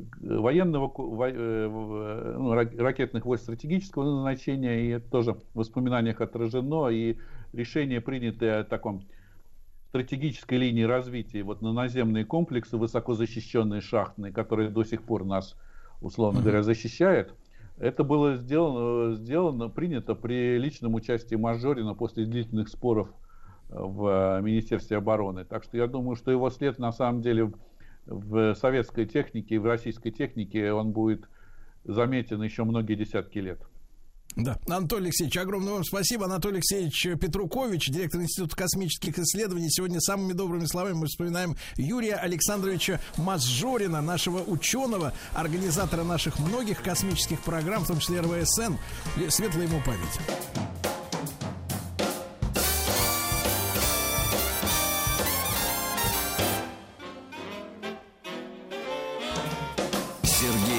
ракетных войск стратегического назначения, и это тоже в воспоминаниях отражено, и решение, принятое о таком стратегической линии развития вот на наземные комплексы, высокозащищенные шахтные, которые до сих пор нас, условно говоря, защищают. Это было принято при личном участии Масжорина после длительных споров в Министерстве обороны. Так что я думаю, что его след на самом деле в советской технике и в российской технике он будет заметен еще многие десятки лет. Да, Анатолий Алексеевич, огромное вам спасибо. Анатолий Алексеевич Петрукович, директор Института космических исследований. Сегодня самыми добрыми словами мы вспоминаем Юрия Александровича Масжорина, нашего ученого, организатора наших многих космических программ, в том числе РВСН. Светлая ему память.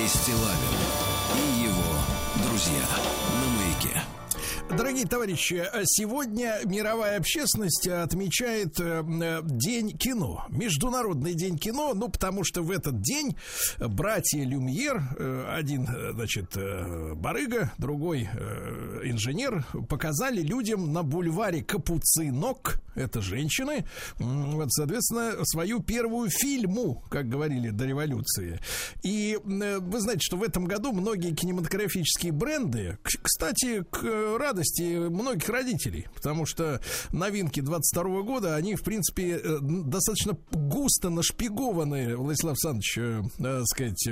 Сергей Стиллавин и его друзья на Маяке. Дорогие товарищи, сегодня мировая общественность отмечает День кино, Международный день кино, ну, потому что в этот день братья Люмьер, один, значит, барыга, другой инженер, показали людям на бульваре Капуцинок, это женщины, вот, соответственно, свою первую фильму, как говорили до революции. И вы знаете, что в этом году многие кинематографические бренды, кстати, к радости многих родителей, потому что новинки 22 года, они, в принципе, достаточно густо нашпигованы, Владислав Александрович, так сказать,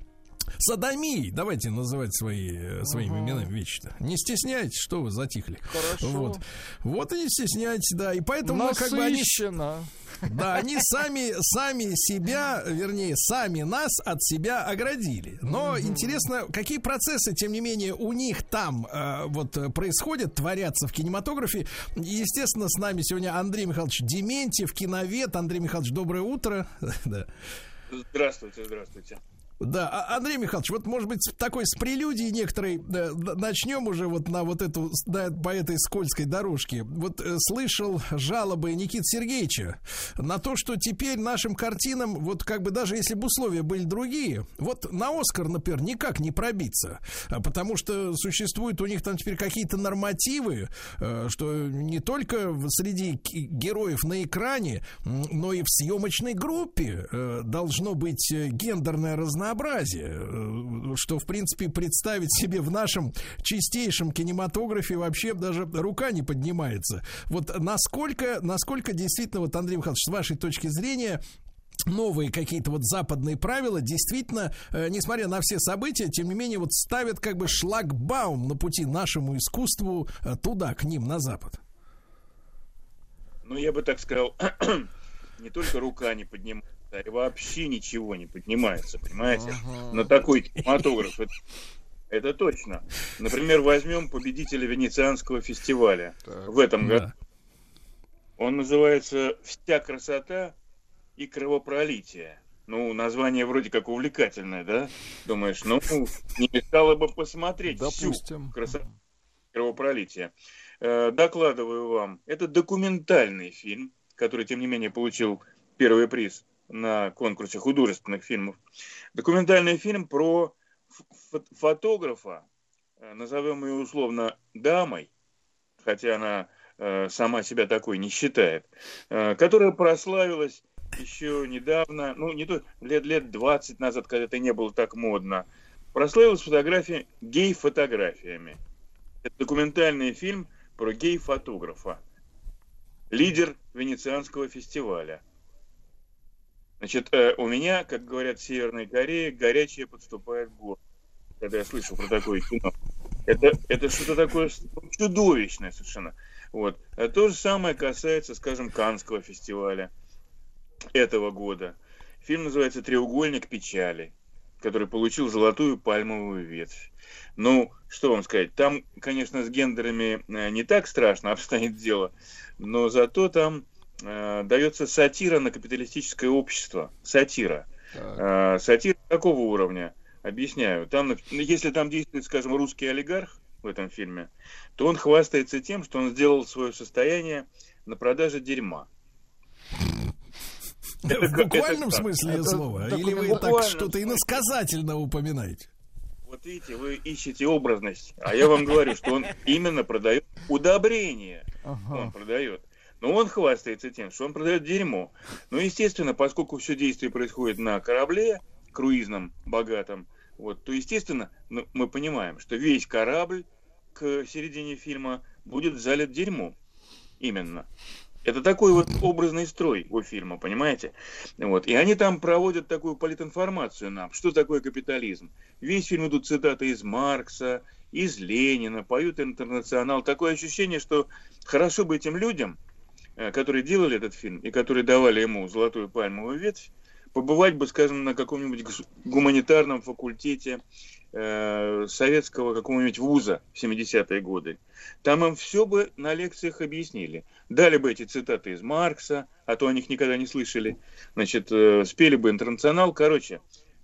содомией. Давайте называть своими именами вещи-то. Не стесняйтесь, что вы затихли. Хорошо. Вот и не стесняйтесь, да. И поэтому как бы они... Да, они сами себя, вернее, сами нас от себя оградили. Но интересно, какие процессы, тем не менее, у них там вот происходят, творятся в кинематографе. Естественно, с нами сегодня Андрей Михайлович Дементьев, киновед. Андрей Михайлович, доброе утро. Здравствуйте, здравствуйте. Да, Андрей Михайлович, вот, может быть, такой с прелюдией некоторой начнем уже вот на вот эту, да, по этой скользкой дорожке. Вот слышал жалобы Никиты Сергеевича на то, что теперь нашим картинам, вот как бы даже если бы условия были другие, вот на «Оскар», например, никак не пробиться, потому что существуют у них там теперь какие-то нормативы, что не только среди героев на экране, но и в съемочной группе должно быть гендерное разнообразие, что, в принципе, представить себе в нашем чистейшем кинематографе вообще даже рука не поднимается. Вот насколько действительно, вот, Андрей Михайлович, с вашей точки зрения, новые какие-то вот западные правила действительно, несмотря на все события, тем не менее, вот ставят как бы шлагбаум на пути нашему искусству туда, к ним, на Запад? Ну, я бы так сказал, не только рука не поднимается, и вообще ничего не поднимается, понимаете? На такой кинематограф. Это точно. Например, возьмем победителя Венецианского фестиваля в этом году. Он называется «Вся красота и кровопролитие». Ну, название вроде как увлекательное, да? Думаешь, ну, не мешало бы посмотреть всю красоту и кровопролитие. Докладываю вам, это документальный фильм, который, тем не менее, получил первый приз на конкурсе художественных фильмов. Документальный фильм про фотографа, назовем ее условно дамой, хотя она сама себя такой не считает, которая прославилась еще недавно, ну, не то, лет 20 назад, когда это не было так модно, прославилась фотография гей-фотографиями. Это документальный фильм про гей-фотографа, лидер Венецианского фестиваля. Значит, у меня, как говорят в Северной Корее, горячее подступает к горлу, когда я слышу про такое кино. Это что-то такое чудовищное совершенно. Вот. А то же самое касается, скажем, Каннского фестиваля этого года. Фильм называется «Треугольник печали», который получил золотую пальмовую ветвь. Ну, что вам сказать, там, конечно, с гендерами не так страшно обстоит дело, но зато там дается сатира на капиталистическое общество. Сатира. Сатира какого уровня? Объясняю. Там, если там действует, скажем, русский олигарх в этом фильме, то он хвастается тем, что он сделал свое состояние на продаже дерьма. В буквальном смысле слова? Или вы так что-то иносказательно упоминаете? Вот видите, вы ищете образность, а я вам говорю, что он именно продает удобрения. Он продает. Но он хвастается тем, что он продает дерьмо. Ну, естественно, поскольку все действие происходит на корабле, круизном, богатом, вот, то, естественно, мы понимаем, что весь корабль к середине фильма будет залит дерьмом. Именно. Это такой вот образный строй у фильма, понимаете? Вот. И они там проводят такую политинформацию нам. Что такое капитализм? Весь фильм идут цитаты из Маркса, из Ленина, поют «Интернационал». Такое ощущение, что хорошо бы этим людям, которые делали этот фильм и которые давали ему золотую пальмовую ветвь, побывать бы, скажем, на каком-нибудь гуманитарном факультете советского какого-нибудь вуза в 70-е годы. Там им все бы на лекциях объяснили. Дали бы эти цитаты из Маркса, а то о них никогда не слышали. Значит, спели бы «Интернационал». Короче,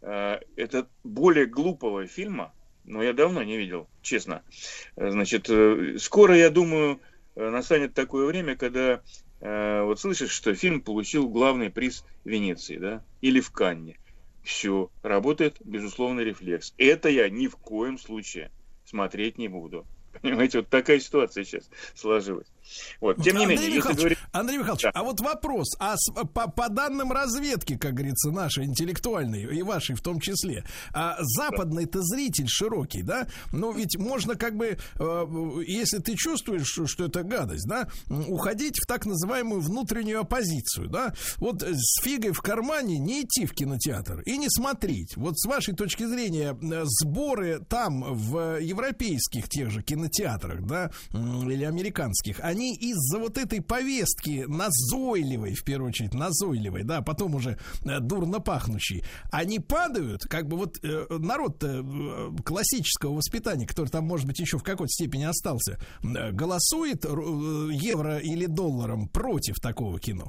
это более глупого фильма, но я давно не видел, честно. Значит, скоро, я думаю, настанет такое время, когда вот слышишь, что фильм получил главный приз в Венеции, да, или в Канне. Все, работает безусловный рефлекс. Это я ни в коем случае смотреть не буду. Понимаете, вот такая ситуация сейчас сложилась. Вот. Тем не менее, если говорить... Андрей Михайлович, да. А вот вопрос, по данным разведки, как говорится, нашей интеллектуальной, и вашей в том числе, западный-то зритель широкий, да? Ну, ведь можно как бы, если ты чувствуешь, что это гадость, да, уходить в так называемую внутреннюю оппозицию, да? Вот с фигой в кармане не идти в кинотеатр и не смотреть. Вот с вашей точки зрения, сборы там, в европейских тех же кинотеатрах, да, или американских, они из-за вот этой повестки назойливой, в первую очередь назойливой, да, потом уже дурно пахнущей, они падают, как бы вот народ классического воспитания, который там, может быть, еще в какой-то степени остался, голосует евро или долларом против такого кино?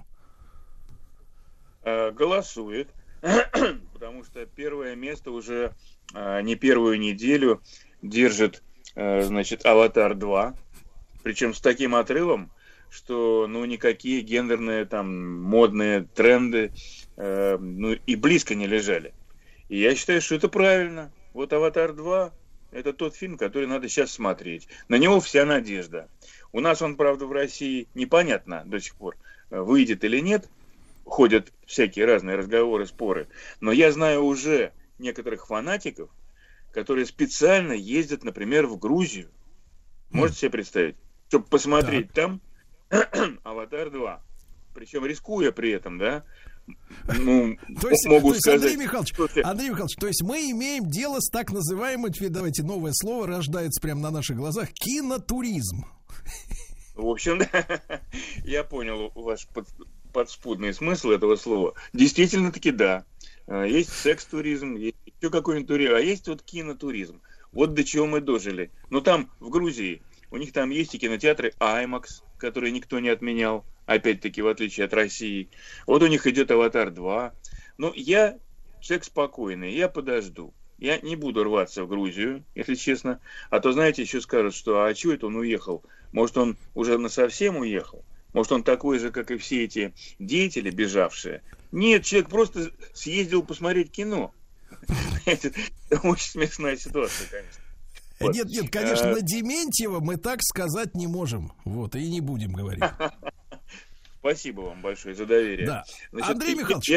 Голосует, потому что первое место уже не первую неделю держит, значит, «Аватар 2», причем с таким отрывом, что, ну, никакие гендерные там модные тренды, ну, и близко не лежали. И я считаю, что это правильно. Вот «Аватар 2» — это тот фильм, который надо сейчас смотреть. На него вся надежда. У нас он, правда, в России непонятно до сих пор, выйдет или нет. Ходят всякие разные разговоры, споры. Но я знаю уже некоторых фанатиков, которые специально ездят, например, в Грузию. Можете себе представить? Чтобы посмотреть там «Аватар 2». Причем рискуя при этом, да? Ну, то есть, могу сказать... Андрей Михайлович, то есть мы имеем дело с так называемым, давайте новое слово рождается прямо на наших глазах, кинотуризм. В общем, да, я понял ваш подспудный смысл этого слова. Действительно-таки да. Есть секс-туризм, есть еще какой-нибудь туризм, а есть вот кинотуризм. Вот до чего мы дожили. Но там, в Грузии, у них там есть и кинотеатры IMAX, которые никто не отменял, опять-таки, в отличие от России. Вот у них идет «Аватар 2». Ну, я человек спокойный, я подожду. Я не буду рваться в Грузию, если честно. А то, знаете, еще скажут, что а чего это он уехал? Может, он уже насовсем уехал? Может, он такой же, как и все эти деятели, бежавшие? Нет, человек просто съездил посмотреть кино. Это очень смешная ситуация, конечно. Вот. Нет, конечно, на Дементьева мы так сказать не можем. Вот, и не будем говорить. Спасибо вам большое за доверие. Да. Значит, Андрей Михайлович,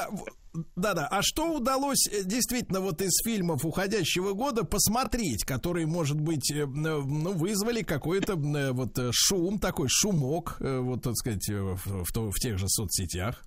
а что удалось действительно вот из фильмов уходящего года посмотреть, которые, может быть, ну, вызвали какой-то вот шум, такой шумок, вот, так сказать, в тех же соцсетях?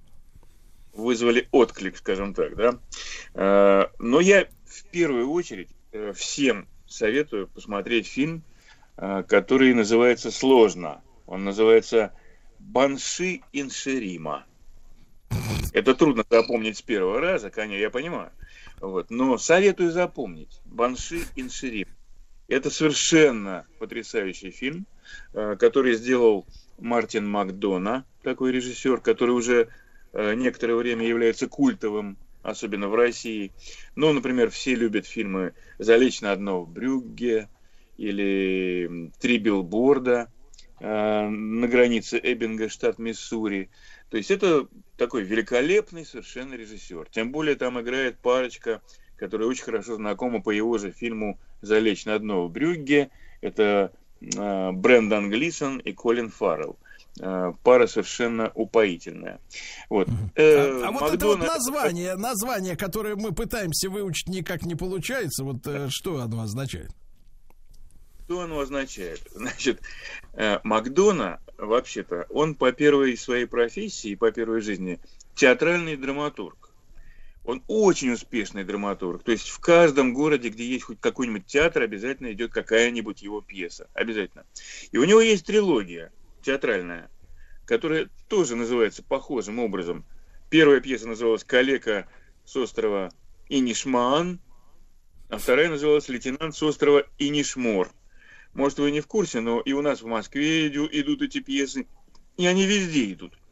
Вызвали отклик, скажем так, да. Но я в первую очередь всем советую посмотреть фильм, который называется сложно. Он называется «Банши Инширима». Это трудно запомнить с первого раза, конечно, я понимаю. Вот. Но советую запомнить. «Банши Инширима». Это совершенно потрясающий фильм, который сделал Мартин Макдона, такой режиссер, который уже некоторое время является культовым, особенно в России. Ну, например, все любят фильмы «Залечь на дно в Брюгге» или «Три билборда» на границе Эббинга, штат Миссури. То есть это такой великолепный совершенно режиссер. Тем более там играет парочка, которая очень хорошо знакома по его же фильму «Залечь на дно в Брюгге». Это Брендан Глисон и Колин Фаррелл. Пара совершенно упоительная. Вот. Вот это вот название, которое мы пытаемся выучить, никак не получается. Вот что оно означает? Что оно означает? Значит, Макдона, вообще-то, он по первой своей профессии, по первой жизни, театральный драматург. Он очень успешный драматург. То есть в каждом городе, где есть хоть какой-нибудь театр, обязательно идет какая-нибудь его пьеса. Обязательно. И у него есть трилогия театральная, которая тоже называется похожим образом. Первая пьеса называлась «Калека с острова Инишмаан», а вторая называлась «Лейтенант с острова Инишмор». Может, вы не в курсе, но и у нас в Москве идут эти пьесы, и они везде идут.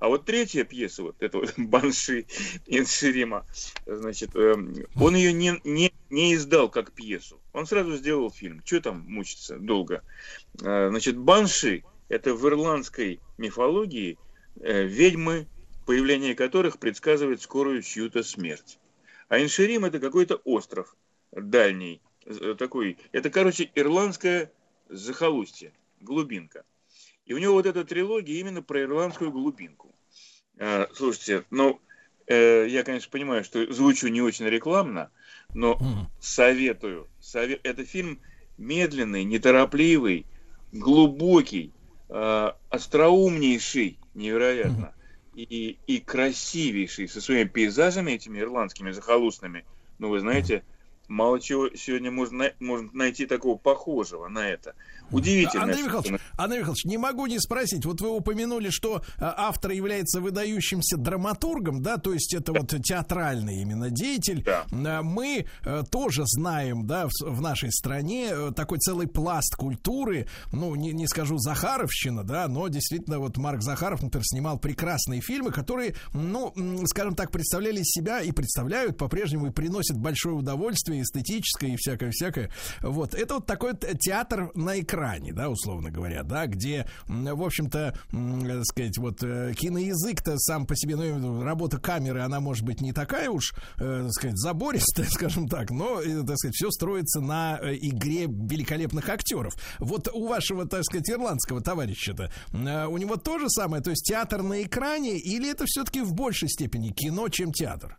А вот третья пьеса, вот эта вот «Банши» Энширима, значит, он ее не издал как пьесу. Он сразу сделал фильм. Чего там мучиться долго? Значит, «Банши» — это в ирландской мифологии ведьмы, появление которых предсказывает скорую чью-то смерть. А Энширим — это какой-то остров дальний, такой. Это, короче, ирландское захолустье, глубинка. И у него вот эта трилогия именно про ирландскую глубинку. Слушайте, ну, я, конечно, понимаю, что звучу не очень рекламно, но советую. Это фильм медленный, неторопливый, глубокий, остроумнейший, невероятно, и красивейший, со своими пейзажами этими ирландскими захолустными. Ну, вы знаете, мало чего сегодня можно найти такого похожего на это. Удивительно. Андрей Михайлович, не могу не спросить. Вот вы упомянули, что автор является выдающимся драматургом, да, то есть это вот театральный именно деятель. Да. Мы тоже знаем, да, в нашей стране такой целый пласт культуры, ну, не скажу Захаровщина, да, но действительно вот Марк Захаров, например, снимал прекрасные фильмы, которые, ну, скажем так, представляли себя и представляют по-прежнему и приносят большое удовольствие, эстетическое и всякое. Вот. Это вот такой театр на экране, да, условно говоря, да, где, в общем-то, так сказать, вот киноязык-то сам по себе, ну, работа камеры, она может быть не такая уж, так сказать, забористая, скажем так, но, так сказать, все строится на игре великолепных актеров. Вот у вашего, так сказать, ирландского товарища-то, у него то же самое, то есть театр на экране, или это все-таки в большей степени кино, чем театр?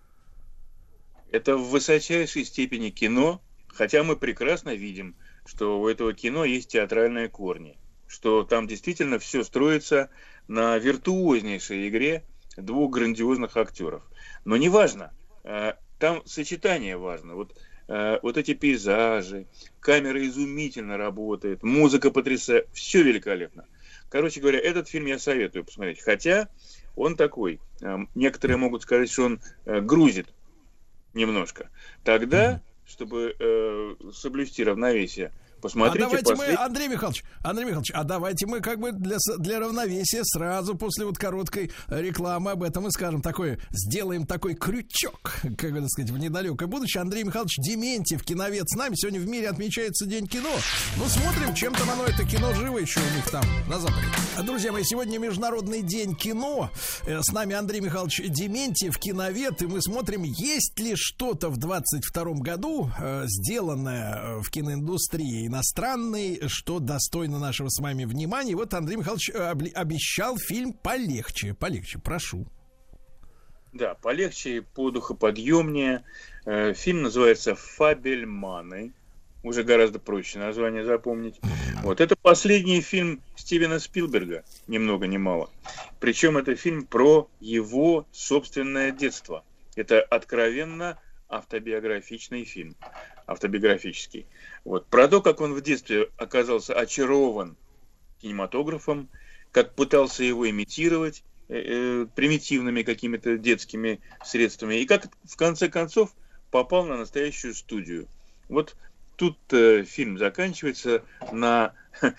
Это в высочайшей степени кино, хотя мы прекрасно видим, что у этого кино есть театральные корни, что там действительно все строится на виртуознейшей игре двух грандиозных актеров. Но не важно, там сочетание важно. Вот эти пейзажи, камера изумительно работает, музыка потрясает, все великолепно. Короче говоря, этот фильм я советую посмотреть, хотя он такой, некоторые могут сказать, что он грузит немножко. Тогда, чтобы соблюсти равновесие, посмотрите. Давайте мы, Андрей Михайлович, давайте мы как бы для равновесия сразу после вот короткой рекламы об этом и скажем, сделаем такой крючок, как бы, так сказать, в недалекое будущее. Андрей Михайлович Дементьев, киновед, с нами. Сегодня в мире отмечается День кино. Ну, смотрим, чем там оно, это кино, живо еще у них там на Западе. Друзья мои, сегодня Международный день кино. С нами Андрей Михайлович Дементьев, киновед, и мы смотрим, есть ли что-то в 22-м году сделанное в киноиндустрии иностранный, что достойно нашего с вами внимания. Вот Андрей Михайлович обещал фильм полегче, прошу. Да, полегче, подухоподъемнее. Фильм называется «Фабельманы». Уже гораздо проще название запомнить. Вот, это последний фильм Стивена Спилберга, ни много ни мало. Причем это фильм про его собственное детство. Это откровенно автобиографичный фильм. Автобиографический. Вот. Про то, как он в детстве оказался очарован кинематографом, как пытался его имитировать примитивными какими-то детскими средствами, и как в конце концов попал на настоящую студию. Вот тут фильм заканчивается на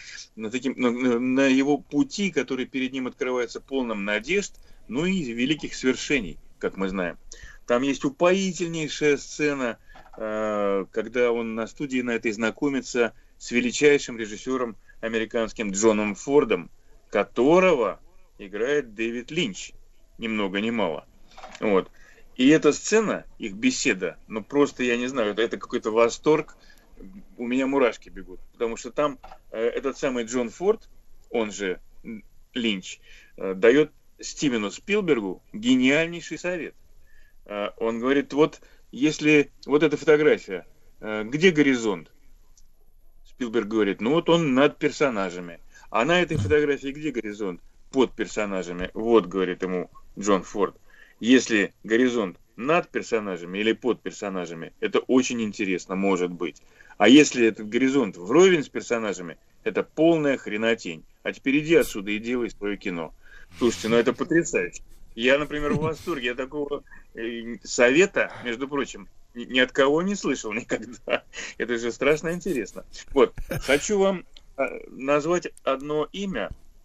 его пути, который перед ним открывается полным надежд, ну и великих свершений, как мы знаем. Там есть упоительнейшая сцена, когда он на студии на этой знакомится с величайшим режиссером американским Джоном Фордом, которого играет Дэвид Линч, ни много ни мало. Вот. И эта сцена, их беседа, ну просто, я не знаю, это какой-то восторг, у меня мурашки бегут, потому что там этот самый Джон Форд, он же Линч, дает Стивену Спилбергу гениальнейший совет. Он говорит, вот если вот эта фотография, где горизонт? Спилберг говорит, ну вот он над персонажами. А на этой фотографии где горизонт? Под персонажами. Вот, говорит ему Джон Форд. Если горизонт над персонажами или под персонажами, это очень интересно, может быть. А если этот горизонт вровень с персонажами, это полная хренотень. А теперь иди отсюда и делай свое кино. Слушайте, ну это потрясающе. Я, например, в восторге. Я такого совета, между прочим, ни от кого не слышал никогда. Это же страшно интересно. Вот, хочу вам назвать одно имя.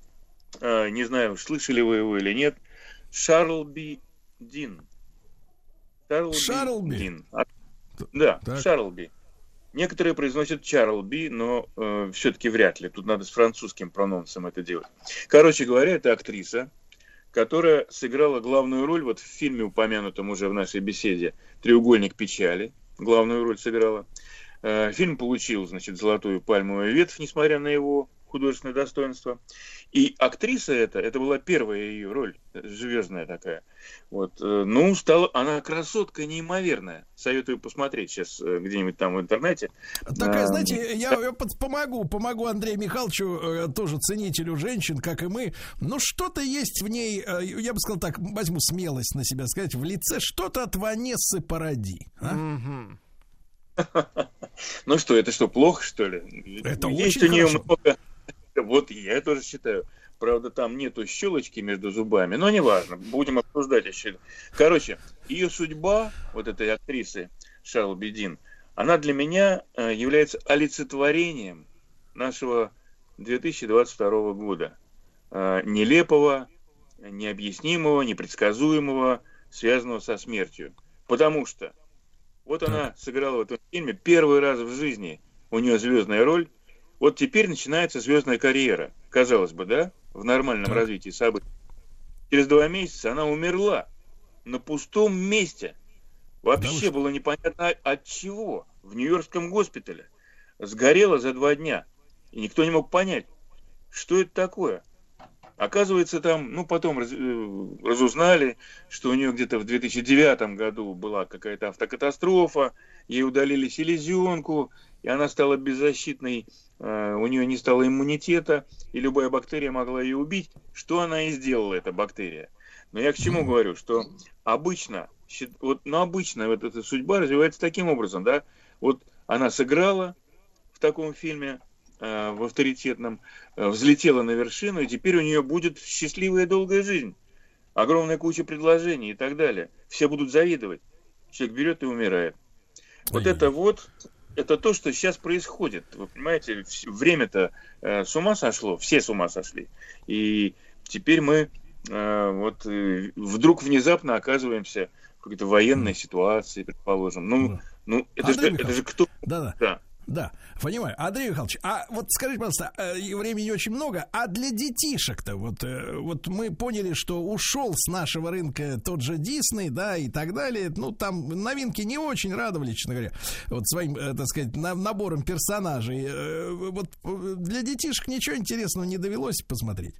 не знаю, слышали вы его или нет, Шарлби Дин. Шарлби? Дин. Да, так. Шарлби. Некоторые произносят Чарлби, но все-таки вряд ли. Тут надо с французским прононсом это делать. Короче говоря, это актриса, которая сыграла главную роль вот в фильме, упомянутом уже в нашей беседе, «Треугольник печали». Главную роль сыграла. Фильм получил, значит, золотую пальмовую ветвь, несмотря на его художественное достоинство. И актриса это была первая ее роль, звездная такая. Вот. Ну, стала она красотка неимоверная. Советую посмотреть сейчас где-нибудь там в интернете. Такая, знаете, я помогу Андрею Михайловичу, тоже ценителю женщин, как и мы. Но что-то есть в ней, я бы сказал так, возьму смелость на себя сказать, в лице что-то от Ванессы Паради. Ну что, это что, плохо, что ли? Это есть очень у нее хорошо. много. Вот я тоже считаю. Правда, там нету щелочки между зубами, но неважно, будем обсуждать еще. Короче, ее судьба, вот этой актрисы Шарлби Дин, она для меня является олицетворением нашего 2022 года. Нелепого, необъяснимого, непредсказуемого, связанного со смертью. Потому что вот она сыграла в этом фильме первый раз в жизни, у нее звездная роль. Вот теперь начинается звездная карьера. Казалось бы, да? В нормальном развитии событий. Через 2 месяца она умерла на пустом месте. Вообще было непонятно от чего. В Нью-Йоркском госпитале. Сгорела за 2 дня. И никто не мог понять, что это такое. Оказывается, там, ну, потом разузнали, что у нее где-то в 2009 году была какая-то автокатастрофа, ей удалили селезенку, и она стала беззащитной, у нее не стало иммунитета, и любая бактерия могла ее убить. Что она и сделала, эта бактерия. Но я к чему говорю, что обычно вот эта судьба развивается таким образом, да, вот она сыграла в таком фильме, в авторитетном, взлетела на вершину, и теперь у нее будет счастливая долгая жизнь, огромная куча предложений и так далее. Все будут завидовать. Человек берет и умирает. Вот это то, что сейчас происходит. Вы понимаете, время-то с ума сошло, все с ума сошли. И теперь мы вдруг внезапно оказываемся в какой-то военной ситуации, предположим. Ну, это же кто? Да, понимаю. Андрей Михайлович, а вот скажите, пожалуйста, времени очень много, а для детишек-то вот мы поняли, что ушел с нашего рынка тот же Дисней, да, и так далее. Ну, там новинки не очень радовали, честно говоря, вот своим, так сказать, набором персонажей. Вот для детишек ничего интересного не довелось посмотреть?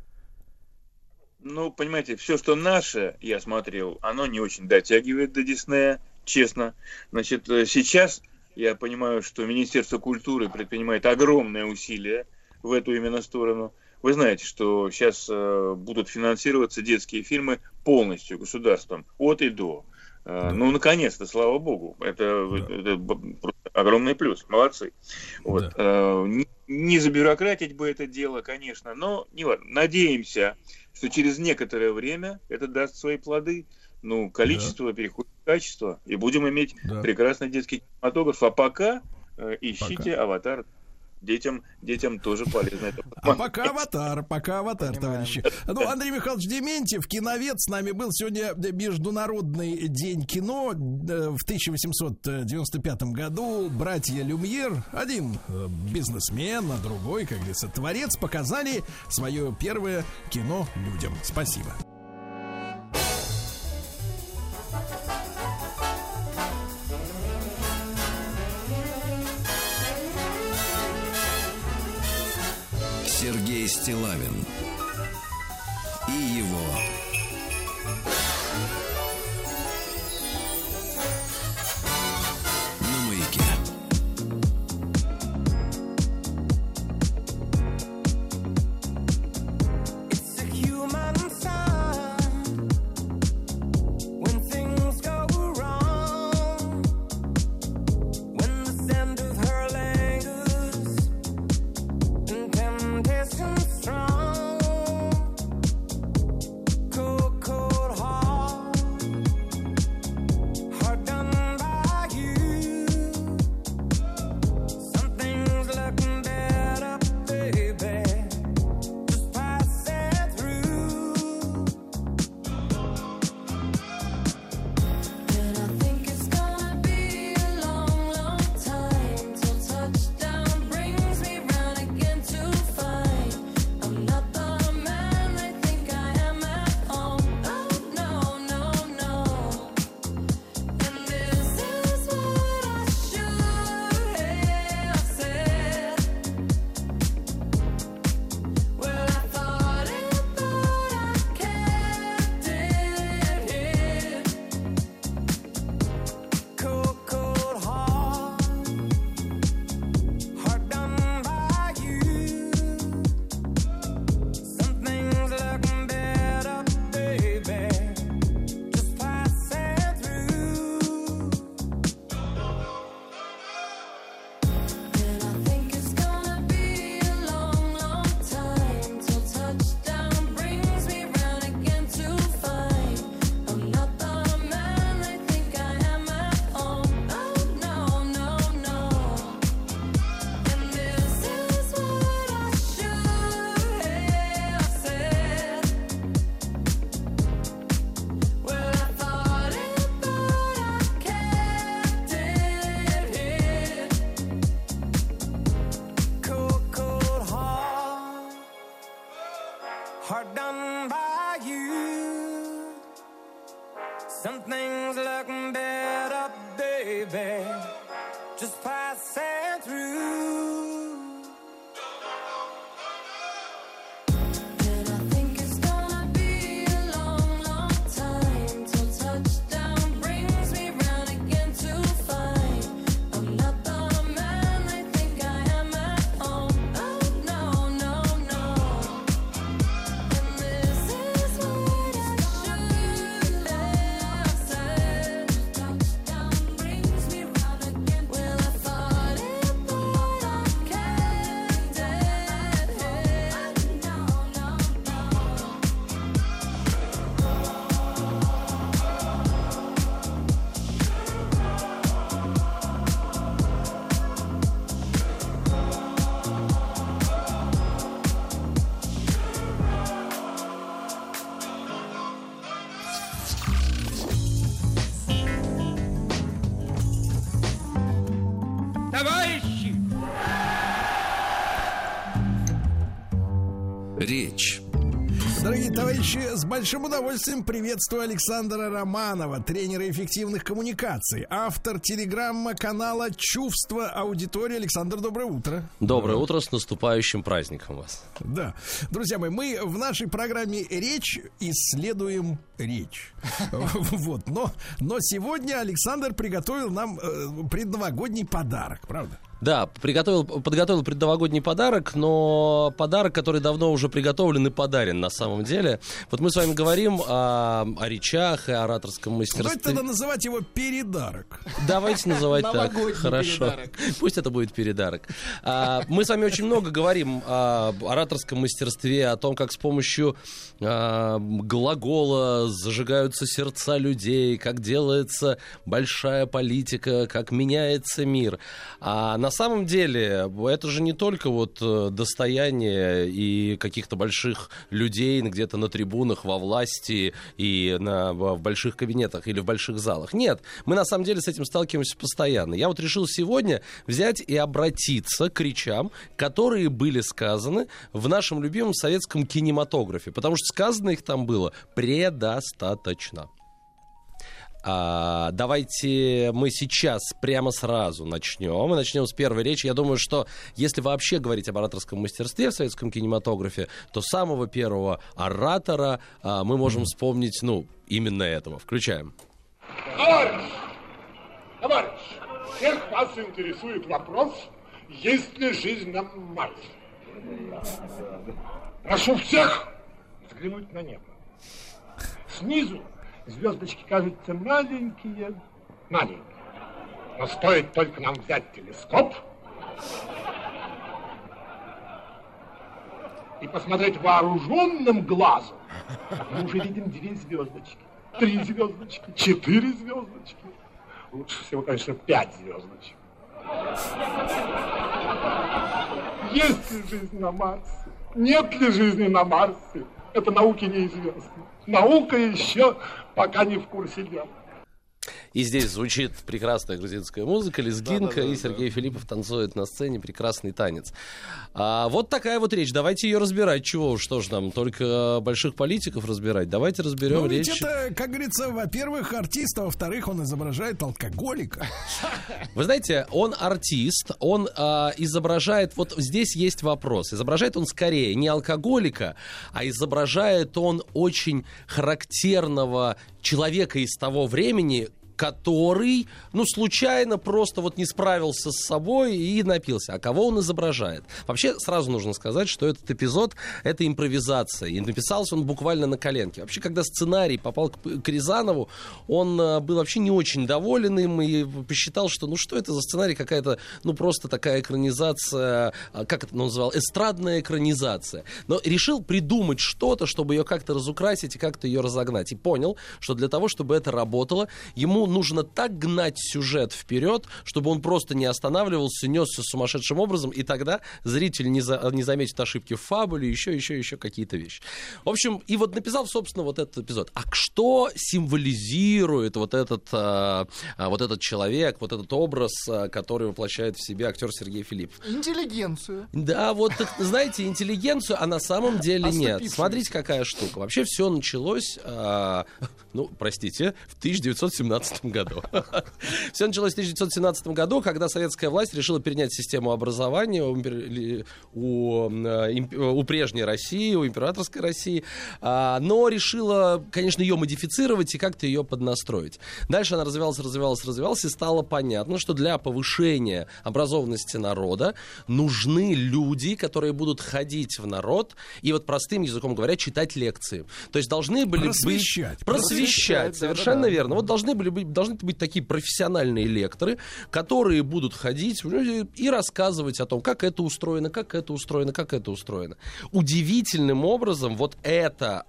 Ну, понимаете, все, что наше, я смотрел, оно не очень дотягивает до Диснея, честно. Значит, сейчас я понимаю, что Министерство культуры предпринимает огромные усилия в эту именно сторону. Вы знаете, что сейчас будут финансироваться детские фильмы полностью государством, от и до. Ну, наконец-то, слава богу. Это огромный плюс. Молодцы. Вот. Не забюрократить бы это дело, конечно, но не важно. Надеемся, что через некоторое время это даст свои плоды. Ну, количество переходит в качество, и будем иметь прекрасный детский кинематограф. А пока ищите «Аватар». Детям тоже полезно это посмотреть. Пока аватар, товарищи. Ну, Андрей Михайлович Дементьев, киновед, с нами был. Сегодня Международный день кино. В 1895 году братья Люмьер, один бизнесмен, а другой, как говорится, творец, показали свое первое кино людям. Спасибо. Сергей Стиллавин и его на Маяке. Strong baby, just passing through. Речь. Дорогие товарищи, с большим удовольствием приветствую Александра Романова, тренера эффективных коммуникаций, автор телеграмма-канала «Чувство аудитории». Александр, доброе утро. Доброе утро, с наступающим праздником вас. Да. Друзья мои, мы в нашей программе «Речь» исследуем речь. Вот. Но сегодня Александр приготовил нам предновогодний подарок, правда? Да, подготовил предновогодний подарок, но подарок, который давно уже приготовлен и подарен на самом деле. Вот мы с вами говорим о речах и ораторском мастерстве. Давайте тогда называть его передарок. Давайте называть так. Хорошо. Пусть это будет передарок. Мы с вами очень много говорим о ораторском мастерстве, о том, как с помощью глагола зажигаются сердца людей, как делается большая политика, как меняется мир. А на самом деле это же не только вот достояние и каких-то больших людей где-то на трибунах, во власти и в больших кабинетах или в больших залах. Нет, мы на самом деле с этим сталкиваемся постоянно. Я вот решил сегодня взять и обратиться к речам, которые были сказаны в нашем любимом советском кинематографе, потому что сказано их там было предостаточно. Давайте мы сейчас прямо сразу начнем. Мы начнем с первой речи. Я думаю, что если вообще говорить об ораторском мастерстве в советском кинематографе, то самого первого оратора мы можем вспомнить, именно этого. Включаем. Товарищ, всех вас интересует вопрос, есть ли жизнь на Марсе. Прошу всех взглянуть на небо. Снизу звездочки кажутся маленькие. Но стоит только нам взять телескоп и посмотреть вооруженным глазом, мы уже видим 2 звездочки, 3 звездочки, 4 звездочки. Лучше всего, конечно, 5 звездочек. Есть ли жизнь на Марсе? Нет ли жизни на Марсе? Это науке неизвестно. Наука еще пока не в курсе дела. И здесь звучит прекрасная грузинская музыка, лезгинка, и Сергей Филиппов танцует на сцене прекрасный танец. Вот такая вот речь. Давайте ее разбирать. Чего? Что ж нам, только больших политиков разбирать? Давайте разберем речь. Ведь это, как говорится, во-первых, артист, а во-вторых, он изображает алкоголика. Вы знаете, он артист, он изображает... Вот здесь есть вопрос. Изображает он скорее не алкоголика, а изображает он очень характерного человека из того времени, который, случайно просто вот не справился с собой и напился. А кого он изображает? Вообще, сразу нужно сказать, что этот эпизод — это импровизация. И написался он буквально на коленке. Вообще, когда сценарий попал к Рязанову, он был вообще не очень доволен им и посчитал, что, что это за сценарий, какая-то, просто такая экранизация, как это он называл, эстрадная экранизация. Но решил придумать что-то, чтобы ее как-то разукрасить и как-то ее разогнать. И понял, что для того, чтобы это работало, ему нужно так гнать сюжет вперед, чтобы он просто не останавливался, несся сумасшедшим образом, и тогда зритель не заметит ошибки в фабуле, еще какие-то вещи. В общем, и вот написал, собственно, вот этот эпизод. А что символизирует вот этот человек, вот этот образ, который воплощает в себе актер Сергей Филиппов? Интеллигенцию. Да, вот, знаете, интеллигенцию, а на самом деле нет. Смотрите, какая штука. Вообще все началось, в 1917 году. Все началось в 1917 году, когда советская власть решила перенять систему образования у прежней России, у императорской России, но решила, конечно, ее модифицировать и как-то ее поднастроить. Дальше она развивалась, и стало понятно, что для повышения образованности народа нужны люди, которые будут ходить в народ и вот простым языком говоря читать лекции. То есть должны были просвещать, совершенно верно. Вот должны быть такие профессиональные лекторы, которые будут ходить и рассказывать о том, как это устроено, как это устроено, как это устроено. Удивительным образом вот эта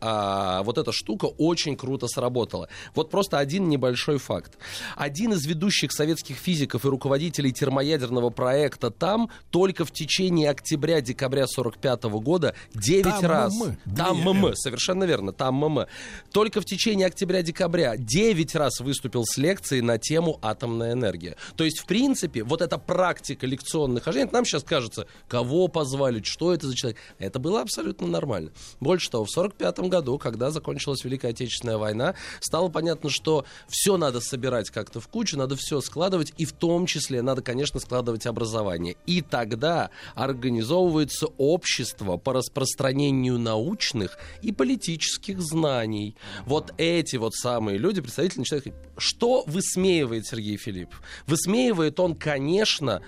штука очень круто сработала. Вот просто один небольшой факт. Один из ведущих советских физиков и руководителей термоядерного проекта там только в течение октября-декабря 1945 года 9 раз... Совершенно верно, только в течение октября-декабря 9 раз выступил с лекцией на тему атомная энергия. То есть, в принципе, вот эта практика лекционных хождений, нам сейчас кажется, кого позвали, что это за человек. Это было абсолютно нормально. Больше того, в 1945 году, когда закончилась Великая Отечественная война, стало понятно, что все надо собирать как-то в кучу, надо все складывать, и в том числе надо, конечно, складывать образование. И тогда организовывается общество по распространению научных и политических знаний. Вот эти вот самые люди, представители начинают говорить, что высмеивает Сергей Филиппов? Высмеивает он, конечно,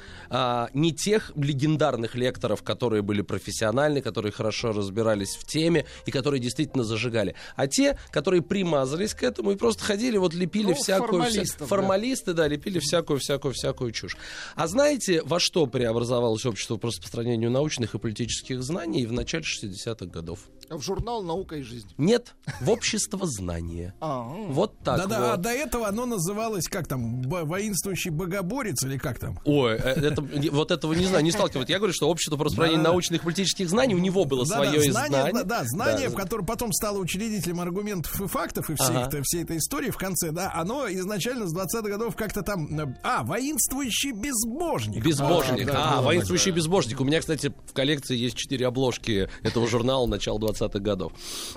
не тех легендарных лекторов, которые были профессиональны, которые хорошо разбирались в теме и которые действительно зажигали, а те, которые примазались к этому и просто ходили, вот лепили всякую... Формалисты, да, лепили всякую чушь. А знаете, во что преобразовалось общество по распространению научных и политических знаний в начале 60-х годов? В журнал «Наука и жизнь». Нет, в общество знания. Вот так вот. Да-да, а до этого оно называлось, как там, воинствующий богоборец или как там? Ой, вот этого не знаю, не сталкиваюсь. Я говорю, что общество по распространению научных и политических знаний, у него было свое издание. Да, знание, в котором потом стало учредителем аргументов и фактов и всей этой истории в конце, да, оно изначально с 20-х годов как-то там... воинствующий безбожник. Воинствующий безбожник. У меня, кстати, в коллекции есть 4 обложки этого журнала начала 20-х годов.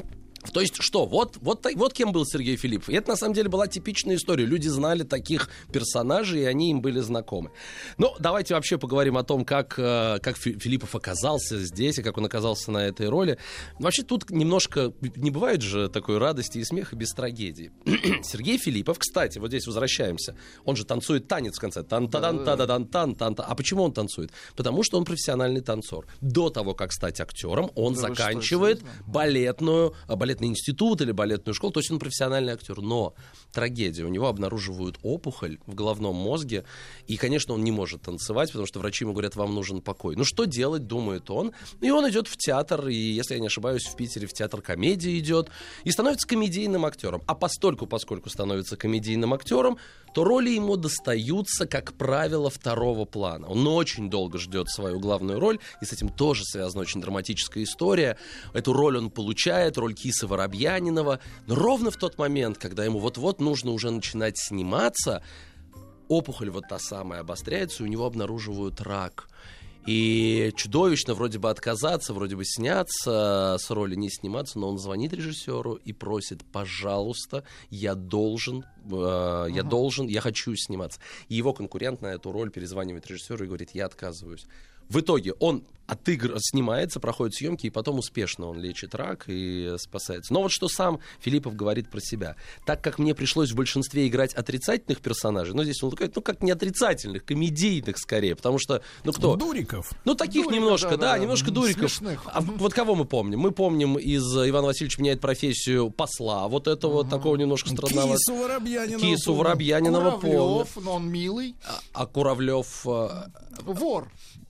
То есть что? Вот кем был Сергей Филиппов. И это на самом деле была типичная история. Люди знали таких персонажей, и они им были знакомы. Но давайте вообще поговорим о том, как Филиппов оказался здесь, и как он оказался на этой роли. Вообще тут немножко не бывает же такой радости и смеха без трагедии. Сергей Филиппов, кстати, вот здесь возвращаемся. Он же танцует танец в конце. Тан-та-дан-та-да-дан-тан-тан. А почему он танцует? Потому что он профессиональный танцор. До того, как стать актером, он заканчивает балетный институт или балетную школу, то есть он профессиональный актер. Но трагедия. У него обнаруживают опухоль в головном мозге, и, конечно, он не может танцевать, потому что врачи ему говорят, вам нужен покой. Ну, что делать, думает он. И он идет в театр, и, если я не ошибаюсь, в Питере в театр комедии идет, и становится комедийным актером. А поскольку становится комедийным актером, то роли ему достаются, как правило, второго плана. Он очень долго ждет свою главную роль, и с этим тоже связана очень драматическая история. Эту роль он получает, роль Кисы Воробьянинова, но ровно в тот момент, когда ему вот-вот нужно уже начинать сниматься, опухоль вот та самая обостряется, и у него обнаруживают рак. И чудовищно вроде бы отказаться, вроде бы сняться с роли, не сниматься, но он звонит режиссеру и просит, пожалуйста, я хочу сниматься. И его конкурент на эту роль перезванивает режиссеру и говорит, я отказываюсь. В итоге он снимается, проходит съемки, и потом успешно он лечит рак и спасается. Но вот что сам Филиппов говорит про себя. Так как мне пришлось в большинстве играть отрицательных персонажей, здесь он говорит, как не отрицательных, комедийных скорее, потому что, кто? Дуриков. Таких немножко, немножко дуриков. А вот кого мы помним? Мы помним из «Иван Васильевич меняет профессию» посла, вот этого такого немножко странного. Кису Воробьянинова помню. Куравлев, но он милый. А Куравлев... Вор.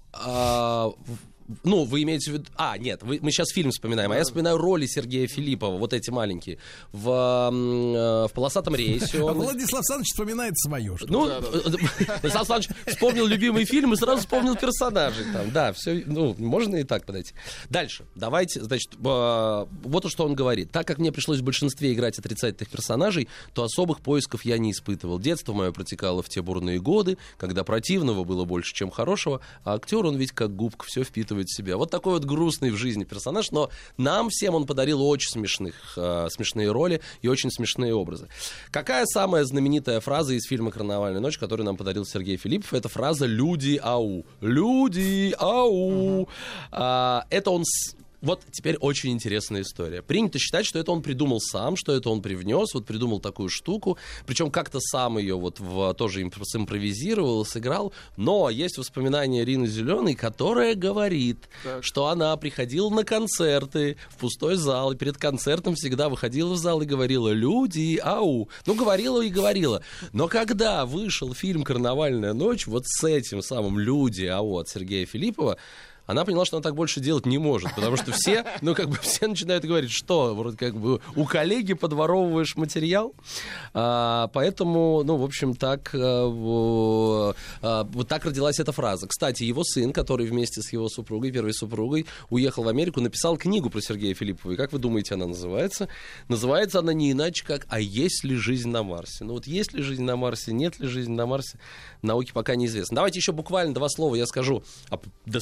Вы имеете в виду... Нет, мы сейчас фильм вспоминаем, а я вспоминаю роли Сергея Филиппова, вот эти маленькие. В «Полосатом рейсе». Владислав Александрович вспоминает свое. Владислав Александрович вспомнил любимый фильм и сразу вспомнил персонажей. Да, все, можно и так подойти. Дальше, давайте, вот что он говорит. Так как мне пришлось в большинстве играть отрицательных персонажей, то особых поисков я не испытывал. Детство мое протекало в те бурные годы, когда противного было больше, чем хорошего, а актер, он ведь как губка, все впитывает воспитывает себя. Вот такой вот грустный в жизни персонаж, но нам всем он подарил очень смешные роли и очень смешные образы. Какая самая знаменитая фраза из фильма «Карнавальная ночь», которую нам подарил Сергей Филиппов? Это фраза «Люди, ау». «Люди, ау». Это он... Вот теперь очень интересная история. Принято считать, что это он придумал сам, что это он привнес, вот придумал такую штуку, причем как-то сам ее вот тоже симпровизировал, сыграл. Но есть воспоминания Рины Зеленой, которая говорит, что она приходила на концерты в пустой зал, и перед концертом всегда выходила в зал и говорила «Люди, ау». Ну, говорила и говорила. Но когда вышел фильм «Карнавальная ночь», вот с этим самым «Люди, ау» от Сергея Филиппова, она поняла, что она так больше делать не может, потому что все, все начинают говорить, что, вроде как бы, у коллеги подворовываешь материал, поэтому, в общем, вот так родилась эта фраза. Кстати, его сын, который вместе с его супругой, первой супругой, уехал в Америку, написал книгу про Сергея Филиппова, и как вы думаете, она называется? Называется она не иначе, как «А есть ли жизнь на Марсе?». Вот есть ли жизнь на Марсе, нет ли жизни на Марсе, науке пока неизвестно. Давайте еще буквально 2 слова я скажу о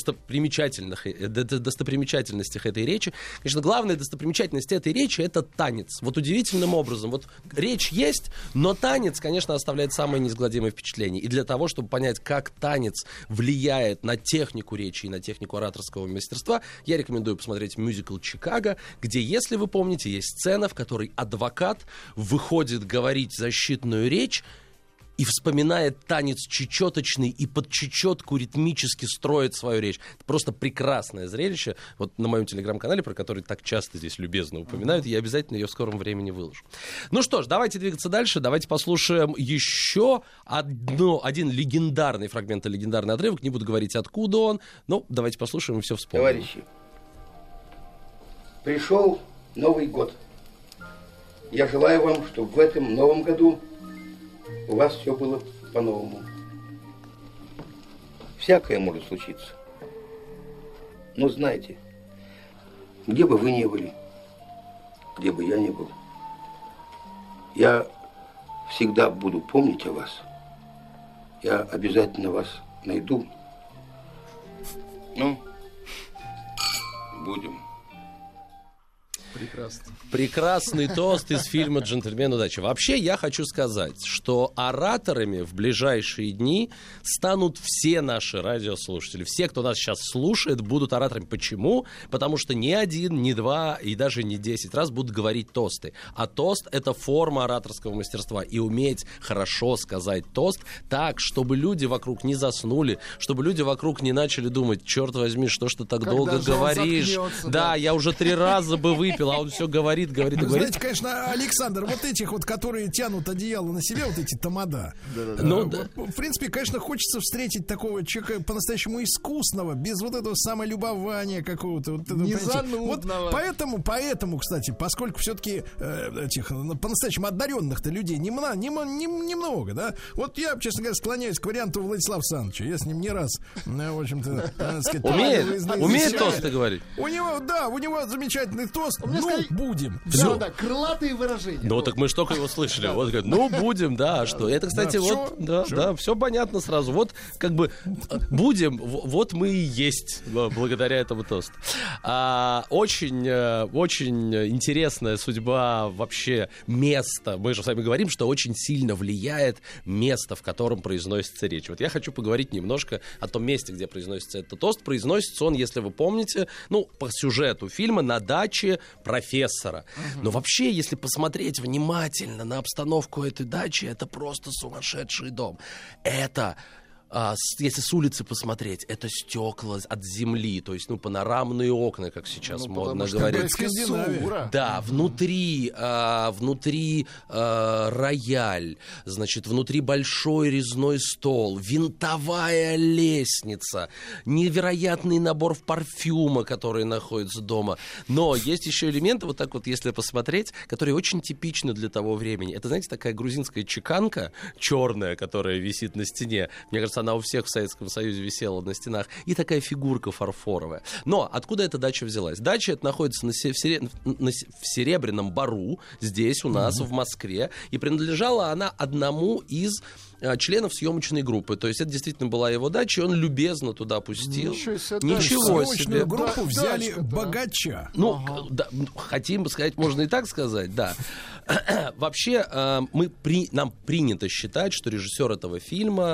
достопримечательностях этой речи. Конечно, главная достопримечательность этой речи — это танец. Вот удивительным образом. Вот речь есть, но танец, конечно, оставляет самое неизгладимое впечатление. И для того, чтобы понять, как танец влияет на технику речи и на технику ораторского мастерства, я рекомендую посмотреть мюзикл «Чикаго», где, если вы помните, есть сцена, в которой адвокат выходит говорить защитную речь и вспоминает танец чечеточный, и под чечетку ритмически строит свою речь. Это просто прекрасное зрелище. Вот на моем телеграм-канале, про который так часто здесь любезно упоминают, я обязательно ее в скором времени выложу. Ну что ж, давайте двигаться дальше. Давайте послушаем еще один легендарный фрагмент, легендарный отрывок. Не буду говорить, откуда он. Но давайте послушаем и все вспомним. Товарищи, пришел Новый год. Я желаю вам, чтобы в этом новом году у вас все было по-новому. Всякое может случиться. Но знайте, где бы вы ни были, где бы я ни был, я всегда буду помнить о вас. Я обязательно вас найду. Ну, будем. Прекрасно. Прекрасный тост из фильма «Джентльмен удачи». Вообще, я хочу сказать, что ораторами в ближайшие дни станут все наши радиослушатели. Все, кто нас сейчас слушает, будут ораторами. Почему? Потому что ни 1, ни 2 и даже не 10 раз будут говорить тосты. А тост — это форма ораторского мастерства. И уметь хорошо сказать тост так, чтобы люди вокруг не заснули, чтобы люди вокруг не начали думать: черт возьми, что ж ты так долго говоришь? Да, я уже 3 раза бы выпил, а он все говорит. Знаете, конечно, Александр, вот этих вот, которые тянут одеяло на себя, вот эти тамада. В принципе, конечно, хочется встретить такого человека по-настоящему искусного, без вот этого самолюбования какого-то. Вот незанудного. Вот поэтому, кстати, поскольку все-таки этих по-настоящему одаренных-то людей немного, да? Вот я, честно говоря, склоняюсь к варианту Владислава Александровича. Я с ним не раз, в общем-то, сказать, умеет тосты говорить. У него замечательный тост. Будем. Да, крылатые выражения. Ну, так мы же только его слышали. Вот говорят, будем, да, что? Это, кстати, все понятно сразу. Вот, как бы, будем, вот мы и есть благодаря этому тосту. Очень интересная судьба вообще места. Мы же с вами говорим, что очень сильно влияет место, в котором произносится речь. Вот я хочу поговорить немножко о том месте, где произносится этот тост. Произносится он, если вы помните, по сюжету фильма, на даче профессора. Но вообще, если посмотреть внимательно на обстановку этой дачи, это просто сумасшедший дом. Это... если с улицы посмотреть, это стекла от земли, то есть, панорамные окна, как сейчас модно говорить. Да, внутри рояль, значит, внутри большой резной стол, винтовая лестница, невероятный набор парфюма, который находится дома. Но есть еще элементы, вот так вот, если посмотреть, которые очень типичны для того времени. Это, знаете, такая грузинская чеканка черная, которая висит на стене. Мне кажется, она у всех в Советском Союзе висела на стенах, и такая фигурка фарфоровая. Но откуда эта дача взялась? Дача эта находится в Серебряном Бору, здесь у нас, в Москве, и принадлежала она одному из членов съемочной группы. То есть это действительно была его дача, и он любезно туда пустил. Ничего себе. Группу взяли богача. Ну, да, хотим сказать, можно и так сказать, да. Вообще, нам принято считать, что режиссер этого фильма...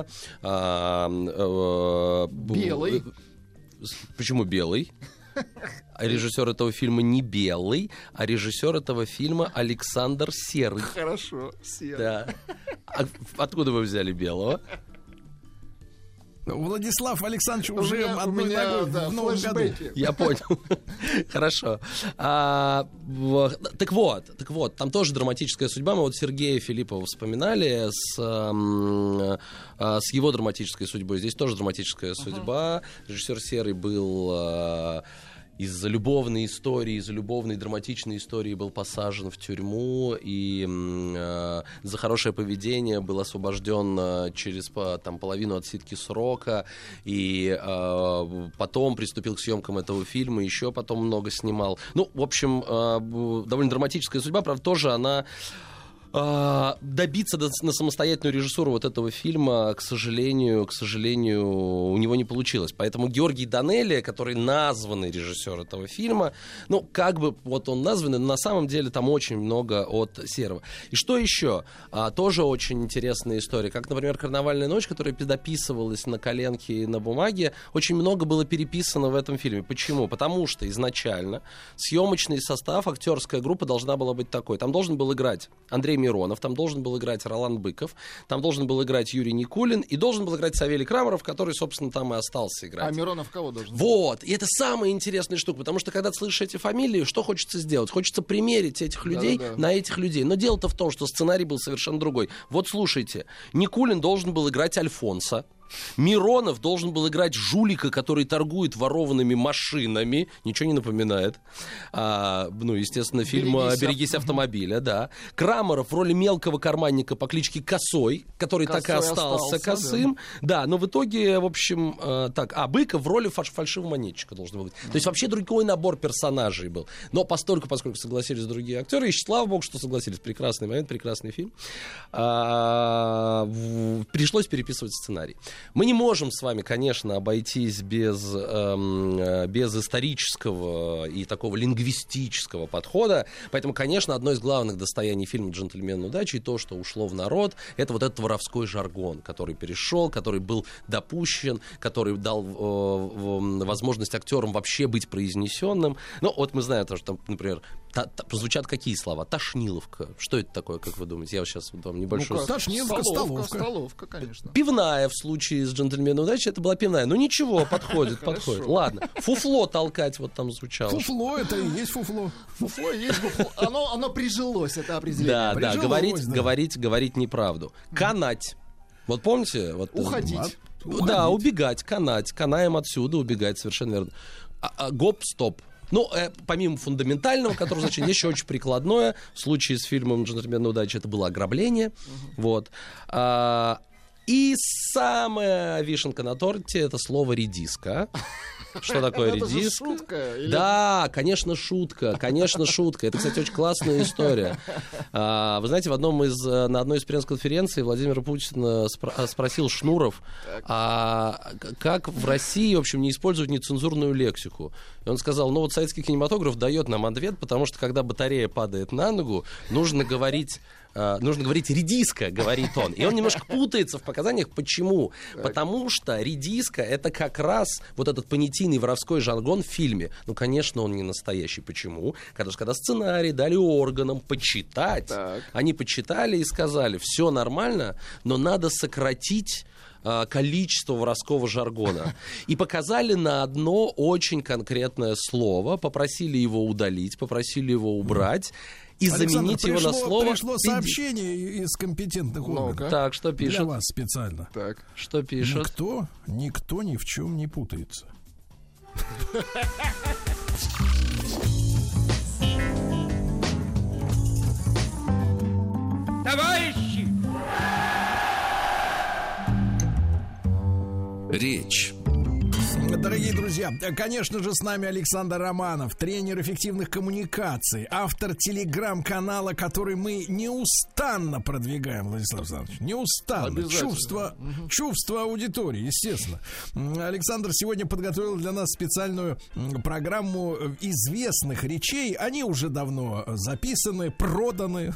белый. Почему белый? Режиссер этого фильма не белый, а режиссер этого фильма Александр Серый. Хорошо, Серый. Да. Откуда вы взяли белого? Владислав Александрович уже одной ногой в новом году. Я понял. Хорошо. Так вот, там тоже драматическая судьба. Мы вот Сергея Филиппова вспоминали с его драматической судьбой. Здесь тоже драматическая судьба. Режиссер Серый был... из-за любовной истории, из-за любовной драматичной истории был посажен в тюрьму и за хорошее поведение был освобожден через половину отсидки срока и потом приступил к съемкам этого фильма, еще потом много снимал. Ну, в общем, довольно драматическая судьба, правда, тоже она... добиться на самостоятельную режиссуру вот этого фильма, к сожалению, у него не получилось. Поэтому Георгий Данелия, который названный режиссер этого фильма, ну, как бы вот он названный, но на самом деле там очень много от Серого. И что еще? Тоже очень интересная история. Как, например, «Карнавальная ночь», которая дописывалась на коленке и на бумаге, очень много было переписано в этом фильме. Почему? Потому что изначально съемочный состав, актерская группа должна была быть такой. Там должен был играть Андрей Миронов, там должен был играть Ролан Быков, там должен был играть Юрий Никулин и должен был играть Савелий Крамаров, который, собственно, там и остался играть. А Миронов кого должен был? Вот, и это самая интересная штука, потому что, когда ты слышишь эти фамилии, что хочется сделать? Хочется примерить этих людей на этих людей. Но дело-то в том, что сценарий был совершенно другой. Вот слушайте, Никулин должен был играть Альфонса, Миронов должен был играть жулика, который торгует ворованными машинами. Ничего не напоминает. Естественно, фильм «Берегись автомобиля», да. Крамаров в роли мелкого карманника по кличке Косой, который так и остался косым. Да, но в итоге, в общем, Быков в роли фальшивого монетчика должен был быть. То есть вообще другой набор персонажей был. Но поскольку согласились другие актеры, и слава богу, что согласились. Прекрасный момент, прекрасный фильм. Пришлось переписывать сценарий. Мы не можем с вами, конечно, обойтись без исторического и такого лингвистического подхода. Поэтому, конечно, одно из главных достояний фильма «Джентльмены удачи» и то, что ушло в народ, это вот этот воровской жаргон, который перешел, который был допущен, который дал возможность актерам вообще быть произнесенным. Ну, вот мы знаем тоже, там, например, прозвучат какие слова? Тошниловка. Что это такое, как вы думаете? Я сейчас вам небольшой... Тошниловка, столовка. Столовка, конечно. Пивная в случае с «Джентльмены удачи» это была пивная. Ну ничего, подходит. Ладно. Фуфло толкать вот там звучало. Фуфло, это и есть фуфло. Фуфло есть фуфло. Оно прижилось, это определение. Да, говорить неправду. Канать. Вот помните? Уходить. Да, убегать, канать. Канаем отсюда, убегать, совершенно верно. Гоп-стоп. Ну, помимо фундаментального, которое значение, есть еще очень прикладное. В случае с фильмом «Джентльмены удачи» это было ограбление. Вот. И самая вишенка на торте — это слово «редиска». Что такое редиска? Это же шутка? Да, конечно, шутка. Это, кстати, очень классная история. Вы знаете, на одной из пресс-конференций Владимир Путин спросил Шнуров, как в России, в общем, не использовать нецензурную лексику. И он сказал, советский кинематограф дает нам ответ, потому что, когда батарея падает на ногу, нужно говорить «редиска», говорит он. И он немножко путается в показаниях. Почему? Потому что редиска — это как раз вот этот понятийный воровской жаргон в фильме. Ну, конечно, он не настоящий. Почему? Когда сценарий дали органам почитать, они почитали и сказали, все нормально, но надо сократить количество воровского жаргона. И показали на одно очень конкретное слово, попросили его удалить, попросили его убрать, и заменить его на слово... Пришло сообщение из компетентных органов. Так, что пишут? Для вас специально. Так. Что пишут? Никто ни в чем не путается. Товарищи! Речь. Дорогие друзья, конечно же, с нами Александр Романов, тренер эффективных коммуникаций, автор телеграм-канала, который мы неустанно продвигаем, Владислав Александрович. Неустанно. Чувство аудитории, естественно. Александр сегодня подготовил для нас специальную программу известных речей. Они уже давно записаны, проданы,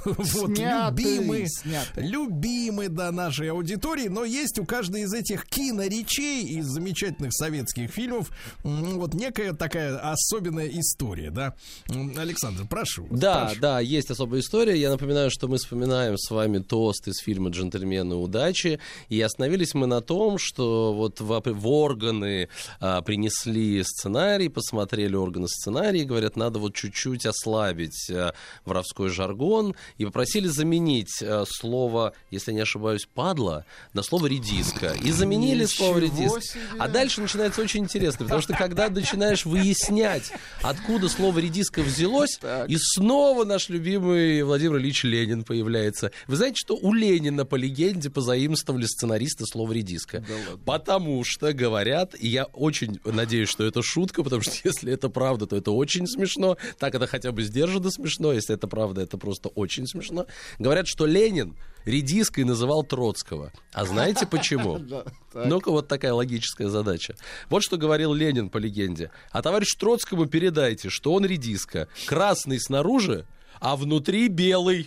любимы, да, нашей аудитории. Но есть у каждой из этих киноречей из замечательных советских фильмов вот некая такая особенная история, да? Александр, прошу. Да, есть особая история. Я напоминаю, что мы вспоминаем с вами тост из фильма «Джентльмены удачи». И остановились мы на том, что вот в органы принесли сценарий, посмотрели органы сценария и говорят, надо вот чуть-чуть ослабить воровской жаргон. И попросили заменить слово, если не ошибаюсь, «падла» на слово «редиска». И заменили слово «редиска». А дальше начинается очень интересно, потому что когда начинаешь выяснять, откуда слово «редиска» взялось, и снова наш любимый Владимир Ильич Ленин появляется. Вы знаете, что у Ленина, по легенде, позаимствовали сценаристы слово «редиска»? Да ладно. Потому что говорят, и я очень надеюсь, что это шутка, потому что если это правда, то это очень смешно. Так это хотя бы сдержанно смешно. Если это правда, это просто очень смешно. Говорят, что Ленин редиской называл Троцкого. А знаете почему? Ну-ка, вот такая логическая задача. Вот что говорил Ленин по легенде. А товарищу Троцкому передайте, что он редиска. Красный снаружи, а внутри белый.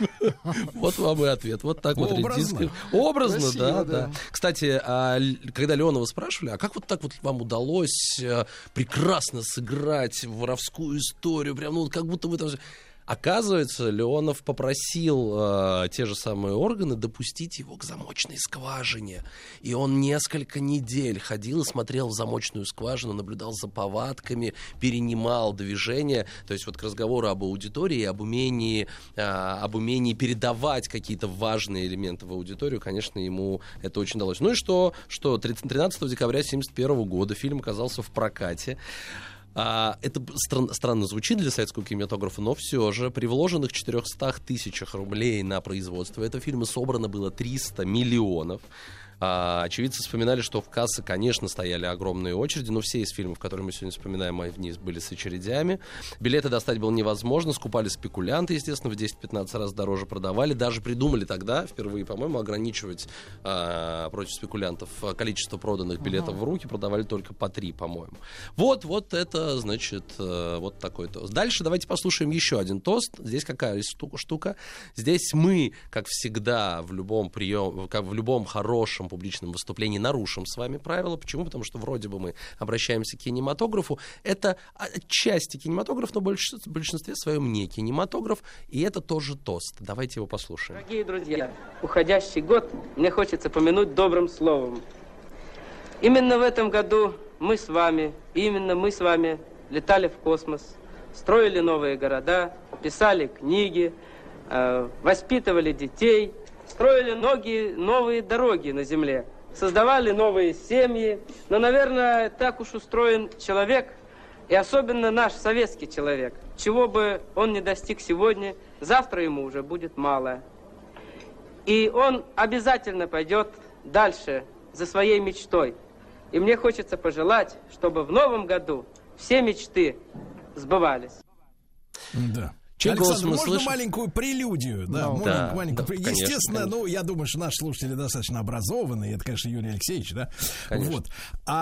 Вот вам и ответ. Вот так вот редиска. Образно, да. Кстати, когда Леонова спрашивали, а как вот так вот вам удалось прекрасно сыграть воровскую историю, прям, ну, как будто вы там... Оказывается, Леонов попросил те же самые органы допустить его к замочной скважине. И он несколько недель ходил и смотрел в замочную скважину, наблюдал за повадками, перенимал движения. То есть вот к разговору об аудитории, об умении передавать какие-то важные элементы в аудиторию, конечно, ему это очень удалось. Ну и что 13 декабря 1971 года фильм оказался в прокате. Это странно звучит для советского кинематографа, но все же при вложенных 400 тысячах рублей на производство этого фильма собрано было 300 миллионов. Очевидцы вспоминали, что в кассы, конечно, стояли огромные очереди, но все из фильмов, которые мы сегодня вспоминаем, они были с очередями. Билеты достать было невозможно, скупали спекулянты, естественно, в 10-15 раз дороже продавали. Даже придумали тогда, впервые, по-моему, ограничивать против спекулянтов количество проданных билетов в руки, продавали только по 3, по-моему. Вот это, значит, вот такой тост. Дальше давайте послушаем еще один тост. Здесь какая штука? Здесь мы, как всегда, в любом хорошем публичном выступлении нарушим с вами правила. Почему? Потому что вроде бы мы обращаемся к кинематографу. Это отчасти кинематограф, но в большинстве своем не кинематограф. И это тоже тост. Давайте его послушаем. Дорогие друзья, уходящий год мне хочется помянуть добрым словом. Именно в этом году мы с вами летали в космос, строили новые города, писали книги, воспитывали детей, строили новые дороги на земле, создавали новые семьи. Но, наверное, так уж устроен человек, и особенно наш советский человек. Чего бы он ни достиг сегодня, завтра ему уже будет мало. И он обязательно пойдет дальше за своей мечтой. И мне хочется пожелать, чтобы в новом году все мечты сбывались. Да. Александр, можно маленькую прелюдию? Да, естественно, конечно. Я думаю, что наши слушатели достаточно образованные. Это, конечно, Юрий Алексеевич, да? Конечно. Вот.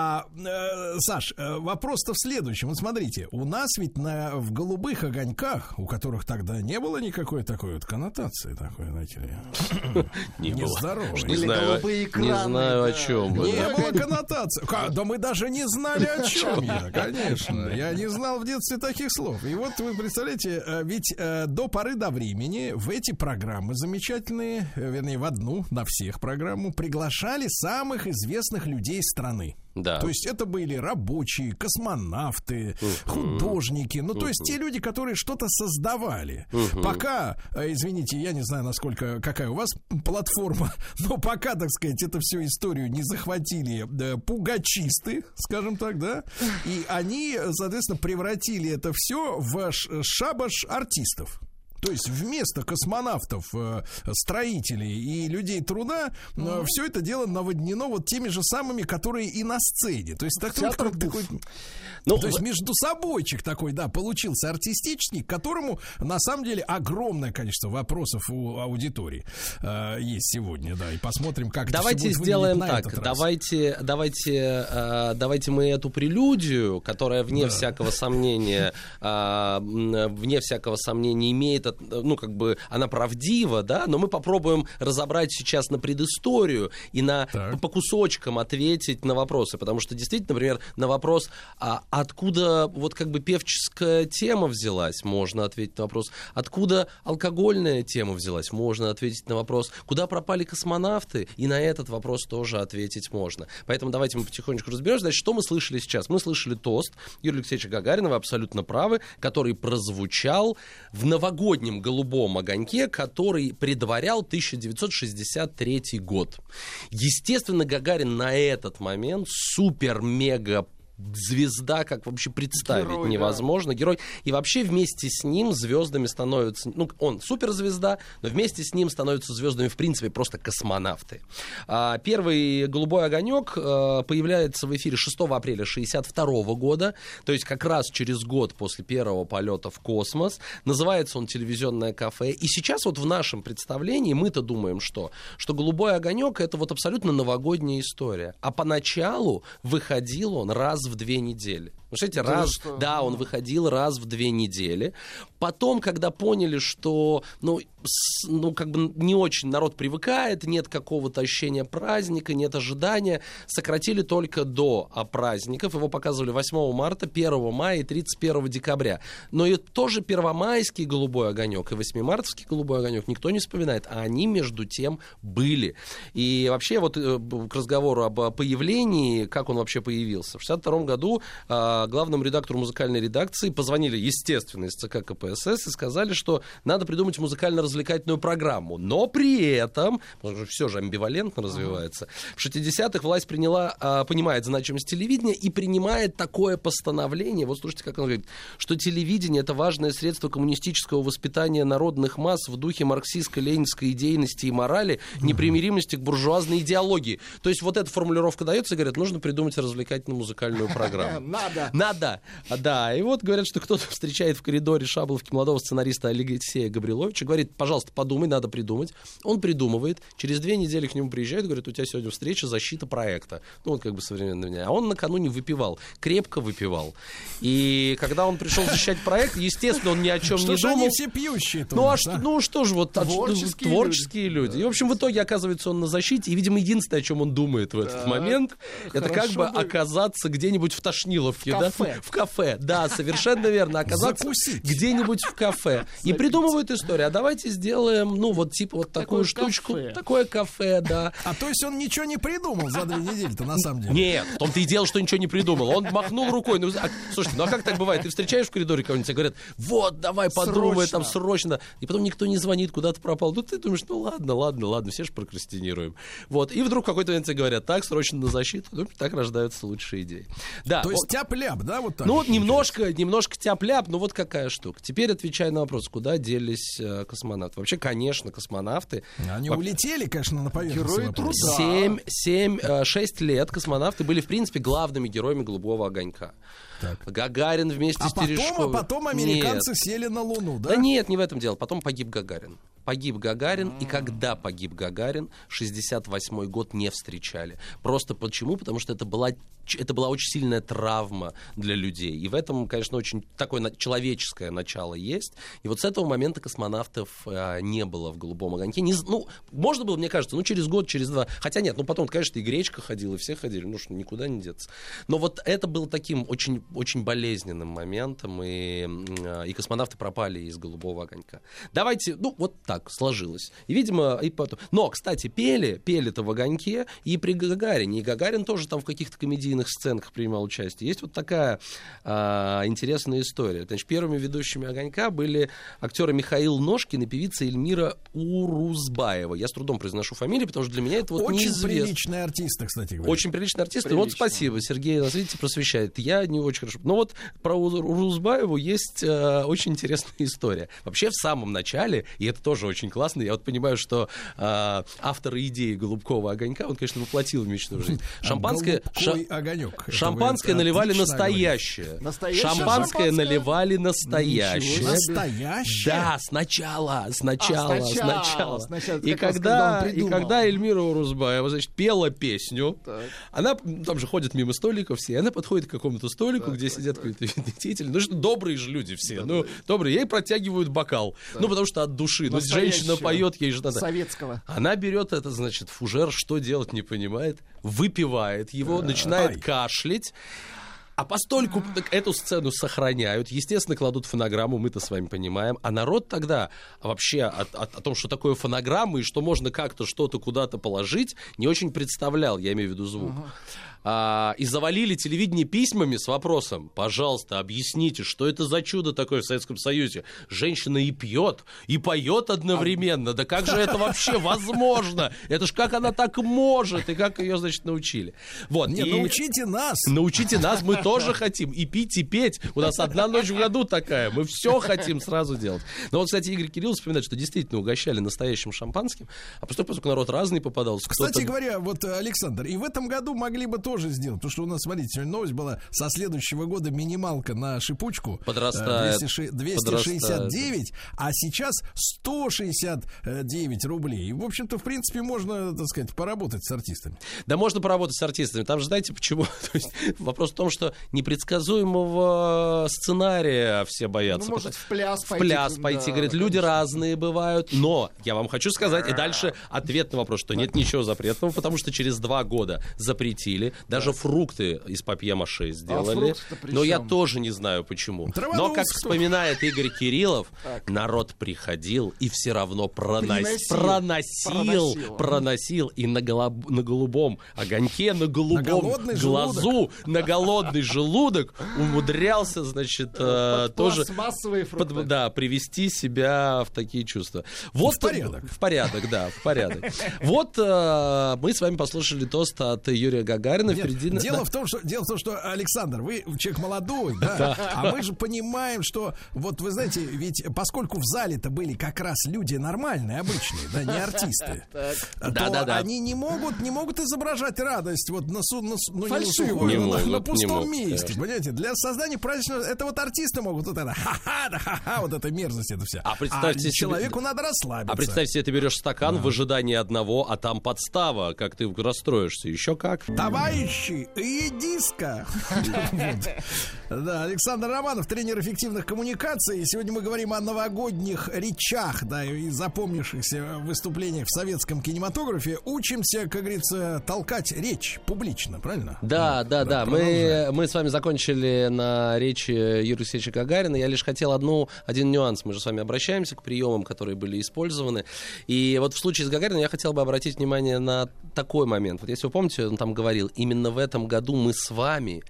Саш, вопрос-то в следующем. Вот смотрите, у нас ведь в «Голубых огоньках», у которых тогда не было никакой такой вот коннотации, такой, знаете ли, нездоровой. Не знаю, о чем. Не было коннотации. Да мы даже не знали, о чем я, конечно. Я не знал в детстве таких слов. И вот вы представляете, ведь до поры до времени в эти программы замечательные, вернее, в одну, на всех программу, приглашали самых известных людей страны. Да. То есть это были рабочие, космонавты, художники, то есть те люди, которые что-то создавали. Пока, извините, я не знаю, какая у вас платформа, но пока, так сказать, это всю историю не захватили пугачисты, скажем так, да, и они, соответственно, превратили это все в шабаш артистов. То есть вместо космонавтов, строителей и людей труда, все это дело наводнено вот теми же самыми, которые и на сцене. То есть такой, то есть между собойчик такой, да, получился артистический, к которому на самом деле огромное количество вопросов у аудитории есть сегодня, да, и посмотрим, как давайте это все будет сделаем на так. этот раз. Давайте мы эту прелюдию, которая вне всякого сомнения, имеет, ну как бы она правдива, да, но мы попробуем разобрать сейчас на предысторию и по кусочкам ответить на вопросы, потому что действительно, например, на вопрос, откуда вот как бы певческая тема взялась, можно ответить на вопрос, откуда алкогольная тема взялась, можно ответить на вопрос, куда пропали космонавты, и на этот вопрос тоже ответить можно. Поэтому давайте мы потихонечку разберемся. Значит, что мы слышали сейчас? Мы слышали тост Юрия Алексеевича Гагарина, вы абсолютно правы, который прозвучал в новогоднем «Голубом огоньке», который предварял 1963 год. Естественно, Гагарин на этот момент супер-мега звезда, как вообще представить герой, невозможно. Да. Герой. И вообще вместе с ним звездами становятся... Ну, он суперзвезда, но вместе с ним становятся звездами, в принципе, просто космонавты. Первый «Голубой огонек» появляется в эфире 6 апреля 1962 года, то есть как раз через год после первого полета в космос. Называется он «Телевизионное кафе». И сейчас вот в нашем представлении мы-то думаем, что «Голубой огонек» — это вот абсолютно новогодняя история. А поначалу выходил он раз в 2 недели. Слушайте, он выходил раз в 2 недели. Потом, когда поняли, что как бы не очень народ привыкает, нет какого-то ощущения праздника, нет ожидания, сократили только до праздников. Его показывали 8 марта, 1 мая и 31 декабря. Но и тоже первомайский «Голубой огонек» и 8-мартовский «Голубой огонек» никто не вспоминает, а они между тем были. И вообще вот к разговору об появлении, как он вообще появился. В 1962 году главному редактору музыкальной редакции позвонили, естественно, из ЦК КПСС и сказали, что надо придумать музыкально-развлекательную программу. Но при этом, потому что все же амбивалентно развивается, в 60-х власть понимает значимость телевидения и принимает такое постановление, вот слушайте, как он говорит, что телевидение — это важное средство коммунистического воспитания народных масс в духе марксистско-ленинской идейности и морали, непримиримости к буржуазной идеологии. То есть вот эта формулировка дается, и говорят, нужно придумать развлекательную музыкальную программу. Надо. Да, и вот говорят, что кто-то встречает в коридоре Шабловки молодого сценариста Алексея Габриловича, говорит, пожалуйста, подумай, надо придумать. Он придумывает, через 2 недели к нему приезжает, говорит, у тебя сегодня встреча, защита проекта. Ну, вот как бы современный меня. А он накануне выпивал, крепко выпивал. И когда он пришел защищать проект, естественно, он ни о чем не думал. Что ж они все пьющие? Что же, вот творческие люди. И, в общем, в итоге оказывается он на защите, и, видимо, единственное, о чем он думает в этот момент, это как бы оказаться где-нибудь в Тошниловке, в кафе, да, совершенно верно, оказаться где-нибудь в кафе. И придумывают историю, а давайте сделаем, такую штучку, такое кафе, да. А то есть он ничего не придумал за 2 недели-то, на самом деле? Нет, в том-то и дело, что ничего не придумал. Он махнул рукой. Слушайте, а как так бывает? Ты встречаешь в коридоре кого-нибудь, тебе говорят, вот, давай подумай, там срочно. И потом никто не звонит, куда ты пропал. Ну, ты думаешь, ладно, все же прокрастинируем. Вот, и вдруг в какой-то момент тебе говорят, так, срочно на защиту. Ну, так рождаются лучшие идеи. Да. То есть тяп-ляп, да, вот так? Ну, немножко тяп-ляп, но вот какая штука. Теперь отвечая на вопрос, куда делись космонавты. Вообще, конечно, космонавты... Они улетели, конечно, на поверхность. 6 лет космонавты были, в принципе, главными героями «Голубого огонька». Так. Гагарин вместе с Терешковым. А потом американцы сели на Луну, да? Да нет, не в этом дело. Потом погиб Гагарин. И когда погиб Гагарин, 68-й год не встречали. Просто почему? Потому что это была очень сильная травма для людей. И в этом, конечно, очень такое человеческое начало есть. И вот с этого момента космонавтов не было в «Голубом огоньке». Можно было, мне кажется, через год, через 2. Хотя нет, потом, конечно, и Гречка ходил, и все ходили. Что никуда не деться. Но вот это было таким очень, очень болезненным моментом, и космонавты пропали из «Голубого огонька». Давайте, вот так. так сложилось. И, видимо, и потом... Но, кстати, пели-то в «Огоньке» и при Гагарине. И Гагарин тоже там в каких-то комедийных сценках принимал участие. Есть вот такая интересная история. Значит, первыми ведущими «Огонька» были актеры Михаил Ножкин и певица Эльмира Урузбаева. Я с трудом произношу фамилию, потому что для меня это вот очень неизвестно. Очень приличные артисты, кстати говоря. Очень приличные артисты. Вот спасибо, Сергей, нас, видите, просвещает. Я не очень хорошо. Но вот про Урузбаеву есть очень интересная история. Вообще, в самом начале, и это тоже очень классно, я вот понимаю, что автор идеи «Голубкова огонька», он, конечно, воплотил в мечту жизнь. Шампанское наливали настоящее. Шампанское наливали настоящее. Настоящее? Да, сначала. И когда Эльмира Урузбаева, значит, пела песню, она, там же ходят мимо столиков все, она подходит к какому-то столику, где сидят какие-то деятели, ну что, добрые же люди все, добрые, ей протягивают бокал, потому что от души, женщина поет, ей же надо. Советского. Она берет это, значит, фужер, что делать не понимает, выпивает его, начинает кашлять. А постольку эту сцену сохраняют, естественно, кладут фонограмму, мы-то с вами понимаем. А народ тогда вообще о том, что такое фонограмма и что можно как-то что-то куда-то положить, не очень представлял, я имею в виду звук. И завалили телевидение письмами с вопросом: пожалуйста, объясните, что это за чудо такое в Советском Союзе? Женщина и пьет, и поет одновременно. Да как же это вообще возможно? Это ж как она так может? И как ее, значит, научили? Вот. Научите нас. Научите нас, мы тоже хотим. И пить, и петь. У нас одна ночь в году такая. Мы все хотим сразу делать. Но вот, кстати, Игорь Кириллов вспоминает, что действительно угощали настоящим шампанским. А поскольку народ разный попадался. Кстати говоря, вот, Александр, и в этом году могли бы тоже сделать, потому что у нас, смотрите, сегодня новость была: со следующего года минималка на шипучку подрастает, 269, а сейчас 169 рублей. И, в общем-то, в принципе, можно, так сказать, поработать с артистами. Да, можно поработать с артистами. Там же, знаете, почему? То есть, вопрос в том, что непредсказуемого сценария все боятся. Ну, может, в пляс пойти. Говорят, люди разные бывают. Но я вам хочу сказать, и дальше ответ на вопрос, что нет ничего запретного, потому что через 2 года запретили. Даже фрукты из папье-маше сделали. Но я тоже не знаю, почему. Но, как вспоминает Игорь Кириллов, народ приходил и все равно проносил. И на голубом огоньке, на голубом глазу, на голодный желудок умудрялся, значит, тоже привести себя в такие чувства. Вот, в порядок. Вот мы с вами послушали тост от Юрия Гагарина. Дело в том, что, Александр, вы человек молодой, да? А мы же понимаем, что, вот вы знаете, ведь поскольку в зале-то были как раз люди нормальные, обычные, да, не артисты, то они не могут изображать радость вот на пустом месте, понимаете? Для создания праздничного, это вот артисты могут вот это ха-ха, вот эта мерзость, это вся. А человеку надо расслабиться. А представь себе, ты берешь стакан в ожидании одного, а там подстава, как ты расстроишься, еще как. Товарищи, едиска. Да, Александр Романов, тренер эффективных коммуникаций. Сегодня мы говорим о новогодних речах, да, и запомнившихся выступлениях в советском кинематографе. Учимся, как говорится, толкать речь публично, правильно? Да. Мы с вами закончили на речи Юрия Алексеевича Гагарина. Я лишь хотел один нюанс. Мы же с вами обращаемся к приемам, которые были использованы. И вот в случае с Гагарином я хотел бы обратить внимание на такой момент. Вот если вы помните, он там говорил: именно в этом году мы с вами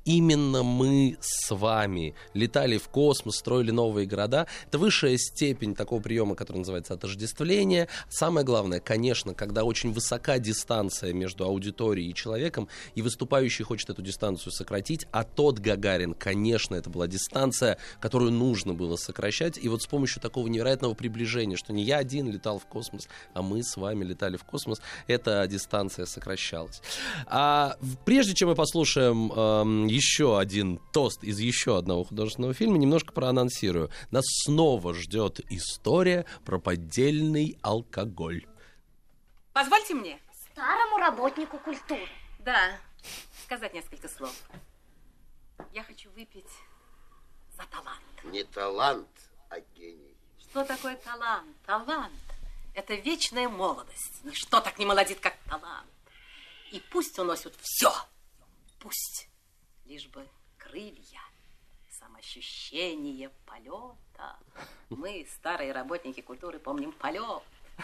летали в космос, строили новые города. Это высшая степень такого приема, который называется отождествление. Самое главное, конечно, когда очень высока дистанция между аудиторией и человеком, и выступающий хочет эту дистанцию сократить, а тот Гагарин, конечно, это была дистанция, которую нужно было сокращать. И вот с помощью такого невероятного приближения, что не я один летал в космос, а мы с вами летали в космос, эта дистанция сокращалась. А прежде чем мы послушаем еще один тост из еще одного художественного фильма, немножко проанонсирую. Нас снова ждет история про поддельный алкоголь. Позвольте мне. Старому работнику культуры. Да, сказать несколько слов. Я хочу выпить за талант. Не талант, а гений. Что такое талант? Талант – это вечная молодость. Ничто так не молодит, как талант. И пусть уносят все. Пусть. Лишь бы крылья, ощущение полета. Мы, старые работники культуры, помним полет.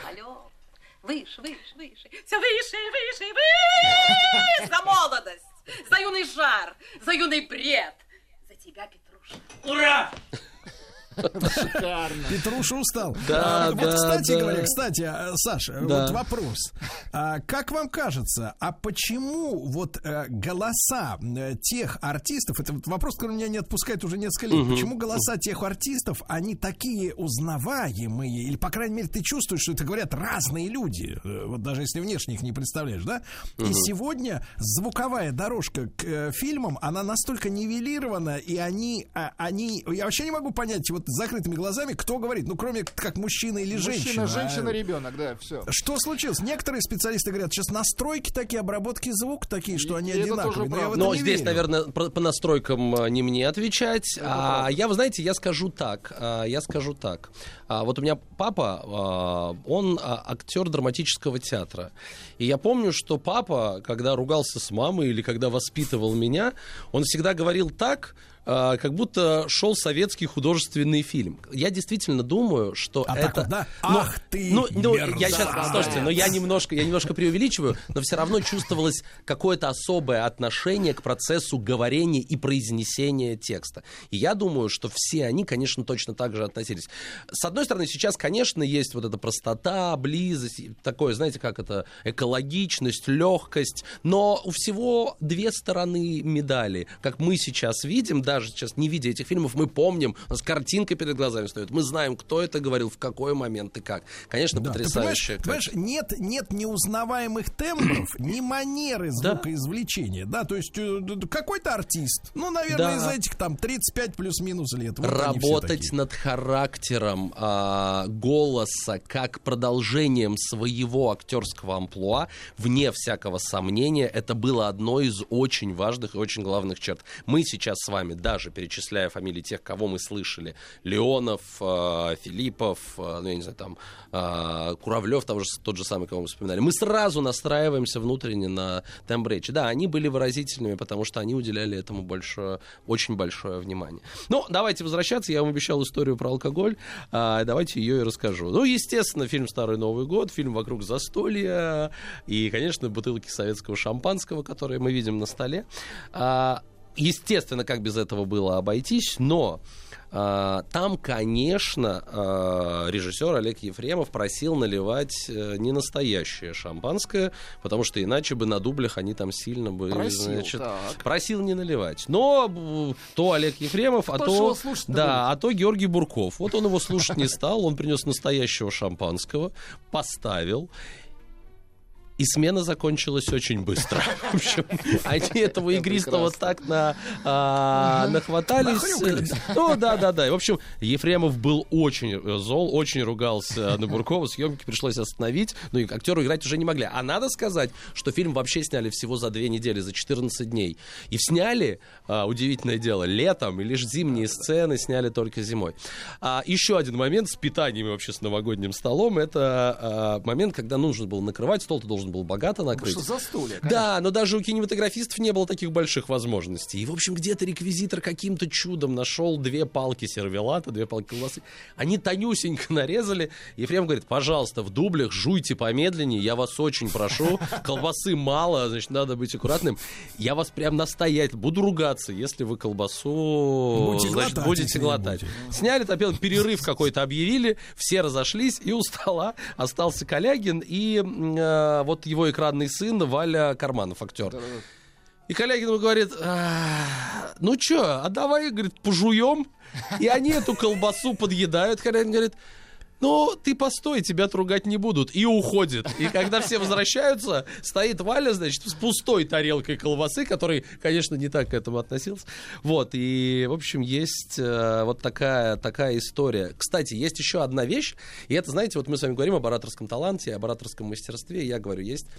Выше, выше, выше. Все выше, выше, выше. За молодость, за юный жар, за юный бред. За тебя, Петруша. Ура! Шикарно. Петруша устал. Да, вот, да, кстати да. говоря, Саша, Да. вот вопрос. Как вам кажется, а почему вот голоса тех артистов, это вот вопрос, который меня не отпускает уже несколько лет, почему голоса тех артистов, они такие узнаваемые, или, по крайней мере, ты чувствуешь, что это говорят разные люди, вот даже если внешне их не представляешь, да? И сегодня звуковая дорожка к фильмам, она настолько нивелирована, и они, я вообще не могу понять, вот с закрытыми глазами, кто говорит, ну, кроме как мужчина или женщина. Женщина, ребенок, да, все. Что случилось? Некоторые специалисты говорят, сейчас настройки такие, обработки звука такие, что они одинаковые. Но здесь, наверное, по настройкам не мне отвечать. Вы знаете, я скажу так. Вот у меня папа, он актер драматического театра. И я помню, что папа, когда ругался с мамой или когда воспитывал меня, он всегда говорил так, как будто шел советский художественный фильм. Я действительно думаю, что это... Так вот, да? Ах ты, я сейчас, слушайте, но я немножко преувеличиваю, но все равно чувствовалось какое-то особое отношение к процессу говорения и произнесения текста. И я думаю, что все они, конечно, точно так же относились. С одной стороны, сейчас, конечно, есть вот эта простота, близость, такое, знаете, как это, экологичность, легкость, но у всего две стороны медали. Как мы сейчас видим, даже сейчас не видя этих фильмов, мы помним, у нас картинка перед глазами стоит, мы знаем, кто это говорил, в какой момент и как. Конечно, потрясающе. Понимаешь, нет неузнаваемых тембров, ни манеры звукоизвлечения, да, то есть какой-то артист, ну, наверное, из этих там 35 плюс-минус лет. Вот работать над характером голоса как продолжением своего актерского амплуа, вне всякого сомнения, это было одной из очень важных и очень главных черт. Мы сейчас с вами, даже перечисляя фамилии тех, кого мы слышали, Леонов, Филиппов, ну, я не знаю, там, Куравлев, тот же самый, кого мы вспоминали, мы сразу настраиваемся внутренне на тембр речи. Да, они были выразительными, потому что они уделяли этому очень большое внимание. Ну, давайте возвращаться, я вам обещал историю про алкоголь, давайте ее и расскажу. Ну, естественно, фильм «Старый Новый год», фильм «Вокруг застолья» и, конечно, бутылки советского шампанского, которые мы видим на столе. Естественно, как без этого было обойтись, но там, конечно, режиссер Олег Ефремов просил наливать не настоящее шампанское, потому что иначе бы на дублях они там сильно бы... Просил не наливать. Но то Олег Ефремов, а то Георгий Бурков. Вот он его слушать не стал, он принес настоящего шампанского, поставил. И смена закончилась очень быстро. В общем, они этого игристого так нахватались. Ну, да. В общем, Ефремов был очень зол, очень ругался на Буркова. Съемки пришлось остановить. Ну, и актеры играть уже не могли. А надо сказать, что фильм вообще сняли всего за 2 недели, за 14 дней. И сняли, удивительное дело, летом, и лишь зимние сцены сняли только зимой. Еще один момент с питанием и вообще с новогодним столом. Это момент, когда нужно было накрывать стол, ты должен был богато накрыть. Что застолье, конечно. Да, но даже у кинематографистов не было таких больших возможностей. И, в общем, где-то реквизитор каким-то чудом нашел 2 палки сервелата, 2 палки колбасы. Они тонюсенько нарезали. Ефрем говорит, пожалуйста, в дублях жуйте помедленнее, я вас очень прошу. Колбасы мало, значит, надо быть аккуратным. Я вас прям настоятельно буду ругаться, если вы колбасу будете глотать. Сняли, там перерыв какой-то объявили, все разошлись, и у стола остался Калягин и вот его экранный сын Валя Карманов, актер. И Калягин ему говорит, ну чё, а давай, говорит, пожуем. И они эту колбасу подъедают. Калягин говорит, ну, ты постой, тебя ругать не будут. И уходит. И когда все возвращаются, стоит Валя, значит, с пустой тарелкой колбасы, который, конечно, не так к этому относился. Вот, и, в общем, есть вот такая история. Кстати, есть еще одна вещь, и это, знаете, вот мы с вами говорим об ораторском таланте, об ораторском мастерстве, я говорю, есть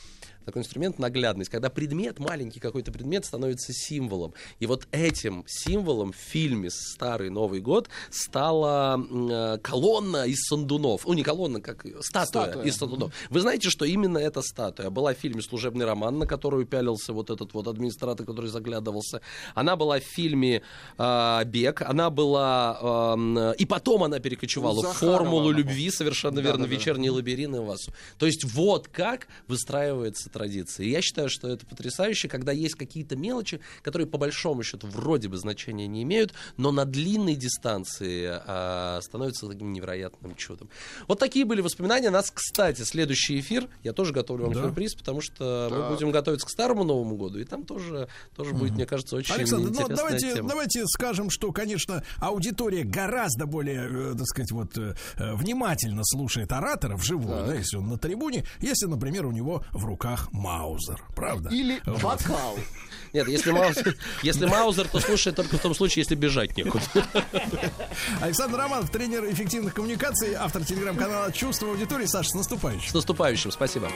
такой инструмент наглядность, когда предмет, маленький какой-то предмет становится символом. И вот этим символом в фильме «Старый Новый год» стала колонна из сандунов. Ну, не колонна, как статуя из сандунов. Вы знаете, что именно эта статуя была в фильме «Служебный роман», на которую пялился вот этот вот администратор, который заглядывался. Она была в фильме «Бег». Она была... и потом она перекочевала в «Формулу любви», совершенно верно, «Вечерний лабиринт» и «Васу». То есть вот как выстраивается традиция. И я считаю, что это потрясающе, когда есть какие-то мелочи, которые по большому счету вроде бы значения не имеют, но на длинной дистанции становятся таким невероятным чудом. Вот такие были воспоминания. У нас, кстати, следующий эфир. Я тоже готовлю вам сюрприз, потому что мы будем готовиться к Старому Новому году, и там тоже будет, мне кажется, очень Александр, интересная тема. Давайте скажем, что, конечно, аудитория гораздо более, так сказать, внимательно слушает оратора вживую, да, если он на трибуне, если, например, у него в руках маузер, правда? Или бокал. Нет, если маузер, то слушает только в том случае, если бежать некуда. Александр Романов, тренер эффективных коммуникаций, автор телеграм-канала «Чувство аудитории». Саша, с наступающим. С наступающим, спасибо.